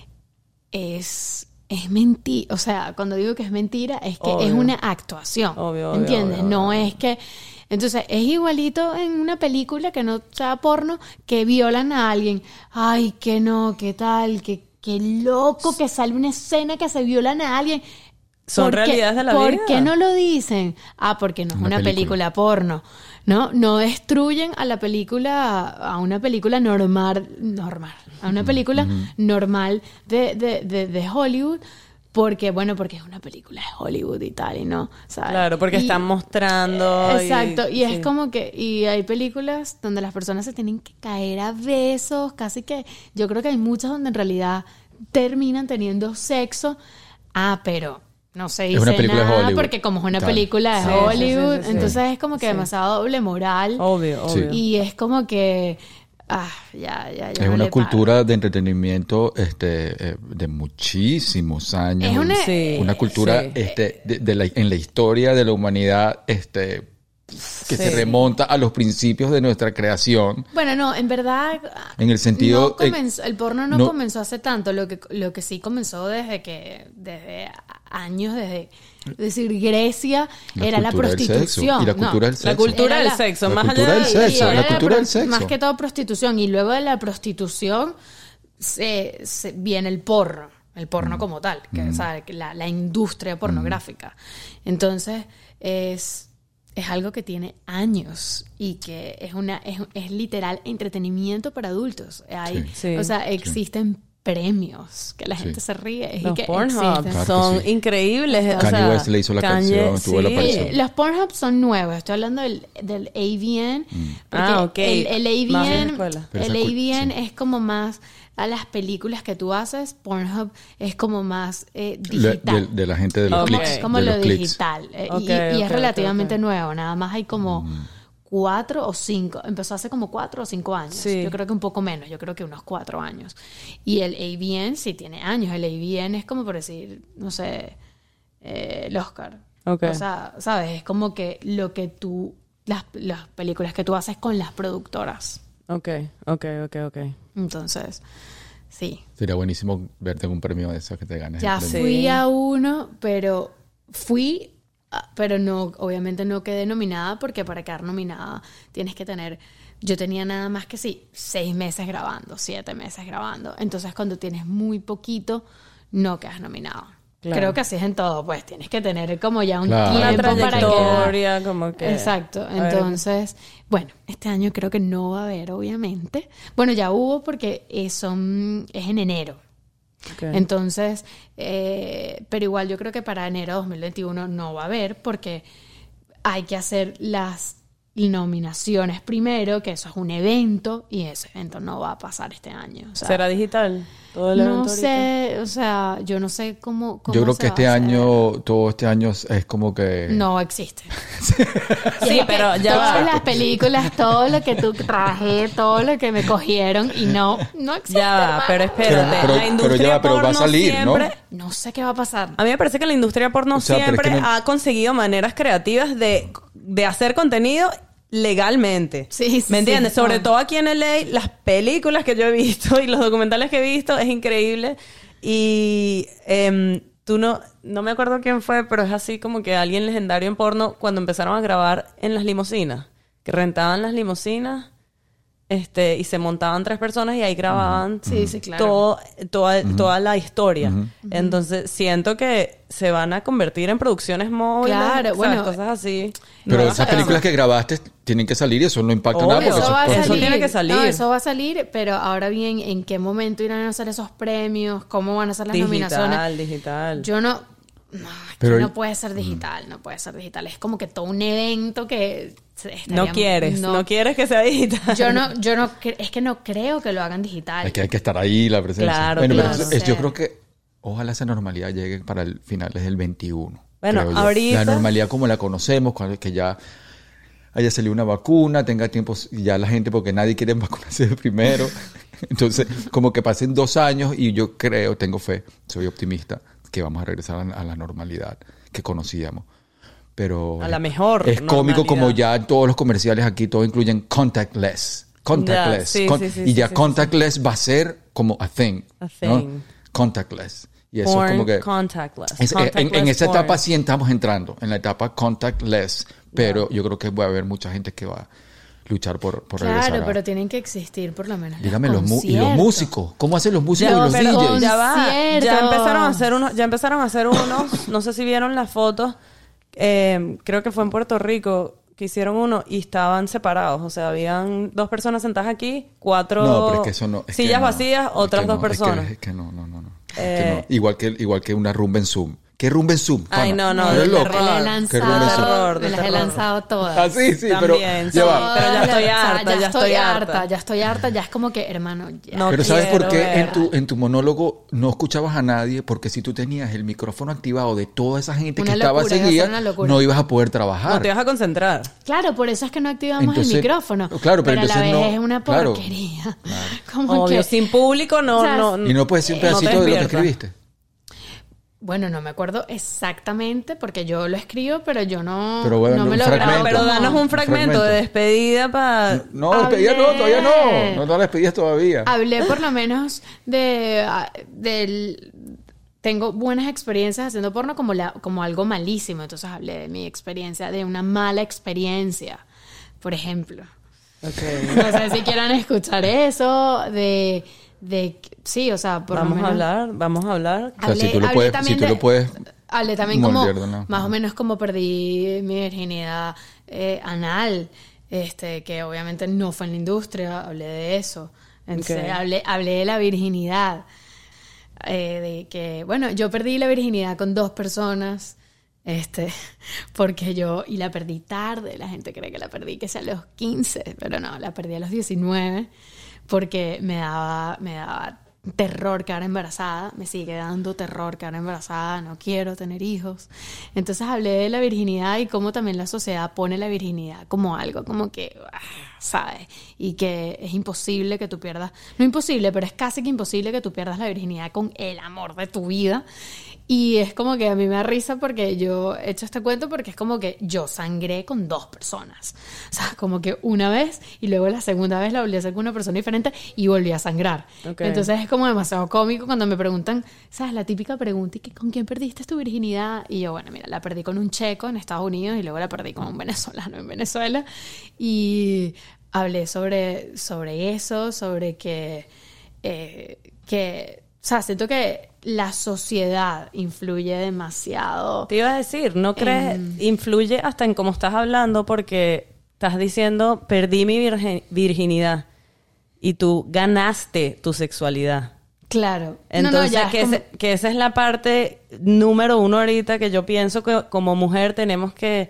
es, es mentira. O sea, cuando digo que es mentira, es que
Obvio.
es una actuación.
Obvio, obvio,
¿Entiendes?
obvio,
no
obvio.
es que. Entonces, es igualito en una película que no sea porno, que violan a alguien. Ay, que no, qué tal, que qué loco que sale una escena que se violan a alguien.
Son
¿Por qué-
realidades de la
¿Por
vida.
qué no lo dicen? Ah, porque no es
Una
una, película.
película
porno. No, no destruyen a la película, a una película normal, normal, a una película normal de, de, de, de Hollywood, porque, bueno, porque es una película de Hollywood y tal, y no, ¿sabes?
Claro, porque
Y-
están mostrando. y-
Exacto, y, es
sí.
como que, y hay películas donde las personas se tienen que caer a besos, casi que, yo creo que hay muchas donde en realidad terminan teniendo sexo, ah, pero no se dice
una película de
nada
Hollywood.
porque como es una
Tal.
película de
Sí, sí, sí,
Hollywood,
sí, sí.
entonces es como que
Sí.
demasiado doble moral,
Obvio,
Sí.
obvio.
y es como que, ah, ya, ya, ya
Es
no
una
le
cultura de entretenimiento este, eh, de muchísimos años.
Es una-
Sí,
Una cultura
sí.
este, de, de la- en la historia de la humanidad este, que se
Sí.
remonta a los principios de nuestra creación.
Bueno, no, en verdad...
En el sentido,
no
eh,
comenzó- el porno no,
no-
comenzó hace tanto, lo que, lo que sí comenzó desde que, desde años, desde, es decir, Grecia,
La
era la
cultura del sexo.
prostitución.
Y la
no,
cultura del
La
sexo.
cultura
Era
del
la-
sexo,
La
más
cultura
allá
del
de-
sexo,
y
la
era
cultura del
pro-
sexo.
Más que todo prostitución. Y luego de la prostitución se, se- viene el porno, el porno como tal, que, o sea, que la, la industria pornográfica. Entonces, es, es algo que tiene años y que es una es, es literal entretenimiento para adultos. Hay,
Sí. Sí.
O sea, existen premios que la
Sí.
gente se ríe. y
Los
que
Pornhub
existen.
Claro que
son
sí.
increíbles. o
Kanye
sea,
West le hizo la canción, tuvo la
sí.
aparición.
Eh, Los Pornhub son nuevos. Estoy hablando del, del A V N. porque
Ah, ok.
El, el
Más
A V N,
vieja escuela.
Pero
el
esa cu-
A V N
sí.
es como más a las películas que tú haces. Pornhub es como más eh,
Le-
digital.
de, de la gente de los
Ok.
clics.
Es como
de
lo
los clics.
digital. Eh, y-
Ok,
y, y
ok,
es relativamente
ok, ok.
nuevo. Nada más hay como cuatro o cinco. Empezó hace como cuatro o cinco años.
Sí.
Yo creo que un poco menos. Yo creo que unos cuatro años. Y el A V N sí tiene años. El A V N es como por decir, no sé, eh, el Oscar.
Ok.
O sea, ¿sabes? Es como que lo que tú... Las, las películas que tú haces con las productoras.
Ok, ok, ok, ok.
Entonces, sí.
Sería buenísimo verte en un premio de esos que te ganes.
Ya
el premio.
fui
Sí.
a uno, pero fui, ah, pero no, obviamente no quedé nominada porque para quedar nominada tienes que tener, yo tenía nada más que sí, seis meses grabando, siete meses grabando. Entonces cuando tienes muy poquito, no quedas nominado.
Claro.
Creo que así es en todo, pues tienes que tener como ya un
Claro.
Una
tiempo para quedar.
trayectoria, como que...
Exacto,
A ver.
entonces, bueno, este año creo que no va a haber, obviamente. Bueno, ya hubo porque eh, son, es en enero.
Ok.
Entonces, eh, pero igual yo creo que para enero de dos mil veintiuno no va a haber porque hay que hacer las nominaciones primero, que eso es un evento y ese evento no va a pasar este año. O sea,
¿Será digital? Todo el
no
evento ahorita?
sé, o sea, yo no sé cómo, cómo
Yo creo
se
que
va
este
a hacer.
año, todo este año es como que...
No existe.
Sí, pero ya
Todas
va.
las películas, todo lo que tú traje, todo lo que me cogieron y no, no existe.
Ya va,
hermano.
pero espérate.
Pero- pero-
la
pero
industria
ya va, pero va a
porno
salir, ¿no?
siempre...
No sé qué va a pasar.
A mí me parece que la industria porno
O sea, pero es
siempre
que no-
ha conseguido maneras creativas de, de hacer contenido legalmente.
Sí, sí,
¿Me entiendes?
sí.
Sobre
Ah.
todo aquí en L A, las películas que yo he visto y los documentales que he visto es increíble. Y em, tú no, no me acuerdo quién fue, pero es así como que alguien legendario en porno cuando empezaron a grabar en las limusinas, que rentaban las limusinas. Este, y se montaban tres personas y ahí grababan
Sí, sí, claro.
todo, toda, toda la historia. Entonces, siento que se van a convertir en producciones móviles,
Claro,
¿sabes?
bueno,
cosas así.
Pero
No,
esas
o sea,
películas que grabaste tienen que salir y eso no impacta nada
Obvio.
porque
Eso
eso
va a
es
eso
salir.
tiene que salir.
No, eso va a salir, pero ahora bien, ¿en qué momento irán a hacer esos premios? ¿Cómo van a ser las
digital,
nominaciones?
digital.
Yo no... No, es que
Pero-
no puede ser digital, no puede ser digital. Es como que todo un evento que... estaría-
no quieres, no, quieres que sea digital.
Yo no, yo no, cre- es que no creo que lo hagan digital.
Es que hay que estar ahí, la presencia.
Claro,
bueno, pero
claro.
es- es- yo
Sí.
creo que ojalá esa normalidad llegue para el finales del veintiuno.
Bueno,
creo yo.
ahorita-
La normalidad como la conocemos, cuando que ya haya salido una vacuna, tenga tiempo ya la gente, porque nadie quiere vacunarse de primero. Entonces, como que pasen dos años y yo creo, tengo fe, soy optimista, que vamos a regresar a, a la normalidad que conocíamos. Pero
A la mejor
es cómico
normalidad.
como ya en todos los comerciales aquí todo incluyen contactless. Contactless.
Ya, sí,
Con-
sí, sí,
y
sí,
ya
sí,
contactless va a ser como a thing.
A
¿no?
thing.
Contactless. Y eso
Porn
es como que...
contactless.
Es- en,
Contactless
en esa
porn.
etapa sí estamos entrando, en la etapa contactless, pero yo creo que va a haber mucha gente que va a luchar por, por regresar.
Claro,
a-
pero tienen que existir por lo menos los
Dígame, los, mu- y los
conciertos.
músicos, ¿cómo hacen los músicos
Ya,
y los
pero
D Js?
ya va.
Conciertos.
Ya empezaron a hacer unos, ya empezaron a hacer unos, no sé si vieron las fotos, eh, creo que fue en Puerto Rico que hicieron uno y estaban separados, o sea, habían dos personas sentadas aquí, cuatro
No, pero es que eso no. es que
sillas
no,
vacías,
es
otras
que
dos
no, es que-
personas.
Es que, no, no, no. no. Es
Eh,
que no. Igual, que, igual que una rumba en Zoom. ¿Qué rumba en Zoom?
Ay,
pana?
no, no,
¿Eres
de
loco?
terror.
Me las he
Qué
lanzado,
rumbo
terror, de
me las he
terror.
lanzado todas.
Ah, sí, sí, pero
También,
ya
sí.
va.
Pero ya
Todas,
estoy
o sea,
harta, ya estoy harta.
Ya estoy harta, ya es como que, hermano, ya.
No
Pero ¿sabes por
quiero
qué
ver.
en tu, en tu monólogo no escuchabas a nadie? Porque si tú tenías el micrófono activado de toda esa gente
Una
que estaba
locura, iba a
seguida,
ser una locura.
no ibas a poder trabajar.
No te vas a concentrar.
Claro, por eso es que no activamos
Entonces,
el micrófono.
claro, pero
a la
entonces
vez
no-
es una
claro.
porquería. Como
Obvio,
que,
sin público no,
O sea,
no,
Y no puedes decir un
no te
pedacito de lo que
despierta.
escribiste.
bueno, no me acuerdo exactamente porque yo lo escribo, pero yo no,
Pero bueno,
no me
un
lo
fragmento.
grabo.
Pero
como-
danos un fragmento,
fragmento.
de despedida para...
No, despedida no,
Hablé.
todavía no. No, no la despedías todavía.
Hablé por lo menos de ah, del tengo buenas experiencias haciendo porno como la como algo malísimo, entonces hablé de mi experiencia, de una mala experiencia, por ejemplo.
Okay.
No sé si quieran escuchar eso, de de sí, o sea, por lo
Vamos
menos
a hablar, vamos a hablar.
O sea, si tú lo puedes-
también
si tú
de-
lo puedes
hablé también como
moldear, ¿no?
más o menos como perdí mi virginidad eh, anal, este que obviamente no fue en la industria, hablé de eso. Entonces,
Ok.
hablé, hablé de la virginidad. eh, de que, bueno, yo perdí la virginidad con dos personas, este, porque yo, y la perdí tarde, la gente cree que la perdí que sea a los quince, pero no, la perdí a los diecinueve, porque me daba, me daba terror quedar embarazada, me sigue dando terror quedar embarazada, no quiero tener hijos. Entonces hablé de la virginidad y cómo también la sociedad pone la virginidad como algo, como que, ah, ¿sabes? Y que es imposible que tú pierdas, no imposible, pero es casi que imposible que tú pierdas la virginidad con el amor de tu vida. Y es como que a mí me da risa porque yo he hecho este cuento porque es como que yo sangré con dos personas. O sea, como que una vez y luego la segunda vez la volví a hacer con una persona diferente y volví a sangrar.
Ok.
Entonces es como demasiado cómico cuando me preguntan, ¿sabes? La típica pregunta, ¿y qué, con quién perdiste tu virginidad? Y yo, bueno, mira, la perdí con un checo en Estados Unidos y luego la perdí con un venezolano en Venezuela. Y hablé sobre, sobre eso, sobre que, eh, que, o sea, siento que la sociedad influye demasiado.
Te iba a decir, ¿no crees? Influye hasta en cómo estás hablando porque estás diciendo, perdí mi virgen- virginidad y tú ganaste tu sexualidad.
Claro.
Entonces,
no, no, ya,
que,
es como-
ese- que esa es la parte número uno ahorita que yo pienso que como mujer tenemos que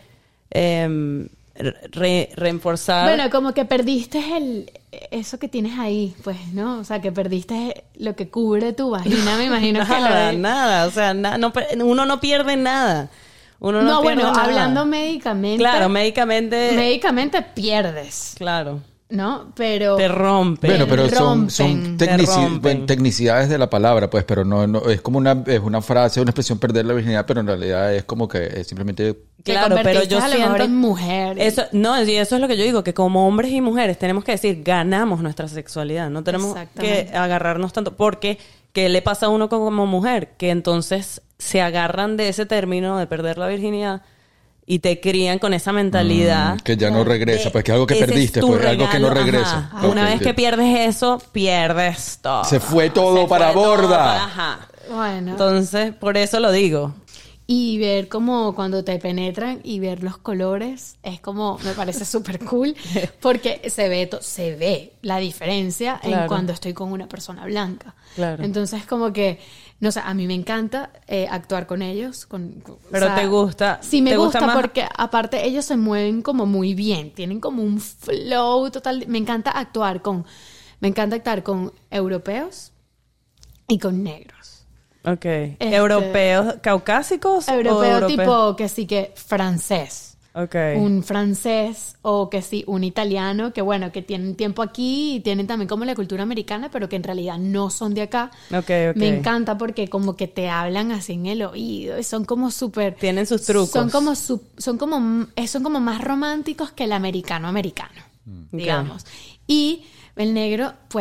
em, re- reforzar.
Bueno, como que perdiste el eso que tienes ahí, pues, ¿no? O sea, que perdiste lo que cubre tu vagina, me imagino que
nada,
lo-
nada. O sea, na- no pe- uno no pierde nada. Uno no,
No,
pierde
bueno,
nada.
hablando médicamente.
Claro, médicamente.
médicamente pierdes,
claro.
¿no? Pero
Te rompe.
Bueno, pero son,
rompen,
son
te
tecnici-
rompen.
bueno, tecnicidades de la palabra, pues, pero no, no es como una, es una frase, una expresión perder la virginidad, pero en realidad es como que es simplemente
te
Claro, pero
convertiste
yo
a lo mejor
siento
en mujer.
Eso, no, y eso es lo que yo digo, que como hombres y mujeres tenemos que decir, ganamos nuestra sexualidad, no tenemos
Exactamente.
que agarrarnos tanto, porque ¿qué le pasa a uno como mujer? Que entonces se agarran de ese término de perder la virginidad y te crían con esa mentalidad.
mm, que ya no regresa, pues que algo que
Ese es
perdiste,
tu
pues algo que no
regalo,
regresa.
ajá. Una
Ok,
vez que
ok.
pierdes eso, pierdes todo.
Se fue todo
Se
para
fue todo
borda.
para- ajá.
Bueno,
Entonces, por eso lo digo.
y ver como cuando te penetran y ver los colores es como, me parece súper cool, porque se ve, to- se ve la diferencia en
Claro.
cuando estoy con una persona blanca.
Claro.
Entonces como que, no sé, a mí me encanta eh, actuar con ellos. Con, con-
Pero te gusta-
Sí, me
te gusta
gusta,
más-
porque aparte ellos se mueven como muy bien, tienen como un flow total. Me encanta actuar con, me encanta actuar con europeos y con negros.
Ok. ¿Europeos caucásicos o
Europeo
europeos?
tipo que sí que francés.
Ok.
Un francés o que sí, un italiano que bueno, que tienen tiempo aquí y tienen también como la cultura americana, pero que en realidad no son de acá.
Ok, ok.
Me encanta porque como que te hablan así en el oído y son como súper...
Tienen sus trucos.
Son como, su- son como, eh, son como más románticos que el americano americano,
Ok.
digamos. Y el negro, pues,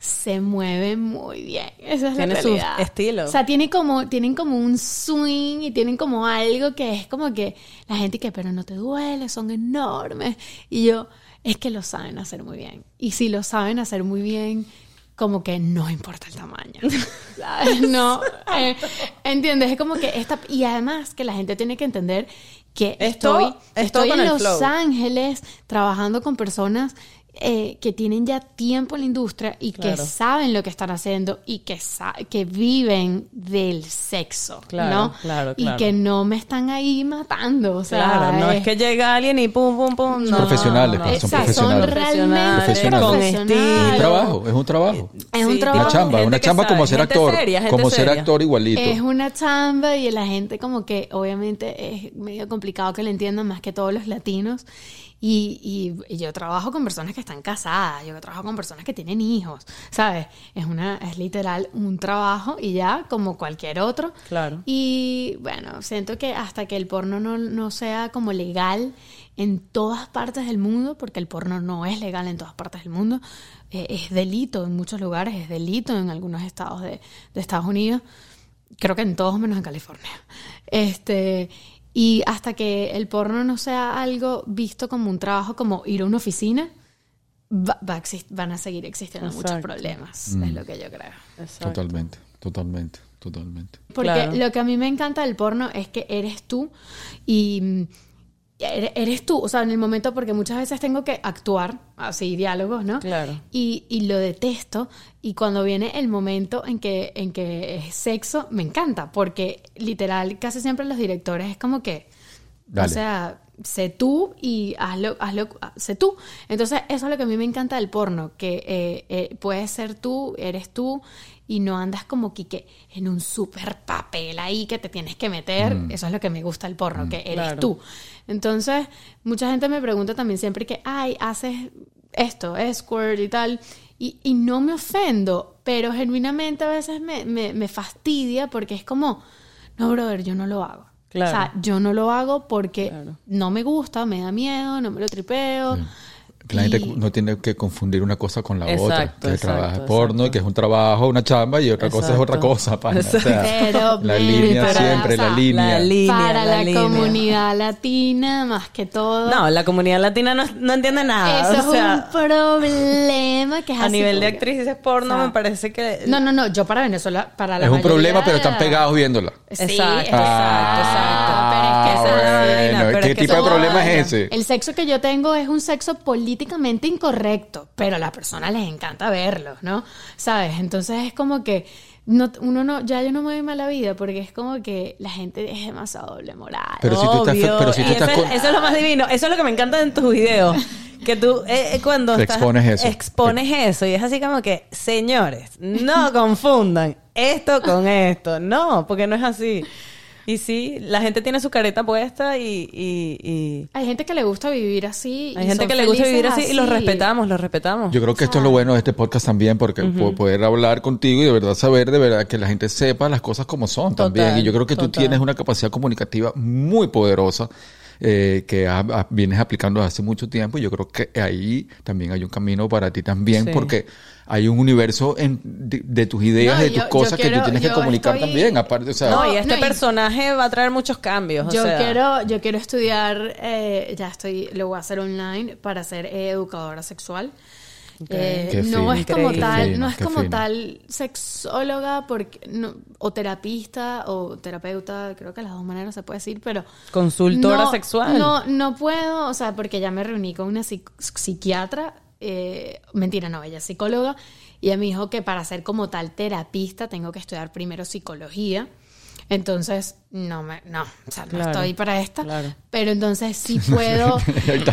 se mueve muy bien. Esa es
Tiene
la
su
realidad.
estilo.
O sea, tiene como, tienen como un swing y tienen como algo que es como que la gente que, pero no te duele, son enormes. Y yo, es que lo saben hacer muy bien. Y si lo saben hacer muy bien, como que no importa el tamaño. ¿Sabes? No. Eh, ¿Entiendes? Es como que esta... Y además que la gente tiene que entender que
Esto-
estoy,
esto
estoy
con
en
el
Los
flow.
Ángeles trabajando con personas eh, que tienen ya tiempo en la industria y
Claro.
que saben lo que están haciendo y que, sa- que viven del sexo,
Claro,
¿no?
claro,
Y
claro.
que no me están ahí matando, o sea...
Claro, no
eh,
es que llega alguien y pum, pum, pum. No,
Profesionales,
no,
pues, son
exacto,
profesionales.
realmente
Profesionales.
Con
profesionales.
estilo.
Es un trabajo, es un trabajo.
Es un
Sí,
trabajo.
Una chamba,
gente
una
que
chamba como
sabe,
ser
gente
actor,
seria, gente
como ser
seria.
actor igualito.
Es una chamba y la gente como que obviamente es medio complicado que lo entiendan más que todos los latinos. Y, y, y yo trabajo con personas que están casadas, yo trabajo con personas que tienen hijos, ¿sabes? Es una, es literal un trabajo y ya como cualquier otro.
Claro.
Y bueno, siento que hasta que el porno no, no sea como legal en todas partes del mundo, porque el porno no es legal en todas partes del mundo, eh, es delito en muchos lugares, es delito en algunos estados de, de Estados Unidos, creo que en todos menos en California. Este, y hasta que el porno no sea algo visto como un trabajo, como ir a una oficina, va, va a exist- van a seguir existiendo muchos
Exacto.
problemas,
Mm.
es lo que yo creo.
Exacto.
Totalmente, totalmente, totalmente.
Porque
Claro.
lo que a mí me encanta del porno es que eres tú y mm, eres, eres tú, o sea, en el momento, porque muchas veces tengo que actuar, así, diálogos, ¿no?
Claro.
Y, y lo detesto, y cuando viene el momento en que, en que es sexo, me encanta, porque literal, casi siempre los directores es como que,
Dale.
o sea, sé tú y hazlo, hazlo, sé tú. Entonces, eso es lo que a mí me encanta del porno, que eh, eh, puedes ser tú, eres tú, y no andas como que, que en un súper papel ahí que te tienes que meter.
Mm.
Eso es lo que me gusta del porno, que eres
Claro.
tú. Entonces, mucha gente me pregunta también siempre que, ay, haces esto, escort y tal, y, y no me ofendo, pero genuinamente a veces me, me, me fastidia porque es como, no, brother, yo no lo hago.
Claro.
O sea, yo no lo hago porque
Claro.
no me gusta, me da miedo, no me lo tripeo.
Que la gente
Y-
no tiene que confundir una cosa con la
Exacto,
otra. Que
exacto,
trabaja porno,
exacto.
que es un trabajo, una chamba, y otra cosa es otra
Exacto.
cosa. pana. O sea,
Pero,
la
men,
línea
para-
siempre,
o sea,
la línea.
la línea.
Para la,
línea.
comunidad latina, más que todo.
No, la comunidad latina no, no entiende nada.
Eso
o sea,
es un problema que es
a
así
nivel de
como que-
actrices porno
o sea,
me parece que...
No, no, no. Yo para Venezuela, para la
Es un
mayoría
problema, pero
de
están
la-
pegados viéndola.
Sí,
Exacto,
exacto,
exacto.
Pero es que
esa es la
Ah,
vaina,
bueno,
pero
¿qué
es que
tipo de
eso-
problema es ese?
El sexo que yo tengo es un sexo políticamente incorrecto, pero a las personas les encanta verlo, ¿no? ¿Sabes? Entonces es como que no, uno no, ya yo no me doy mala vida porque es como que la gente es demasiado doble moral.
Pero si tú estás,
Obvio.
pero si tú
Y
estás
eso,
con-
es, eso es lo más divino. Eso es lo que me encanta en tus videos. Que tú eh, eh, cuando
Te
estás-
expones eso.
expones eso y es así como que, señores, no confundan esto con esto. No, porque no es así. Y sí, la gente tiene su careta puesta y... y- y
Hay gente que le gusta vivir así. y
hay gente
son
que le gusta
felices
vivir así, y los respetamos, los respetamos.
Yo creo que esto es lo bueno de este podcast también, porque po- poder hablar contigo y de verdad saber, de verdad, que la gente sepa las cosas como son
Total,
también. Y yo creo que tú
total.
tienes una capacidad comunicativa muy poderosa eh, que ha- ha- vienes aplicando desde hace mucho tiempo. Y yo creo que ahí también hay un camino para ti también,
Sí.
porque hay un universo en- de, de tus ideas,
No,
de tus
yo- yo
cosas que
quiero-
tú tienes que
yo
comunicar
estoy-
también. Aparte, o sea,
No,
No,
y este
no, y-
personaje va a traer muchos cambios. O
Yo
sea,
quiero, yo quiero estudiar, eh, ya estoy, lo voy a hacer online para ser eh, educadora sexual. Eh,
Qué
no
fino,
es como
increíble.
tal,
Qué
no es
fino,
como
qué fino.
tal sexóloga porque no, o terapista o terapeuta, creo que las dos maneras se puede decir, pero
Consultora
no,
sexual.
No, no puedo, o sea, porque ya me reuní con una psic- psiquiatra, eh, mentira, no, ella es psicóloga, y ella me dijo que para ser como tal terapista tengo que estudiar primero psicología. Entonces, no me, no, o sea, no
Claro,
estoy para esta,
claro.
pero entonces sí puedo. o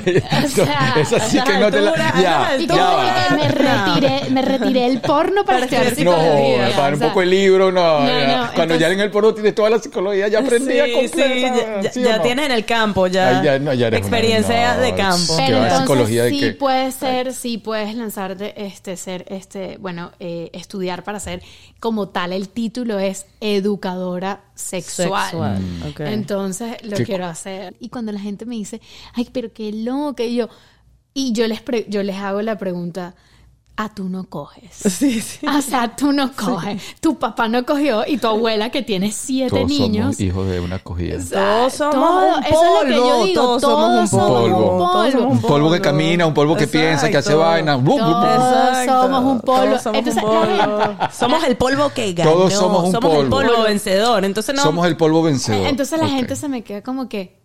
sea,
esa sí
a
que
esas
no te la...
alturas, a
Ya,
esas
y
ya
como
va.
que me retiré, me retiré el porno para,
Para
estudiar
estudiar
No,
psicología.
para
o
un
sea,
poco el libro, no.
no,
ya.
no,
Cuando
entonces-
ya en el porno tienes toda la psicología, ya aprendía
sí,
completa.
sí, ya, ya-
¿sí o
ya
no?
tienes en el campo, ya,
Ay, ya, no, ya eres una-
experiencia
no,
de campo.
que
Pero
va de
entonces
psicología de
sí
que-
puede ser, sí puedes lanzarte, este, ser, este, bueno, eh, estudiar para ser como tal. El título es educadora sexual.
Sexual, Mm. ok.
Entonces lo
Sí.
quiero hacer. Y cuando la gente me dice, ay, pero qué loca, y yo, y yo les, pre- yo les hago la pregunta, ah, tú no coges.
Sí, sí.
O sea, tú no coges. Tu papá no cogió y tu abuela que tiene siete
Todos
niños.
somos hijos de una acogida.
Todos somos
todo,
un
eso es lo que yo
polvo,
digo,
todos
todos
somos un
somos
polvo.
un polvo.
Todos somos
Un polvo que camina, un polvo que piensa, que hace
Exacto.
vaina. Blu, blu, blu.
Todos
Exacto.
somos un polvo.
Todos somos
Entonces,
un
la
polvo. Somos el polvo que ganó.
Todos somos un
el
polvo.
polvo vencedor. Entonces no.
Somos el polvo vencedor.
Entonces la
Ok.
gente se me queda como que,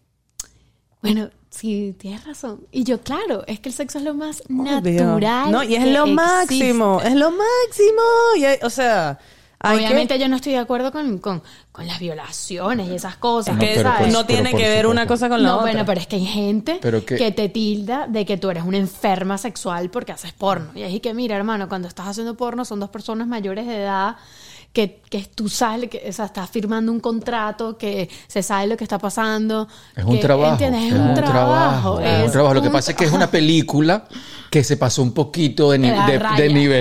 bueno, sí, tienes razón. Y yo, claro, es que el sexo es lo más
Obvio.
natural.
No, y es
que
lo
existe.
máximo. Es lo máximo. Y hay- o sea, hay
Obviamente
que,
yo no estoy de acuerdo con, con, con las violaciones y esas cosas.
No,
que
pero
¿sabes?
pues-
no tiene
pero por
que ver una
supuesto.
cosa con la
No,
otra.
bueno, pero es que hay gente
Pero que-
que te tilda de que tú eres una enferma sexual porque haces porno. Y es que, mira, hermano, cuando estás haciendo porno son dos personas mayores de edad que, que tú sabes, que, o sea, estás firmando un contrato, que se sabe lo que está pasando.
Es un
que-
trabajo.
¿entiendes? Es,
Es
un trabajo.
Es un trabajo. Lo que pasa es que es una película que se pasó un poquito de, ni-
De la
de-
raya.
de nivel.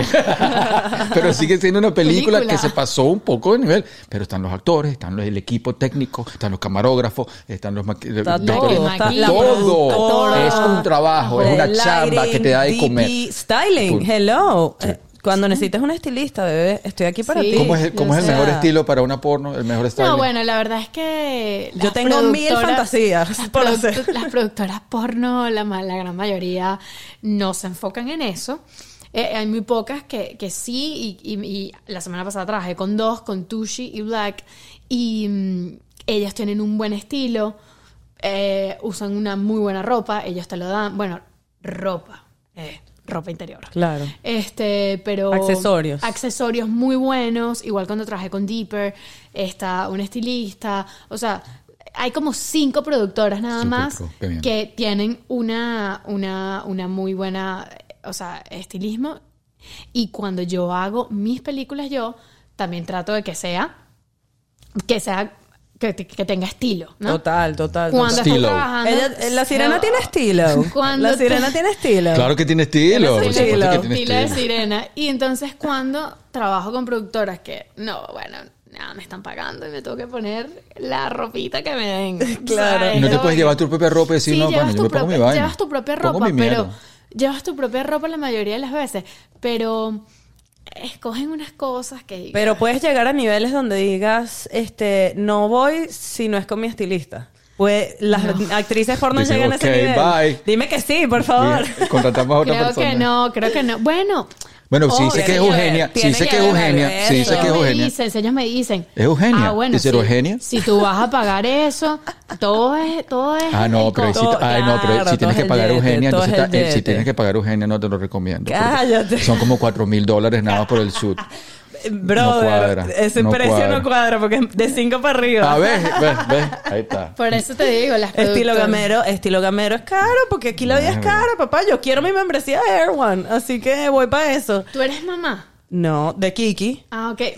Pero sigue siendo una película,
Película.
que se pasó un poco de nivel. Pero están los actores, están los, el equipo técnico, están los camarógrafos, están los maqui-
Está
de-
todo,
de-
está
la
todo.
productora,
Es un trabajo, es una
el
chamba que te da de
lighting,
comer.
D P, styling,
Tú-
hello.
Sí.
Eh, Cuando necesites un estilista, bebé, estoy aquí para
Sí.
ti.
¿Cómo es, el- cómo es el
O sea,
mejor estilo para una porno? El mejor styling.
No, bueno, la verdad es que...
Yo
las
tengo mil
productoras-
fantasías
las
por
produ-
hacer.
Las productoras porno, la, ma- la gran mayoría, no se enfocan en eso. Eh, hay muy pocas que, que sí, y, y- y la semana pasada trabajé con dos, con Tushi y Black, y mm, ellas tienen un buen estilo, eh, usan una muy buena ropa, ellos te lo dan, bueno, ropa, eh, ropa interior.
Claro.
Este, pero...
Accesorios.
Accesorios muy buenos. Igual cuando trabajé con Deeper, está un estilista. O sea, hay como cinco productoras nada
Super
más
pro, qué bien.
que tienen una, una, una muy buena, o sea, estilismo. Y cuando yo hago mis películas, yo también trato de que sea, que sea, que, que tenga estilo, ¿no?
Total, total.
Cuando
total.
estoy
Estilo.
trabajando...
Ella- eh, la sirena
no.
tiene estilo.
Cuando
la sirena
te-
tiene estilo.
Claro que tiene estilo. Por
Tiene
supuesto
estilo.
que tiene
estilo de
estilo.
sirena. Y entonces cuando trabajo con productoras que, no, bueno, nada, me están pagando y me tengo que poner la ropita que me den.
Claro.
¿sabes?
Y no te
Como
puedes
que-
llevar tu propia ropa y decir,
Sí,
no,
llevas,
bueno, yo
tu
me pongo
propia,
mi vaina.
llevas tu propia
Pongo
ropa,
mi
pero
mierda.
llevas tu propia ropa la mayoría de las veces, pero escogen unas cosas que...
Pero puedes llegar a niveles donde digas, este, no voy si no es con mi estilista. Pues las actrices porno
Dicen,
llegan a ese
"Ok,
nivel.
bye".
Dime que sí, por favor.
Bien, contratamos a otra
creo
persona.
que no, creo que no. Bueno...
Bueno, sí
oh,
sé que es
tiene que ver,
Eugenia. Sí
tiene
sé
que
que es
ver,
Eugenia.
ver,
Sí sé que es
ellos me
Eugenia.
dicen, ellos me dicen.
¿Es Eugenia?
Ah, bueno,
¿Es ser
sí,
Eugenia?
Si tú vas a pagar eso, todo es, todo es.
Ah, no,
el
pero, ahí sí-
costo.
ay, no, pero
Claro,
si tienes
todo
que
es
pagar
el
Eugenia,
yete, todo
entonces
es el
está- eh, si
yete.
tienes que pagar Eugenia, no te lo recomiendo. porque
Cállate.
Son como cuatro mil dólares nada más por el shoot.
Brother,
No cuadra,
ese
no
precio
cuadra.
no cuadra porque es de cinco para arriba.
A ver, ves, ves, ahí está.
Por eso te digo, las
Estilo
productoras-
gamero, estilo gamero es caro porque aquí la vida es
Bueno.
cara, papá. Yo quiero mi membresía de Air One, así que voy para eso.
¿Tú eres mamá?
No, de Kiki.
Ah, ok.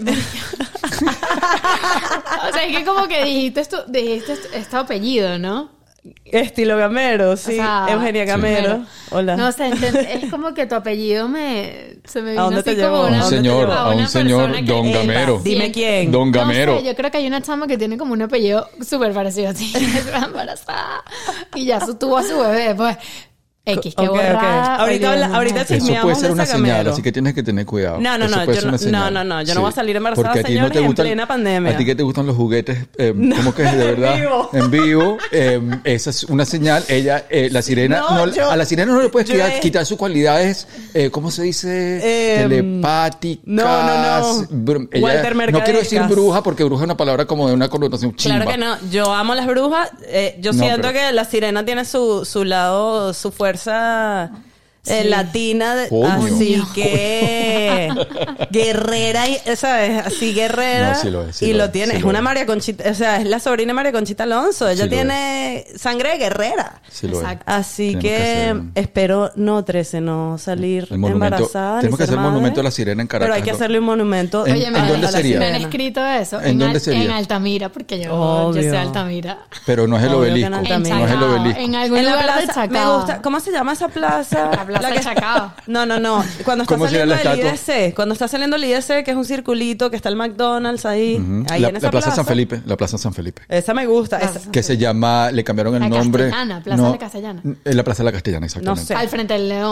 O sea, es que como que dijiste, esto, dijiste esto- este apellido, ¿no?
Estilo gamero, sí.
O sea,
Eugenia Gamero. Hola.
No sé, enten- es como que tu apellido me... Se me vino
dónde
así
te
como
llevó?
una...
Un señor,
llevó?
a un
una
señor
persona que-
Don
Epa,
Gamero.
Dime
sí.
quién.
Don Gamero.
No sé, yo creo que hay una chama que tiene como un apellido súper parecido a ti. Está embarazada. Y ya su, tuvo a su bebé, pues. X, qué
Ok, ok.
borrada.
Ahorita, habla- ahorita
Eso
chismeamos
puede ser
de
una
esa
señal,
Gamero.
así que tienes que tener cuidado.
No, no,
Eso
no,
puede
yo
ser
no-
una señal.
no, no, no, yo no voy a salir embarazada,
Porque a ti no
señores,
te
en
gustan,
plena pandemia.
A ti que te gustan los juguetes, eh, ¿cómo que es de verdad?
En vivo.
En vivo, eh, esa es una señal. Ella, eh, la sirena,
No,
no,
yo-
a la sirena no le puedes
yo
quitar,
he-
quitar sus cualidades, eh, ¿cómo se dice?
Em,
Telepáticas.
no, no, no.
br- ella-
Walter
no quiero decir
Mercadescas.
bruja porque bruja es una palabra como de una connotación chimba.
Claro que no. Yo amo las brujas. Eh, yo
No,
siento
pero-
que la sirena tiene su, su lado, su fuerza eh,
Sí.
latina. de-
Coño.
Así que guerrera, y, ¿sabes? Así guerrera.
No, sí lo es, sí
y
lo
lo
es,
tiene.
sí
es
lo
una
es.
María Conchita. O sea, es la sobrina de María Conchita Alonso. Ella
Sí lo
tiene sangre de guerrera.
Sí lo es.
Exacto.
Así
Tenemos
que,
que hacer-
espero no trece, no salir
El monumento-
embarazada. ni
tenemos que
ser
hacer el
madre.
monumento a la sirena en Caracas,
Pero hay que
¿no?
hacerle un monumento.
¿En-
Oye,
en
me,
dónde
a la
sería?
Me han
sirena.
escrito eso.
¿En dónde
Al-
sería?
En Altamira, porque yo,
Obvio.
yo soy Altamira.
Pero no es el
Obvio que
obelisco.
no,
No
también.
es el
Chacao,
obelisco.
En algún
En la
lugar de
plaza, me
Chacao.
gusta. ¿Cómo se llama esa plaza?
La plaza de Chacao.
No, no, no. Cuando está
¿Cómo se
saliendo
llama
el
la
I D C, cuando está saliendo el I D C, que es un circulito, que está el McDonald's ahí,
Ujú.
ahí
la,
en esa
la plaza San Felipe. La plaza San Felipe.
Esa me gusta.
Plaza
esa-
Que se llama, le cambiaron el
La
nombre.
Castellana, Plaza de la Castellana.
En la Plaza de la Castellana, exactamente.
No sé.
Al frente del León.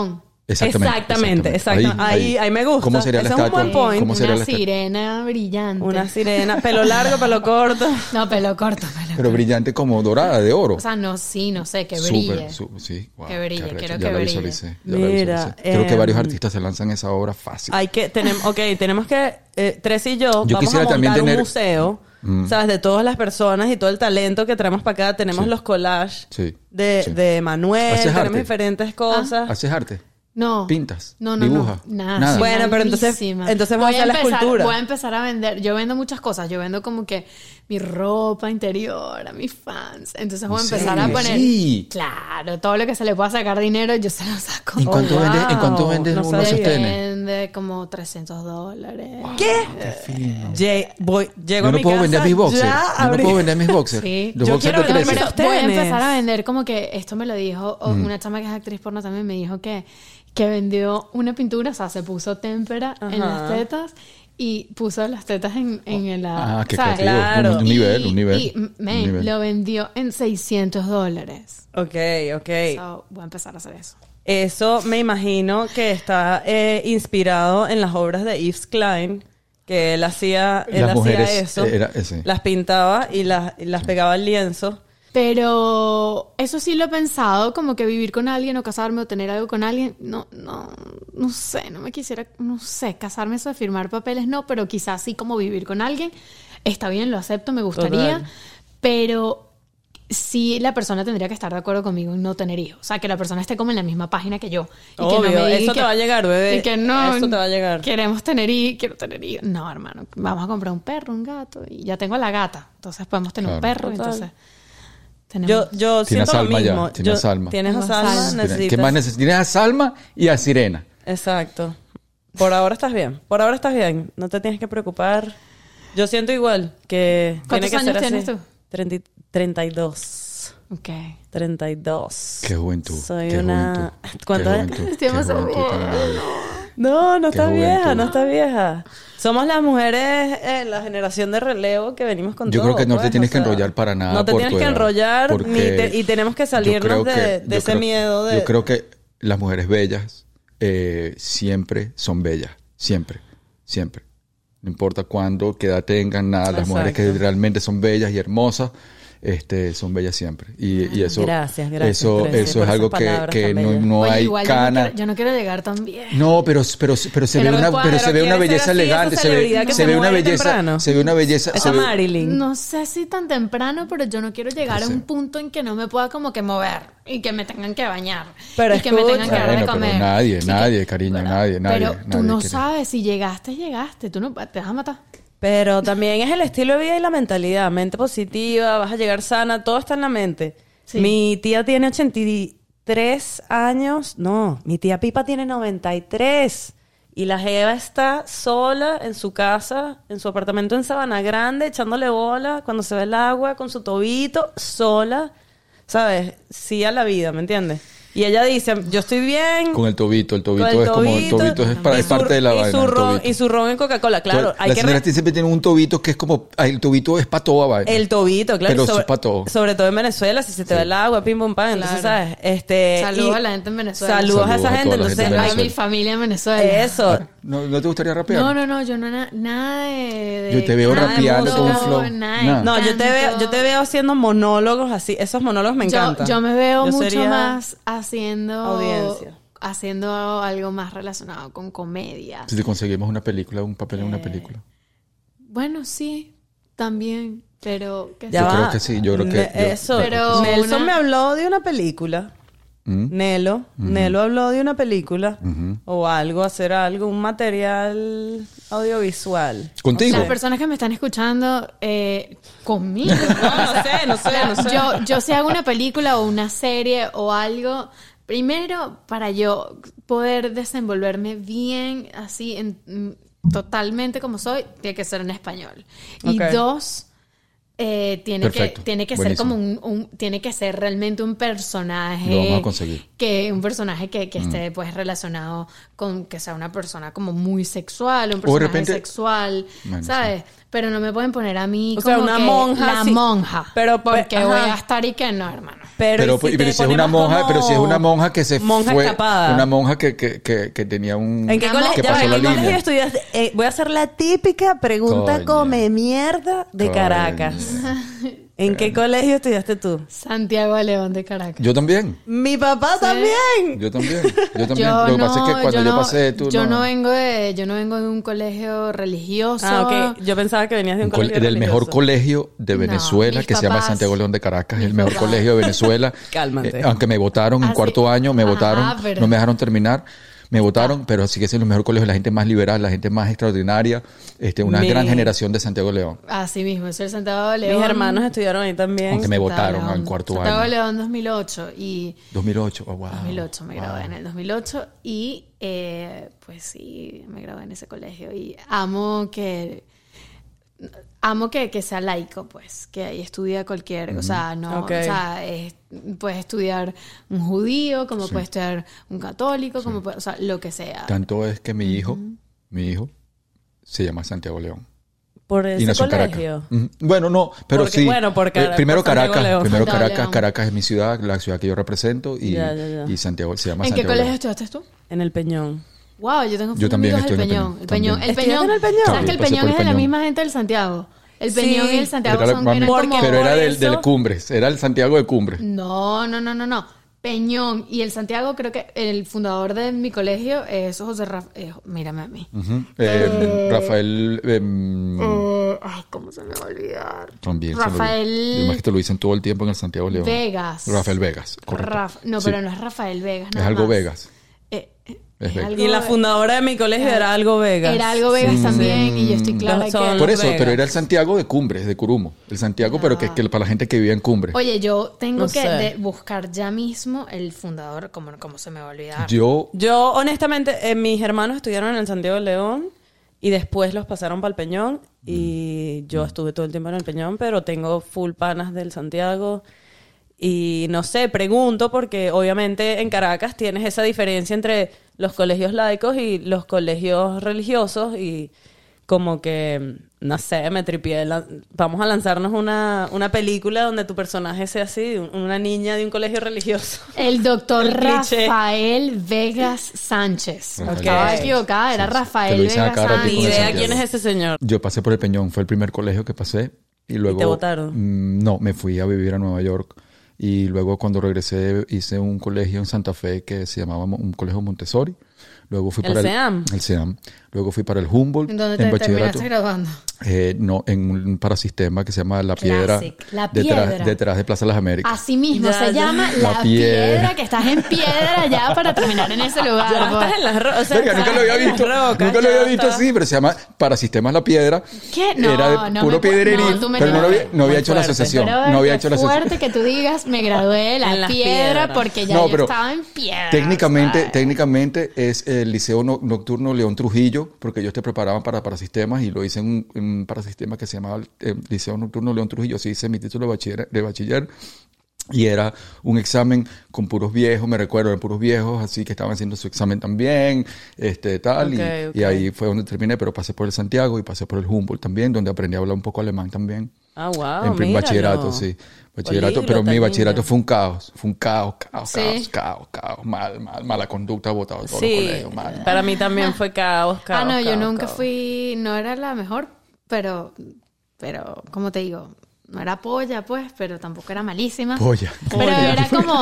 Exactamente.
Exactamente, exactamente. Ahí- ahí me gusta.
¿Cómo sería
Ese
la
es un
estatua?
buen point.
¿Cómo sería
Una
la estatua?
sirena brillante.
Una sirena, pelo largo, pelo corto.
No, pelo corto, pelo
Pero brillante como dorada, de oro.
O sea, no, sí, no sé, que
Súper,
brille.
su- sí, wow,
Que brille,
qué arrecho.
quiero
Ya
que
la
brille.
visualicé, ya la
Mira,
visualicé. Creo que varios
em,
artistas se lanzan esa obra fácil.
Hay que, tenemos, ok, tenemos que, eh, Tres y yo,
Yo
vamos a
quisiera
montar
también
un
tener-
museo,
Mm.
¿sabes? De todas las personas y todo el talento que traemos para acá. Tenemos
Sí.
los collages
Sí,
de,
sí.
de Manuel,
¿Haces
tenemos
arte?
diferentes cosas.
¿Haces arte?
No.
¿Pintas?
No, no,
¿Dibujas?
no. Nada.
Nada.
soy
Bueno, pero entonces-
malísima.
entonces vamos
Voy
a hacer la
empezar-
escultura.
Voy a empezar a vender. Yo vendo muchas cosas. Yo vendo como que mi ropa interior a mis fans. Entonces voy a
¿En
empezar
serio?
a poner.
Sí.
Claro, todo lo que se le pueda sacar dinero, yo se lo saco.
¿En cuánto
Oh,
vendes, ¿en
wow.
cuánto vendes
No
uno
sabía.
sostenes?
Vende como trescientos dólares.
¿Qué?
Qué fino.
Ye- voy, llego
Yo
a
no
mi
puedo
casa
vender mis boxers.
ya
Yo no
abrí-
puedo vender mis boxers.
Sí.
Los
Yo
boxers
quiero
de
vender,
trece.
pero-
Voy a
Sostenes.
empezar a vender como que esto me lo dijo o
Mm.
una chama que es actriz porno también me dijo que, que vendió una pintura, o sea, se puso témpera en
Ajá.
las tetas y puso las tetas en, en la...
Ah, qué
¿sabes?
creativo.
Claro.
Un, un nivel, un nivel.
Y,
un
man,
nivel.
lo vendió en seiscientos dólares.
Ok, ok.
So, voy a empezar a hacer eso.
Eso me imagino que está eh, inspirado en las obras de Yves Klein, que él hacía, él
Las
hacía
mujeres,
eso,
era ese.
las pintaba y las, y las pegaba al lienzo.
Pero eso sí lo he pensado, como que vivir con alguien o casarme o tener algo con alguien, no, no, no sé, no me quisiera, no sé, casarme eso de firmar papeles, no, pero quizás sí como vivir con alguien, está bien, lo acepto, me gustaría,
Total.
pero sí la persona tendría que estar de acuerdo conmigo en no tener hijos, o sea, que la persona esté como en la misma página que yo. Y que
Obvio,
no me diga
eso
y
te
que-
va a llegar, bebé.
Y que no,
Eso te va a llegar.
queremos tener hijos, quiero tener hijos. No, hermano, vamos a comprar un perro, un gato, y ya tengo a la gata, entonces podemos tener un
Claro.
perro,
Total.
entonces... Tenemos...
Yo, yo
Tienes
siento lo
alma ya,
mismo.
tienes
Yo-
alma.
Tienes a
Tengo
Salma,
Salma.
necesitas...
¿Qué más necesitas? Tienes a Salma y a Sirena.
Exacto. Por ahora estás bien. Por ahora estás bien. No te tienes que preocupar. Yo siento igual que
¿Cuántos
tiene que
años
ser
tienes
así.
tú?
treinta y- treinta y dos.
Ok.
treinta y dos.
Qué juventud.
Soy
qué
una...
juventud,
¿Cuánto
qué
es?
juventud,
Estoy
qué
demasiado
juventud tan
vieja.
bella.
No, no
Qué
está vieja,
juventud.
no está vieja. Somos las mujeres, eh, la generación de relevo que venimos con
Yo
todo.
creo que no te
pues,
tienes
o
que
sea,
enrollar para nada
No te
por
tienes
tu
que
edad,
enrollar
porque
ni te- y tenemos que
yo
salirnos
creo que-
de, de
yo
ese
creo-
miedo de...
Yo creo que las mujeres bellas eh, siempre son bellas. Siempre. Siempre. No importa cuándo, qué edad tengan, nada. Las mujeres que
Exacto.
realmente son bellas y hermosas este, son bellas siempre. Y, y eso,
Gracias, gracias,
eso,
Tracy,
eso
por
es algo
esas
que,
palabras
que
tan
no,
bellas.
no
Oye,
hay
igual yo no
cana.
quiero- yo no quiero llegar tan bien.
No, pero, pero, pero se
Pero
ve una,
no puede-
pero se
pero
ve una
quiere ser
belleza
así, esa
elegante, se
celebridad
ve,
que
se
se
ve una
muere
belleza,
temprano.
se ve una belleza. se
Esa
ve-
Marilyn.
No sé si tan temprano, pero yo no quiero llegar a
Sí.
un punto en que no me pueda como que mover y que me tengan que bañar
Pero
y que me tengan que
escucha.
dar de
Bueno, pero
comer.
nadie,
Y que-
nadie, cariño, nadie, nadie.
Pero tú
nadie
no
quiere.
sabes, si llegaste, llegaste, tú no te vas a matar.
Pero también es el estilo de vida y la mentalidad. Mente positiva, vas a llegar sana, todo está en la mente.
Sí.
Mi tía tiene ochenta y tres años. No, mi tía Pipa tiene noventa y tres. Y la jeva está sola en su casa, en su apartamento en Sabana Grande, echándole bola cuando se ve el agua, con su tobito, sola. ¿Sabes? Sí a la vida, ¿me entiendes? Y ella dice, yo estoy bien.
Con el tobito, el tobito
con el
es como el tobito es, para-
y
es
su-
parte de la
y
vaina.
Su
el
ron,
tobito.
y su ron en Coca-Cola, claro. Hay
la
que
señora
re-
siempre tiene un tobito que es como, ay, el tobito es para toda vaina.
El tobito, claro.
Pero
sobre,
es para todo.
sobre todo en Venezuela, si se te va el agua, pim, pum, pam. Entonces,
Claro.
¿sabes? Este,
Saludos
y-
a la gente en Venezuela.
Saludos,
Saludos
a esa
a
gente.
toda la
Entonces,
gente en
A
ay,
mi
Venezuela.
familia en Venezuela.
eso.
¿No, ¿No te gustaría rapear?
No, no, no, yo no na- nada de, de-
Yo te veo
nada de
rapeando
con un
música,
flow.
nada de
Nada.
No, yo te veo,
canto.
yo te veo haciendo monólogos así. Esos monólogos me
Yo,
encantan.
yo me veo
Yo
mucho
sería
más haciendo
audiencia.
haciendo algo más relacionado con comedia.
Si te conseguimos una película, un papel en
Eh,
una película.
Bueno, sí, también, pero ¿qué
Ya
Yo
va.
creo que sí, yo creo que-
Ne-
yo-
Eso.
Pero
Nelson
una-
me habló de una película.
¿Mm?
Nelo. Nelo habló de una película.
Ujú.
O algo, hacer algo, un material audiovisual.
¿Contigo?
Las personas que me están escuchando eh, conmigo.
No, no sé, no sé, no sé.
Yo, yo si hago una película o una serie o algo, primero para yo poder desenvolverme bien, así, en, mm, totalmente como soy, tiene que ser en español. Y
Ok.
dos, eh, tiene que,
Perfecto.
tiene que
Buenísimo.
ser como un, un- tiene que ser realmente un personaje.
Lo vamos a conseguir.
Que un personaje que, que
Mm.
esté pues relacionado con que sea una persona como muy sexual, un
O de
personaje
repente-
sexual,
Bueno,
¿sabes? Pero no me pueden poner a mí
O
como
sea, una
que
monja,
la
sí.
monja.
Pero,
porque
ajá.
voy a estar y que no, hermano.
Pero,
Pero,
¿y si
pero
te
si es una
ponemos
monja,
como
pero si es una monja que se
monja
fue,
escapada?
una monja que, que, que, que tenía un
¿En qué
Una
colegio,
que
ya va,
pasó
¿en
la
qué colegio
línea.
estudiaste? Eh, voy a hacer la típica pregunta
Coño.
come mierda de
Coño.
Caracas. ¿En qué colegio estudiaste tú?
Santiago de León de Caracas.
Yo también.
Mi papá también.
Yo también. Yo también.
Yo
Lo que
no,
pasa es que cuando yo,
no-
pasé tú
yo
no,
no vengo de, yo no vengo de un colegio religioso.
Ah, ok. Yo pensaba que venías de un
un col-
colegio
del mejor
religioso.
colegio de
No,
Venezuela
mis
que se llama
papás-
Santiago León de Caracas, el
mis
mejor
papás.
colegio de Venezuela.
Cálmate.
Eh, aunque me votaron en
Ah,
cuarto
sí.
año, me
Ajá,
votaron,
pero-
no me dejaron terminar. Me votaron, pero sí que es el mejor colegio, la gente más liberal, la gente más extraordinaria, este, una
Mi-
gran generación de Santiago León.
Así mismo, soy de Santiago de León.
Mis hermanos estudiaron ahí también.
Aunque me
Santiago de
votaron
León.
en cuarto
Santiago de
año.
León dos mil ocho y
dos mil ocho, oh, wow.
dos mil ocho me gradué
Wow.
en el dos mil ocho y eh, pues sí, me gradué en ese colegio y amo que amo que, que sea laico, pues, que ahí estudia cualquier, o sea, no,
Ok.
o sea, es- puedes estudiar un judío, como
Sí.
puedes estudiar un católico, como puede- o sea, lo que sea.
Tanto es que mi hijo, mi hijo, se llama Santiago León.
Por
Y
ese
nació en
colegio.
Caracas. Ujú. Bueno, no, pero
Porque,
sí.
bueno, por Cara-
Eh, primero
por Santiago
Caracas,
León.
primero
Santiago
Caracas,
León.
Caracas es mi ciudad, la ciudad que yo represento y,
Ya, ya, ya.
y Santiago se llama
¿En qué
Santiago
colegio
León.
estudiaste tú?
En el Peñón.
Wow, yo tengo
Yo también
amigos del
estoy en el
Peñón.
Peñón,
El Peñón, el
también.
Peñón.
¿Estudiaste en el Peñón?
¿Sabes que
También
el
pasé
Peñón
por
es
el
de la
Peñón.
misma gente del Santiago? El
Sí.
Peñón y el Santiago
Era la-
son eran
Porque
como...
pero era
por
del,
eso-
del Cumbres, era el Santiago de Cumbres.
No, no, no, no, no. Peñón y el Santiago, creo que el fundador de mi colegio es José Rafael. mírame a mí.
Ujú. Eh, Rafael em,
Eh, ay, ¿cómo se me va a olvidar?
también. se lo-
Rafael
Además que te lo dicen todo el tiempo en el Santiago León.
Vegas.
Rafael Vegas, correcto.
Raf- no,
Sí.
pero no es Rafael Vegas.
Es
nada
algo
más.
Vegas.
Eh, eh,
Es
es
Vegas.
algo
Y la
Ve-
fundadora de mi colegio era algo Vegas.
Era algo Vegas
Sí,
también
sí.
y yo estoy clara
Los- son
que...
Por
Los
eso,
Vegas.
pero era el Santiago de Cumbres, de Curumo. El Santiago, pero que es que para la gente que vive en Cumbres.
Oye, yo tengo
No
que
sé.
de- buscar ya mismo el fundador, como, como se me va a olvidar.
Yo,
Yo, honestamente, eh, mis hermanos estudiaron en el Santiago de León y después los pasaron para el Peñón y yo estuve todo el tiempo en el Peñón, pero tengo full panas del Santiago y no sé, pregunto porque obviamente en Caracas tienes esa diferencia entre los colegios laicos y los colegios religiosos y como que, no sé, me tripié. la- Vamos a lanzarnos una, una película donde tu personaje sea así, un- una niña de un colegio religioso.
El doctor
El cliché.
Rafael Vegas Sánchez.
Rafael
Estaba
Vegas.
equivocada, era
Sí, sí. Te
Rafael
lo dicen a
Vegas
cada ratito
Ni
en el
Sánchez.
idea
Santiago.
quién es ese señor.
yo pasé por el Peñón, fue el primer colegio que pasé. Y luego.
te votaron?
Mm, no, me fui a vivir a Nueva York. Y luego cuando regresé hice un colegio en Santa Fe que se llamaba Mo- un colegio Montessori. Luego fui
¿El
para
SEAM?
el, el SEAM. Luego fui para el Humboldt
¿En dónde
en
te
bachillerato.
terminaste graduando?
Eh, no, en un parasistema que se llama La Piedra.
Classic. La
detrás,
Piedra.
detrás de Plaza Las Américas.
Así mismo
Ya,
se
ya.
llama
La
La,
Piedra.
piedra. que estás en piedra ya para terminar en ese lugar.
Ya
pues.
estás en las rocas. O sea,
Verga, nunca lo había
estás en las
visto.
rocas,
Nunca lo
ya
había visto
está.
así, pero se llama Parasistemas La Piedra.
¿Qué? No,
Era de
no
puro
me pu-
piedreril,
no, tú me
pero no, lo había,
tienes-
no había
Muy
hecho la
fuerte.
asociación.
Pero
No había
qué
hecho la asociación.
fuerte que tú digas, me gradué de
En
la
las
piedra
piedras.
porque ya
No,
yo
pero
estaba en piedra.
Técnicamente,
¿sabes?
técnicamente es el Liceo No- Nocturno León Trujillo, porque ellos te preparaban para parasistemas y lo hice en un, en un parasistema que se llamaba eh, Liceo Nocturno León Trujillo. Así hice mi título de bachiller, de bachiller. Y era un examen con puros viejos, me recuerdo, de puros viejos, así que estaban haciendo su examen también, este, tal.
Ok,
y,
ok.
y ahí fue donde terminé, pero pasé por el Santiago y pasé por el Humboldt también, donde aprendí a hablar un poco alemán también.
Ah, wow,
en prim-
míralo.
bachillerato, sí. Bachillerato,
Políglota,
pero mi bachillerato
niña.
fue un caos. Fue un caos, caos,
Sí.
caos, caos, caos. Mal, mal, mala conducta, botado todos los
Sí,
colegios, mal.
para mí también fue caos, caos.
Ah, no, yo
caos,
nunca
caos.
fui, no era la mejor, pero, pero, ¿cómo te digo? No era polla, pues, pero tampoco era malísima.
Polla.
Pero era como,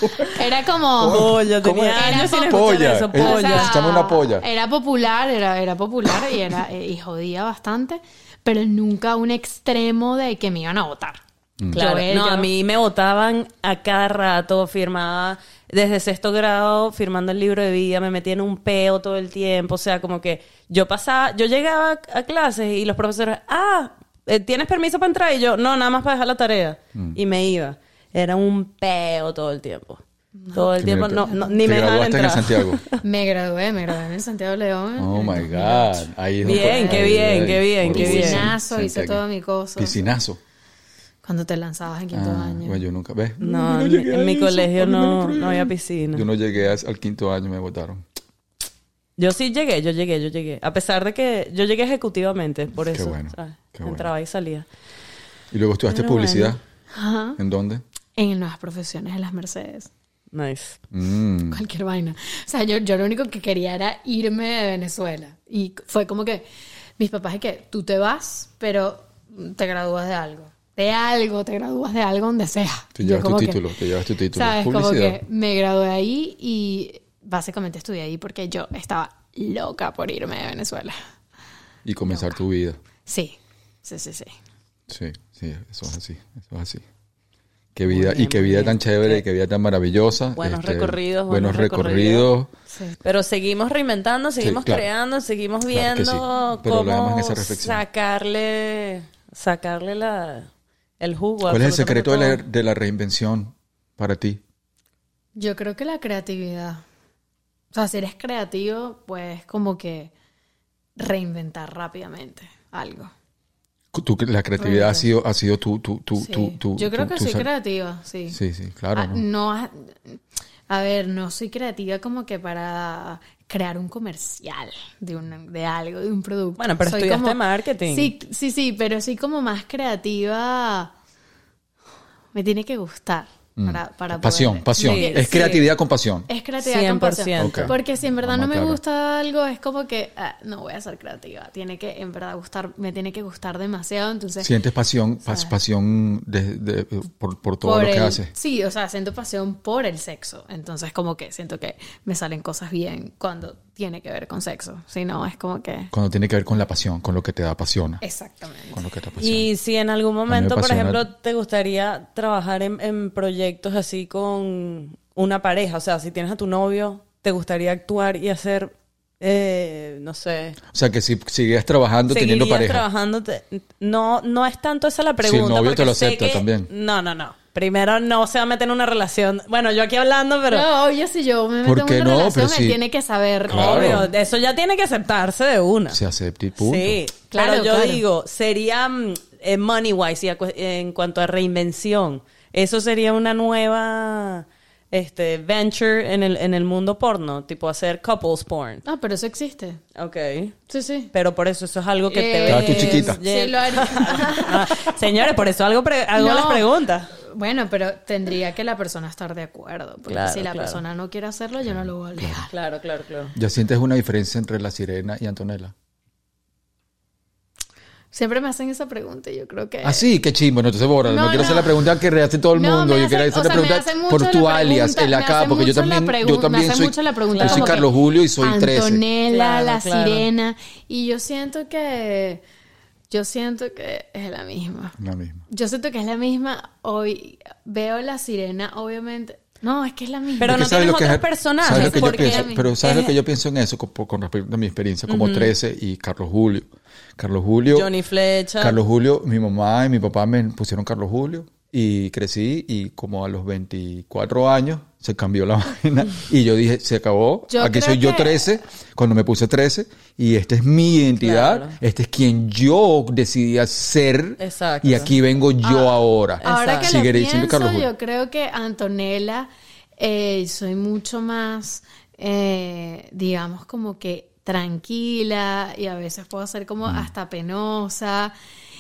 era como...
Polla,
¿Cómo
tenía
era?
años sin
Era
escuchar
polla.
eso,
Eh,
polla.
O sea,
Se llama una polla.
Era popular, era, era popular y, era, eh, y jodía bastante, pero nunca un extremo de que me iban a votar.
Claro,
Yo,
no,
yo-
a mí me votaban a cada rato, firmaba desde sexto grado, firmando el libro de vida, me metía en un peo todo el tiempo, o sea, como que yo pasaba, yo llegaba a clases y los profesores, ah, eh, ¿tienes permiso para entrar? Y yo, no, nada más para dejar la tarea. Y me iba. Era un peo todo el tiempo. Todo el
Que
tiempo,
mira,
no,
te-
no, ni
te
me dejaban
graduaste en el
entrar.
Santiago.
Me gradué, me gradué en el Santiago de León.
Oh
en
my
el dos mil ocho.
God. Ahí es
Bien,
donde-
qué bien, qué bien, qué bien.
Piscinazo, hice
Santiago.
toda mi cosa.
Piscinazo.
Cuando te lanzabas en quinto
Ah,
año.
bueno, yo nunca, ¿ves?
No,
Yo
en,
llegué
en
a
mi
eso,
colegio
a mí me lo
no,
prohibieron.
no había piscina.
Yo no llegué a- al quinto año, me votaron.
Yo sí llegué, yo llegué, yo llegué. A pesar de que yo llegué ejecutivamente, por
Qué
eso.
bueno,
¿sabes?
qué bueno.
Entraba y salía.
Y luego estudiaste
Pero
publicidad.
Ajá.
¿En dónde?
en nuevas profesiones en las Mercedes.
Nice.
Mm.
Cualquier vaina. O sea, yo, yo lo único que quería era irme de Venezuela. Y fue como que mis papás es que tú te vas, pero te gradúas de algo. De algo, te gradúas de algo donde sea.
Te
Y yo
llevas tu
como que,
título, te llevas tu título.
¿sabes? Como
Publicidad.
que me gradué ahí y básicamente estudié ahí porque yo estaba loca por irme de Venezuela.
Y comenzar tu vida.
Sí, sí, sí, sí.
Sí, sí, eso es así, eso es así. Qué vida,
bien,
y qué
muy
vida
bien.
tan chévere,
Qué-
y qué vida tan maravillosa.
Buenos
Este,
recorridos,
buenos
buenos
recorridos.
Sí.
Pero seguimos reinventando, seguimos
claro.
creando, seguimos
Claro que
viendo
sí. Pero lo demás
cómo
en esa reflexión.
sacarle, sacarle la, el jugo.
¿Cuál es el secreto de la,
absolutamente
de la reinvención para ti?
Yo creo que la creatividad. O sea, si eres creativo, pues como que reinventar rápidamente algo.
Tú, la creatividad ha
Realmente.
sido, ha sido tu, tu, tu,
Sí.
tu, tu-
Yo creo
tu-
que
tu
soy
ser-
creativa, sí.
Sí, sí, claro.
Ah,
¿no?
no, a, a ver, no soy creativa como que para crear un comercial de, un, de algo, de un producto.
Bueno, pero
Soy
estudiaste
como-
marketing.
Sí, sí, sí, pero sí como más creativa. Me tiene que gustar. Para, para
Pasión,
poder-
pasión.
Sí,
es
sí.
creatividad con pasión.
Es creatividad
cien
con
por
pasión.
ciento.
Ok.
Porque si en verdad
Vamos
no me
claro.
gusta algo, es como que ah, no voy a ser creativa. Tiene que, en verdad, gustar, me tiene que gustar demasiado. Entonces,
Sientes pasión, pas-
¿sabes?
pasión de, de- por, por todo
por
lo que
el-
haces.
Sí, o sea, siento pasión por el sexo. Entonces, como que siento que me salen cosas bien cuando tiene que ver con sexo. Si no, es como que.
Cuando tiene que ver con la pasión, con lo que te apasiona.
Exactamente.
Con lo que te apasiona.
Y si en algún
me
momento, por
apasiona-
ejemplo, te gustaría trabajar en, en proyectos así con una pareja, o sea, si tienes a tu novio, ¿te gustaría actuar y hacer, eh, no sé,
O sea, que si sigues trabajando teniendo
seguirías
pareja.
trabajando? te- no, no es tanto esa la
Si el
pregunta.
novio te
porque
lo
sé
acepta
que-
también.
No, no, no. Primero no se va a meter en una relación. Bueno, yo aquí hablando, pero...
No, obvio, si yo me
¿Por
meto
qué
en una
no?
relación,
Pero
él
sí.
tiene que saber.
Claro.
Obvio, eso ya tiene que aceptarse de una.
Se acepta y punto.
Sí,
Claro,
pero yo
claro.
digo, sería mm, eh, money wise y a cu- en cuanto a reinvención, eso sería una nueva este venture en el en el mundo porno, tipo hacer couples porn.
Ah, pero eso existe.
Ok.
Sí, sí.
Pero por eso eso es algo que te
Estaba tú
ves
chiquita.
lle-
Sí, lo haría.
Ah, señores, por eso algo pre- hago
No.
las preguntas.
Bueno, pero tendría que la persona estar de acuerdo. Porque
Claro,
si la
claro.
persona no quiere hacerlo, yo no lo voy a obligar.
Claro, claro, claro.
¿Ya sientes una diferencia entre la sirena y Antonella?
Siempre me hacen esa pregunta y yo creo que...
Ah, sí, qué chimbo. No, entonces, Bora, no,
No,
quiero
no.
hacer la pregunta que rehace todo el
No,
mundo.
me
Yo
hacen-
quiero hacer
o
la
sea, me
pregunta
hacen mucho
por
la
tu alias,
pregunta,
el
me
acá,
hacen
porque yo
mucho la
también,
pregunta,
yo
me
también
hacen
soy,
mucho la pregunta
yo soy
como que
Carlos Julio y soy trece.
Antonella,
Claro,
la
claro.
sirena. Y yo siento que... Yo siento que es la misma.
La misma.
Yo siento que es la misma. Hoy veo la sirena, obviamente... No, es que es la misma.
Pero
Es que
no
¿sabes
tienes
lo que
otros
es-
personajes,
¿sabes lo que yo
porque
pienso? Pero ¿sabes
es-
lo que yo pienso en eso con, con respecto a mi experiencia como trece y Carlos Julio? Carlos Julio...
Johnny Flecha.
Carlos Julio, mi mamá y mi papá me pusieron Carlos Julio y crecí y como a los veinticuatro años se cambió la vaina y yo dije, se acabó,
Yo
aquí
creo
soy yo
que-
trece, cuando me puse trece y esta es mi identidad,
Claro.
este es quien yo decidí ser
Exacto.
y aquí vengo yo ahora.
Ahora que
Exacto.
lo
Seguiré diciendo
pienso,
Carlos Julio.
yo creo que Antonella eh, soy mucho más, eh, digamos, como que tranquila y a veces puedo ser como hasta penosa.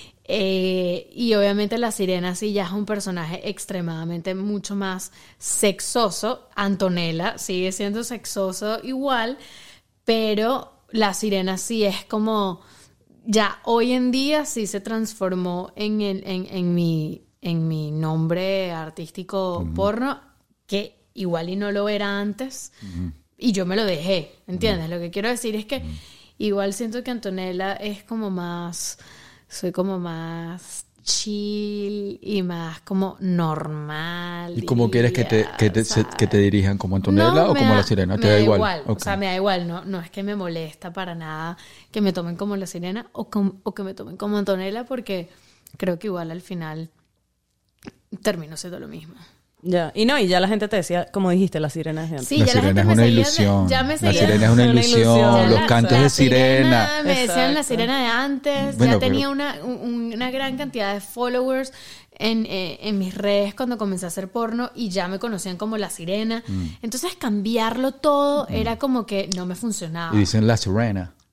Eh, y obviamente la sirena sí ya es un personaje extremadamente mucho más sexoso. Antonella sigue siendo sexoso igual, pero la sirena sí es como... Ya hoy en día sí se transformó en, el, en, en, mi, en mi nombre artístico porno, que igual y no lo era antes, y yo me lo dejé, ¿entiendes? Lo que quiero decir es que igual siento que Antonella es como más, soy como más chill y más como normal.
¿Y cómo quieres que te, que te, se- que te dirijan? ¿Como Antonella
No,
o
me
como
da-
la sirena?
me
¿Te da igual?
O
Ok.
sea, me da igual. No, no es que me molesta para nada que me tomen como la sirena o, com- o que me tomen como Antonella, porque creo que igual al final termino siendo lo mismo.
Ya. Y no, y ya la gente te decía, como dijiste, las sirenas de antes.
Sí,
La
ya la
sirena
gente
es
me
una
seguía de-
ilusión.
ya me
La
seguía-
sirena es una
Una
ilusión.
ilusión.
Los
la-
cantos
la
de sirena.
Me decían la
Exacto.
sirena de antes.
Bueno,
ya
pero-
tenía una, un- una gran cantidad de followers en, eh, en mis redes cuando comencé a hacer porno y ya me conocían como la sirena.
Mm.
Entonces cambiarlo todo era como que no me funcionaba.
Y dicen la sirena.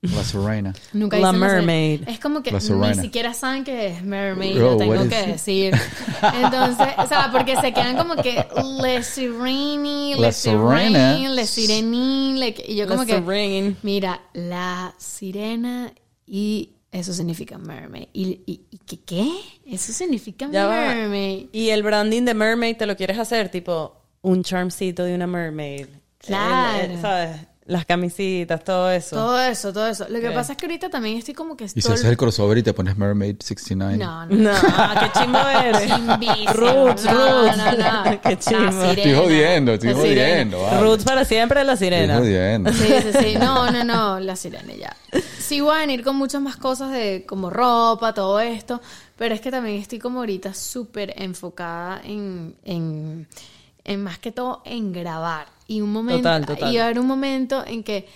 La Serena.
Nunca
La
dicen la Serena.
Mermaid.
Es como que
La
ni
Serena.
siquiera saben que es Mermaid,
Oh,
lo tengo
what
que
is-
decir. Entonces, o sea, porque se quedan como que Le Sireni,
La
Le
Serena.
Sireni, Le Sireni, Le- y yo como
La
que,
Serene.
mira, la sirena y eso significa Mermaid. ¿Y, y, y qué, qué? Eso significa
Ya va.
Mermaid.
Y el branding de Mermaid te lo quieres hacer, tipo, un charmcito de una mermaid.
Claro.
El- el- ¿Sabes? Las camisitas, todo eso.
Todo eso, todo eso. Lo que
Ok.
pasa es que ahorita también estoy como que...
Y si
todo
haces el crossover y te pones Mermaid sesenta y nueve.
No, no.
No, qué chimbo eres.
Chimbísimo.
Roots,
no,
roots.
No, no,
Qué chimbo.
La
Estoy
sirena.
jodiendo, estoy
La sirena.
jodiendo. vale.
Roots para siempre la sirena.
Estoy jodiendo.
Sí, sí, sí. No, no, no, la sirena ya. Sí voy a venir con muchas más cosas de como ropa, todo esto, pero es que también estoy como ahorita súper enfocada en, en, en más que todo en grabar. Y un momento,
Total, total.
y va a haber un momento en que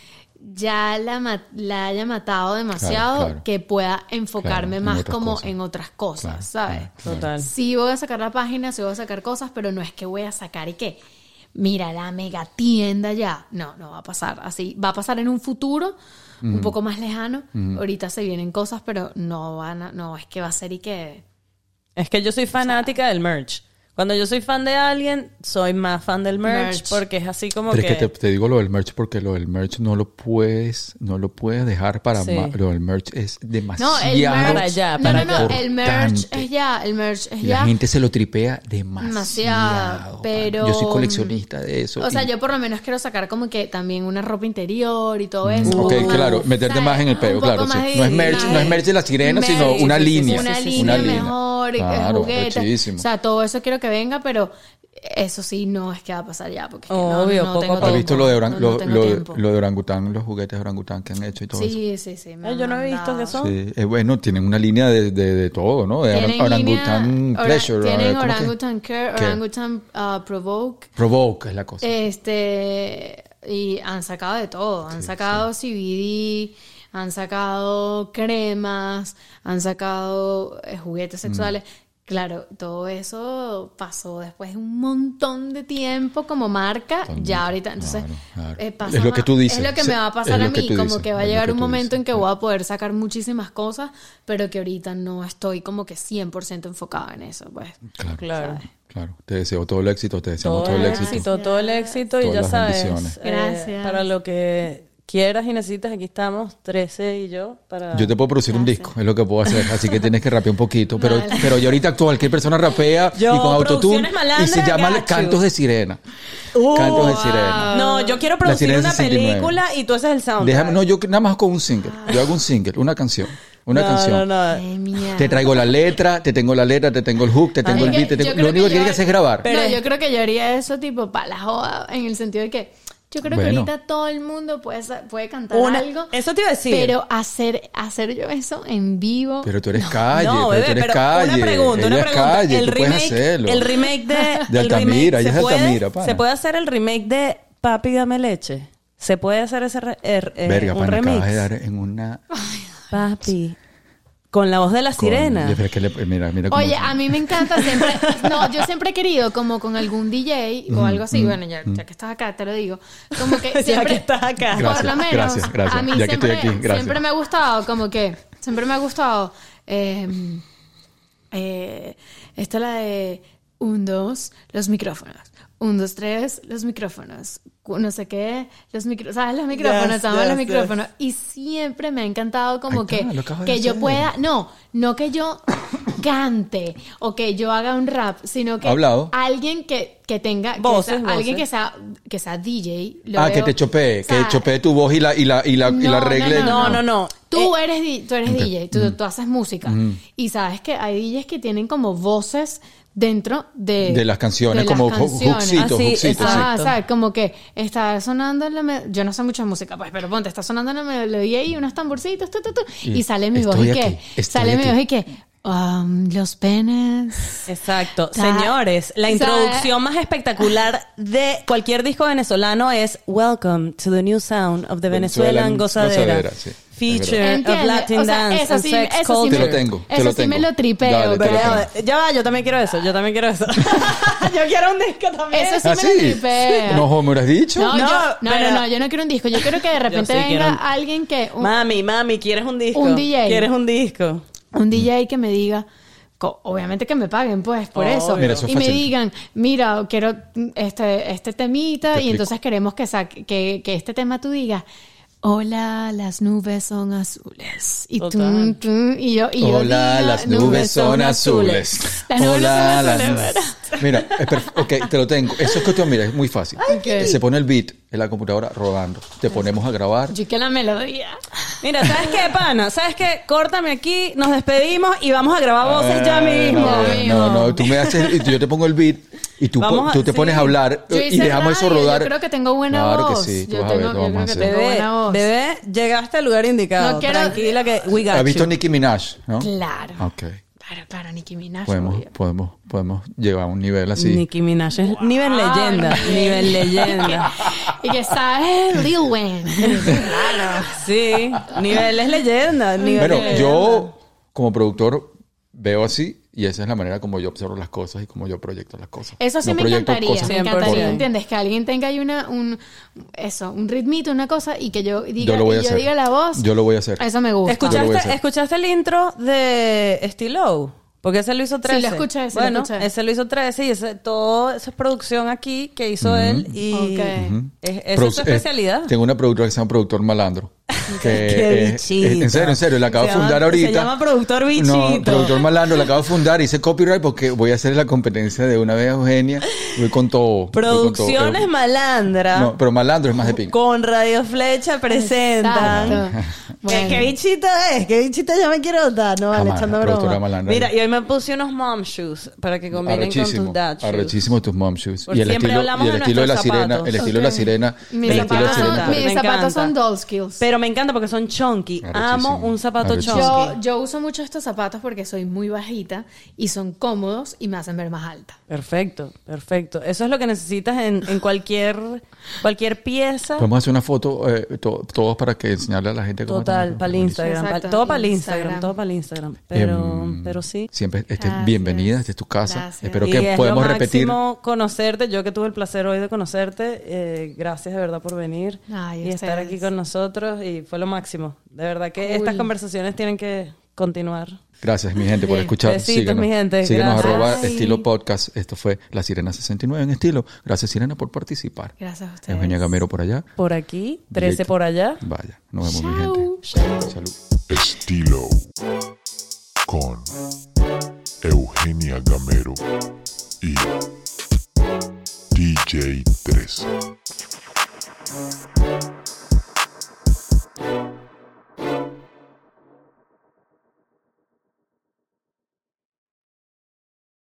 ya la, ma- la haya matado demasiado
Claro, claro.
que pueda enfocarme
Claro, en
más
otras
como
cosas.
en otras cosas,
Claro,
¿sabes?
claro, claro.
Total.
Sí voy a sacar la página, sí voy a sacar cosas, pero no es que voy a sacar y que, mira, la mega tienda ya. No, no va a pasar así. Va a pasar en un futuro un poco más lejano. Ahorita se vienen cosas, pero no van a, no es que va a ser y que...
Es que yo soy fanática del merch. Cuando yo soy fan de alguien, soy más fan del merch,
Merch.
porque es así como
Pero
que...
es que te, te digo lo del merch porque lo del merch no lo puedes, no lo puedes dejar para
Sí.
más. Lo del merch es demasiado.
No, el merch...
Para allá,
no,
para
no, no,
allá.
el merch
importante.
es ya, el merch es
Y
ya.
la gente se lo tripea demasiado.
Demasiado, pero-
Yo soy coleccionista de eso.
O sea,
y-
yo por lo menos quiero sacar como que también una ropa interior y todo eso.
Ok,
un poco
claro,
más,
meterte
¿sabes?
más en el
Un
peo,
poco
claro.
más
sí.
de-
No es merch,
más
no es merch de la sirena,
merch,
sino una
sí, sí, sí,
línea.
Una
sí, sí,
línea
sí.
mejor, y
Claro,
juguetes.
rechísimo.
O sea, todo eso quiero que venga, pero eso sí no es que va a pasar ya, porque es que no,
Obvio,
no
poco
tengo
a poco.
¿Has
tiempo.
visto lo de, oran-
No,
lo,
no tengo
lo-
tiempo.
lo de orangután, los juguetes de orangután que han hecho y todo eso?
Sí, sí, sí. me
Eh, yo
han
no he visto
mandado.
qué son.
Sí, es bueno, tienen una línea de, de, de todo, ¿no? De
Tienen
orang- orangután
línea- ora-
pleasure.
Tienen
¿cómo que?
orangutan care,
¿Qué?
orangutan uh, provoke.
Provoke es la cosa.
Este, y han sacado de todo. Han sacado C B D, han sacado cremas, han sacado eh, juguetes sexuales. Claro, todo eso pasó después de un montón de tiempo como marca.
Totalmente.
Ya ahorita, entonces,
Claro, claro.
eh, pasa
Es lo que
más-
tú dices.
Es lo que me va a
Es
pasar
lo
a
que
mí,
tú
como
dices,
que va a
es lo
llegar
que
un
tú
momento
dices,
en que
claro.
voy a poder sacar muchísimas cosas, pero que ahorita no estoy como que cien por ciento enfocada en eso, pues.
Claro,
Claro.
claro. Te deseo todo el éxito, te deseamos
Todo,
todo,
el
el éxito.
éxito, todo el éxito y
Todas
ya
las
sabes.
bendiciones.
eh,
Gracias.
para lo que quieras y necesitas, aquí estamos, trece y yo, para...
Yo te puedo producir un
Gracias.
disco, es lo que puedo hacer. Así que tienes que rapear un poquito. Pero,
Vale.
pero yo ahorita cualquier persona rapea
Yo,
y con autotune
producciones malandras,
y se llama
got you.
Cantos de Sirena.
Uh,
Cantos de Sirena.
No, yo quiero
La
producir
Sirena
una
sesenta y nueve.
película y tú haces el soundtrack.
Déjame, no, yo nada más con un single. Yo hago un single, una canción. Una
no,
canción.
No, no,
Eh, mierda.
Te traigo la letra, te tengo la letra, te tengo el hook, te tengo
Ay,
el
que
beat, te
yo
tengo...
creo
Lo único que
que
tienes
yo-
que hacer es grabar.
no, yo creo que yo haría eso tipo para la joda, en el sentido de que yo creo
Bueno.
que ahorita todo el mundo puede, sa- puede cantar
Una-
algo.
eso te iba a decir.
Pero hacer, hacer yo eso en vivo.
Pero tú eres calle,
no,
pero
bebé,
tú eres
pero
calle.
una pregunta, una
Ella es
pregunta.
calle,
el
tú puedes
remake,
hacerlo.
el remake de,
De
el
Altamira,
remake,
ella es
¿se
de
puede-
Altamira, pana.
¿Se puede hacer el remake de Papi Dame Leche? ¿Se puede hacer ese re- er- eh,
Verga,
un
pana,
remix?
acabas de dar en una...
Papi, con la voz de la sirena.
Con- es que le- mira, mira cómo-
Oye, a mí me encanta siempre. No, yo siempre he querido, como con algún D J o algo así. Bueno, ya, ya que estás acá, te lo digo. Como que
Ya
siempre.
que estás acá.
Por
Gracias,
lo menos.
gracias, gracias.
A mí
Ya que estoy
siempre,
aquí, gracias.
siempre me ha gustado, como que. Siempre me ha gustado. Eh, eh, esta es la de. Un, dos, los micrófonos. Un, dos, tres, los micrófonos. Cu- No sé qué, los micrófonos. ¿Sabes? Los micrófonos,
Yes,
¿sabes?
yes,
los micrófonos. Y siempre me ha encantado como
Ahí
que,
está, lo acabas de
que yo
hacer.
pueda. No, no que yo cante o que yo haga un rap, sino que
Hablado.
alguien que, que tenga. que
Voces,
sea- alguien
voces.
que sea, que sea D J. lo
Ah, que
veo-
te chopee,
o sea,
que chopee tu voz y la, y la, y la, y la
no,
arregle.
No, no, no.
Tú
Eh,
eres, di- tú eres
Ok.
D J, tú, tú haces música. Y sabes que hay D Js que tienen como voces dentro de...
De las canciones,
de las
como ho-
canciones.
hookcitos,
Ah, sí,
hookcitos, sí.
Ah,
exacto.
¿sabes? Como que está sonando la me- yo no sé mucho de música, pues, pero ponte, está sonando la melodía y unos tamborcitos, tu, tu, tu, y,
Y
sale mi voz
estoy
y
aquí,
que,
estoy
sale mi
aquí.
voz y que, um, los penes.
Exacto.
Ta-
Señores, la
¿sabe?
introducción más espectacular de cualquier disco venezolano es Welcome to the new sound of the Venezuelan
Venezuelan
gozadera.
gozadera, sí.
feature of
¿Entiendes?
Latin
O sea,
dance
eso
and
sí,
sex
eso sí
culture.
Te lo tengo, te
Eso
lo
sí
tengo.
me lo tripeo.
Dale, te lo
pero-
tengo.
Ya va, yo también quiero eso, yo también quiero eso. yo quiero un disco también.
Eso sí
¿Ah,
me
sí?
lo tripeo.
No, me hubieras dicho.
No,
No,
yo, no,
pero-
no, no, yo no quiero un disco. Yo quiero que de repente
sí
venga
quiero un-
alguien que... Un,
Mami, mami, ¿quieres un disco?
Un D J.
¿Quieres un disco?
un D J que me diga... co- Obviamente que me paguen, pues, por
Obvio.
eso.
Mira, eso es
y me
fácil.
digan, mira, quiero este, este temita
Te
y
explico.
entonces queremos que, saque, que, que este tema tú digas, hola, las nubes son azules. Y,
Total.
tum, tum, y yo, y yo
Hola,
diga,
las nubes son azules.
Las nubes
Hola,
son
las
azules,
nubes.
¿verdad?
Mira, es perf- ok, te lo tengo. Eso es cuestión, mira, es muy fácil.
Ok.
Se pone el beat en la computadora rodando. Te ponemos a grabar.
Yo que la melodía.
Mira, ¿sabes qué, pana? ¿Sabes qué? Córtame aquí, nos despedimos y vamos a grabar voces ya
Ah,
mismo.
No,
Ya mismo.
no, no, tú me haces, y yo te pongo el beat y tú,
Vamos
po-
a-
tú te
sí.
pones a hablar
Yo
y
hice
dejamos eso
radio,
rodar.
Yo creo que tengo buena
Claro
voz.
que sí, tú
yo
vas a ver,
tengo,
lo
yo
vamos a
creo que
hacer.
tengo
Bebé,
buena voz.
bebé, llegaste al lugar indicado.
No quiero-
Tranquila que we got
¿Has visto
you.
Nicki Minaj? ¿No?
Claro.
Ok.
Claro, claro, Nicki Minaj.
Podemos,
obvio.
podemos, podemos llevar a un nivel así.
Nicki Minaj es nivel leyenda, nivel leyenda.
Y que sabes Lil Wayne. Claro.
Sí, nivel es leyenda. Nivel
Bueno,
es leyenda.
yo como productor veo así y esa es la manera como yo observo las cosas y como yo proyecto las cosas.
Eso sí
No
me
proyecto
encantaría,
cosas
me
cien por ciento.
encantaría, ¿entiendes? Que alguien tenga ahí una, un, eso, un ritmito, una cosa y que yo diga,
Yo lo voy a
y yo
hacer.
diga la voz.
Yo lo voy a hacer.
Eso me gusta.
Yo lo voy a
¿Escuchaste,
hacer.
¿Escuchaste el intro de Estilo? Porque ese lo hizo trece.
lo escuché, sí lo
bueno,
escuché.
ese lo hizo trece y ese, todo esa es producción aquí que hizo él y
Ok.
es, esa es
Produ-
su
eh,
especialidad.
tengo una productora que se llama Productor Malandro. Que,
Qué
eh,
bichito.
eh, en serio, en serio, la acabo de
Se llama-
fundar ahorita.
se llama Productor Bichito.
No, Productor Malandro, la acabo de fundar. Hice copyright porque voy a hacer la competencia de una vez Eugenia. Voy con todo. voy con todo.
Producciones
Eh,
Malandra
No, pero Malandro es más de pinga.
con Radio Flecha presentan.
Exacto.
¿Qué,
Bueno.
qué bichita es? ¿Qué bichita ya me quiero dar? No, vale,
Jamás,
echando
productora
broma.
Malandra.
Mira, y hoy me puse unos mom shoes para que combinen con tus dad shoes.
Arrechísimo tus mom shoes.
Porque
Y el
siempre
estilo,
hablamos
y el
de
estilo de la
nuestros
sirena,
zapatos.
el estilo de la
Ok.
sirena,
Mis
el estilo de la
zapatos,
sirena.
son,
Me
mis zapatos
encanta.
son doll skills.
Pero me encanta porque son chunky.
Arrechísimo.
Amo un zapato
Arrechísimo.
chunky.
Yo, yo uso mucho estos zapatos porque soy muy bajita y son cómodos y me hacen ver más alta.
Perfecto, perfecto. Eso es lo que necesitas en, en cualquier cualquier pieza.
Podemos hacer una foto eh, to- todos para que enseñarle a la gente cómo
Total,
están.
para el Instagram.
Exacto,
pa- todo para el
Instagram.
Instagram, todo para el Instagram. Pero,
Em,
pero sí.
Siempre estés
Gracias.
bienvenida, esta es tu casa.
Gracias.
Espero
Y
que
es
podamos
lo
repetir.
máximo conocerte. Yo que tuve el placer hoy de conocerte. eh, gracias de verdad por venir
Ay,
y estar
ustedes.
aquí con nosotros. Y fue lo máximo. De verdad que
Cool.
estas conversaciones tienen que continuar.
Gracias, mi gente, por
Bien.
escuchar.
Besitos,
Síguenos,
mi gente.
síguenos
Gracias.
arroba
Ay.
estilo podcast. Esto fue La Sirena sesenta y nueve en estilo. Gracias, Sirena, por participar.
Gracias a ustedes.
Eugenia Gamero por allá.
Por aquí, trece
Directo.
por allá.
Vaya, nos vemos, mi
Chao.
gente. Salud.
Estilo con Eugenia Gamero y D J trece.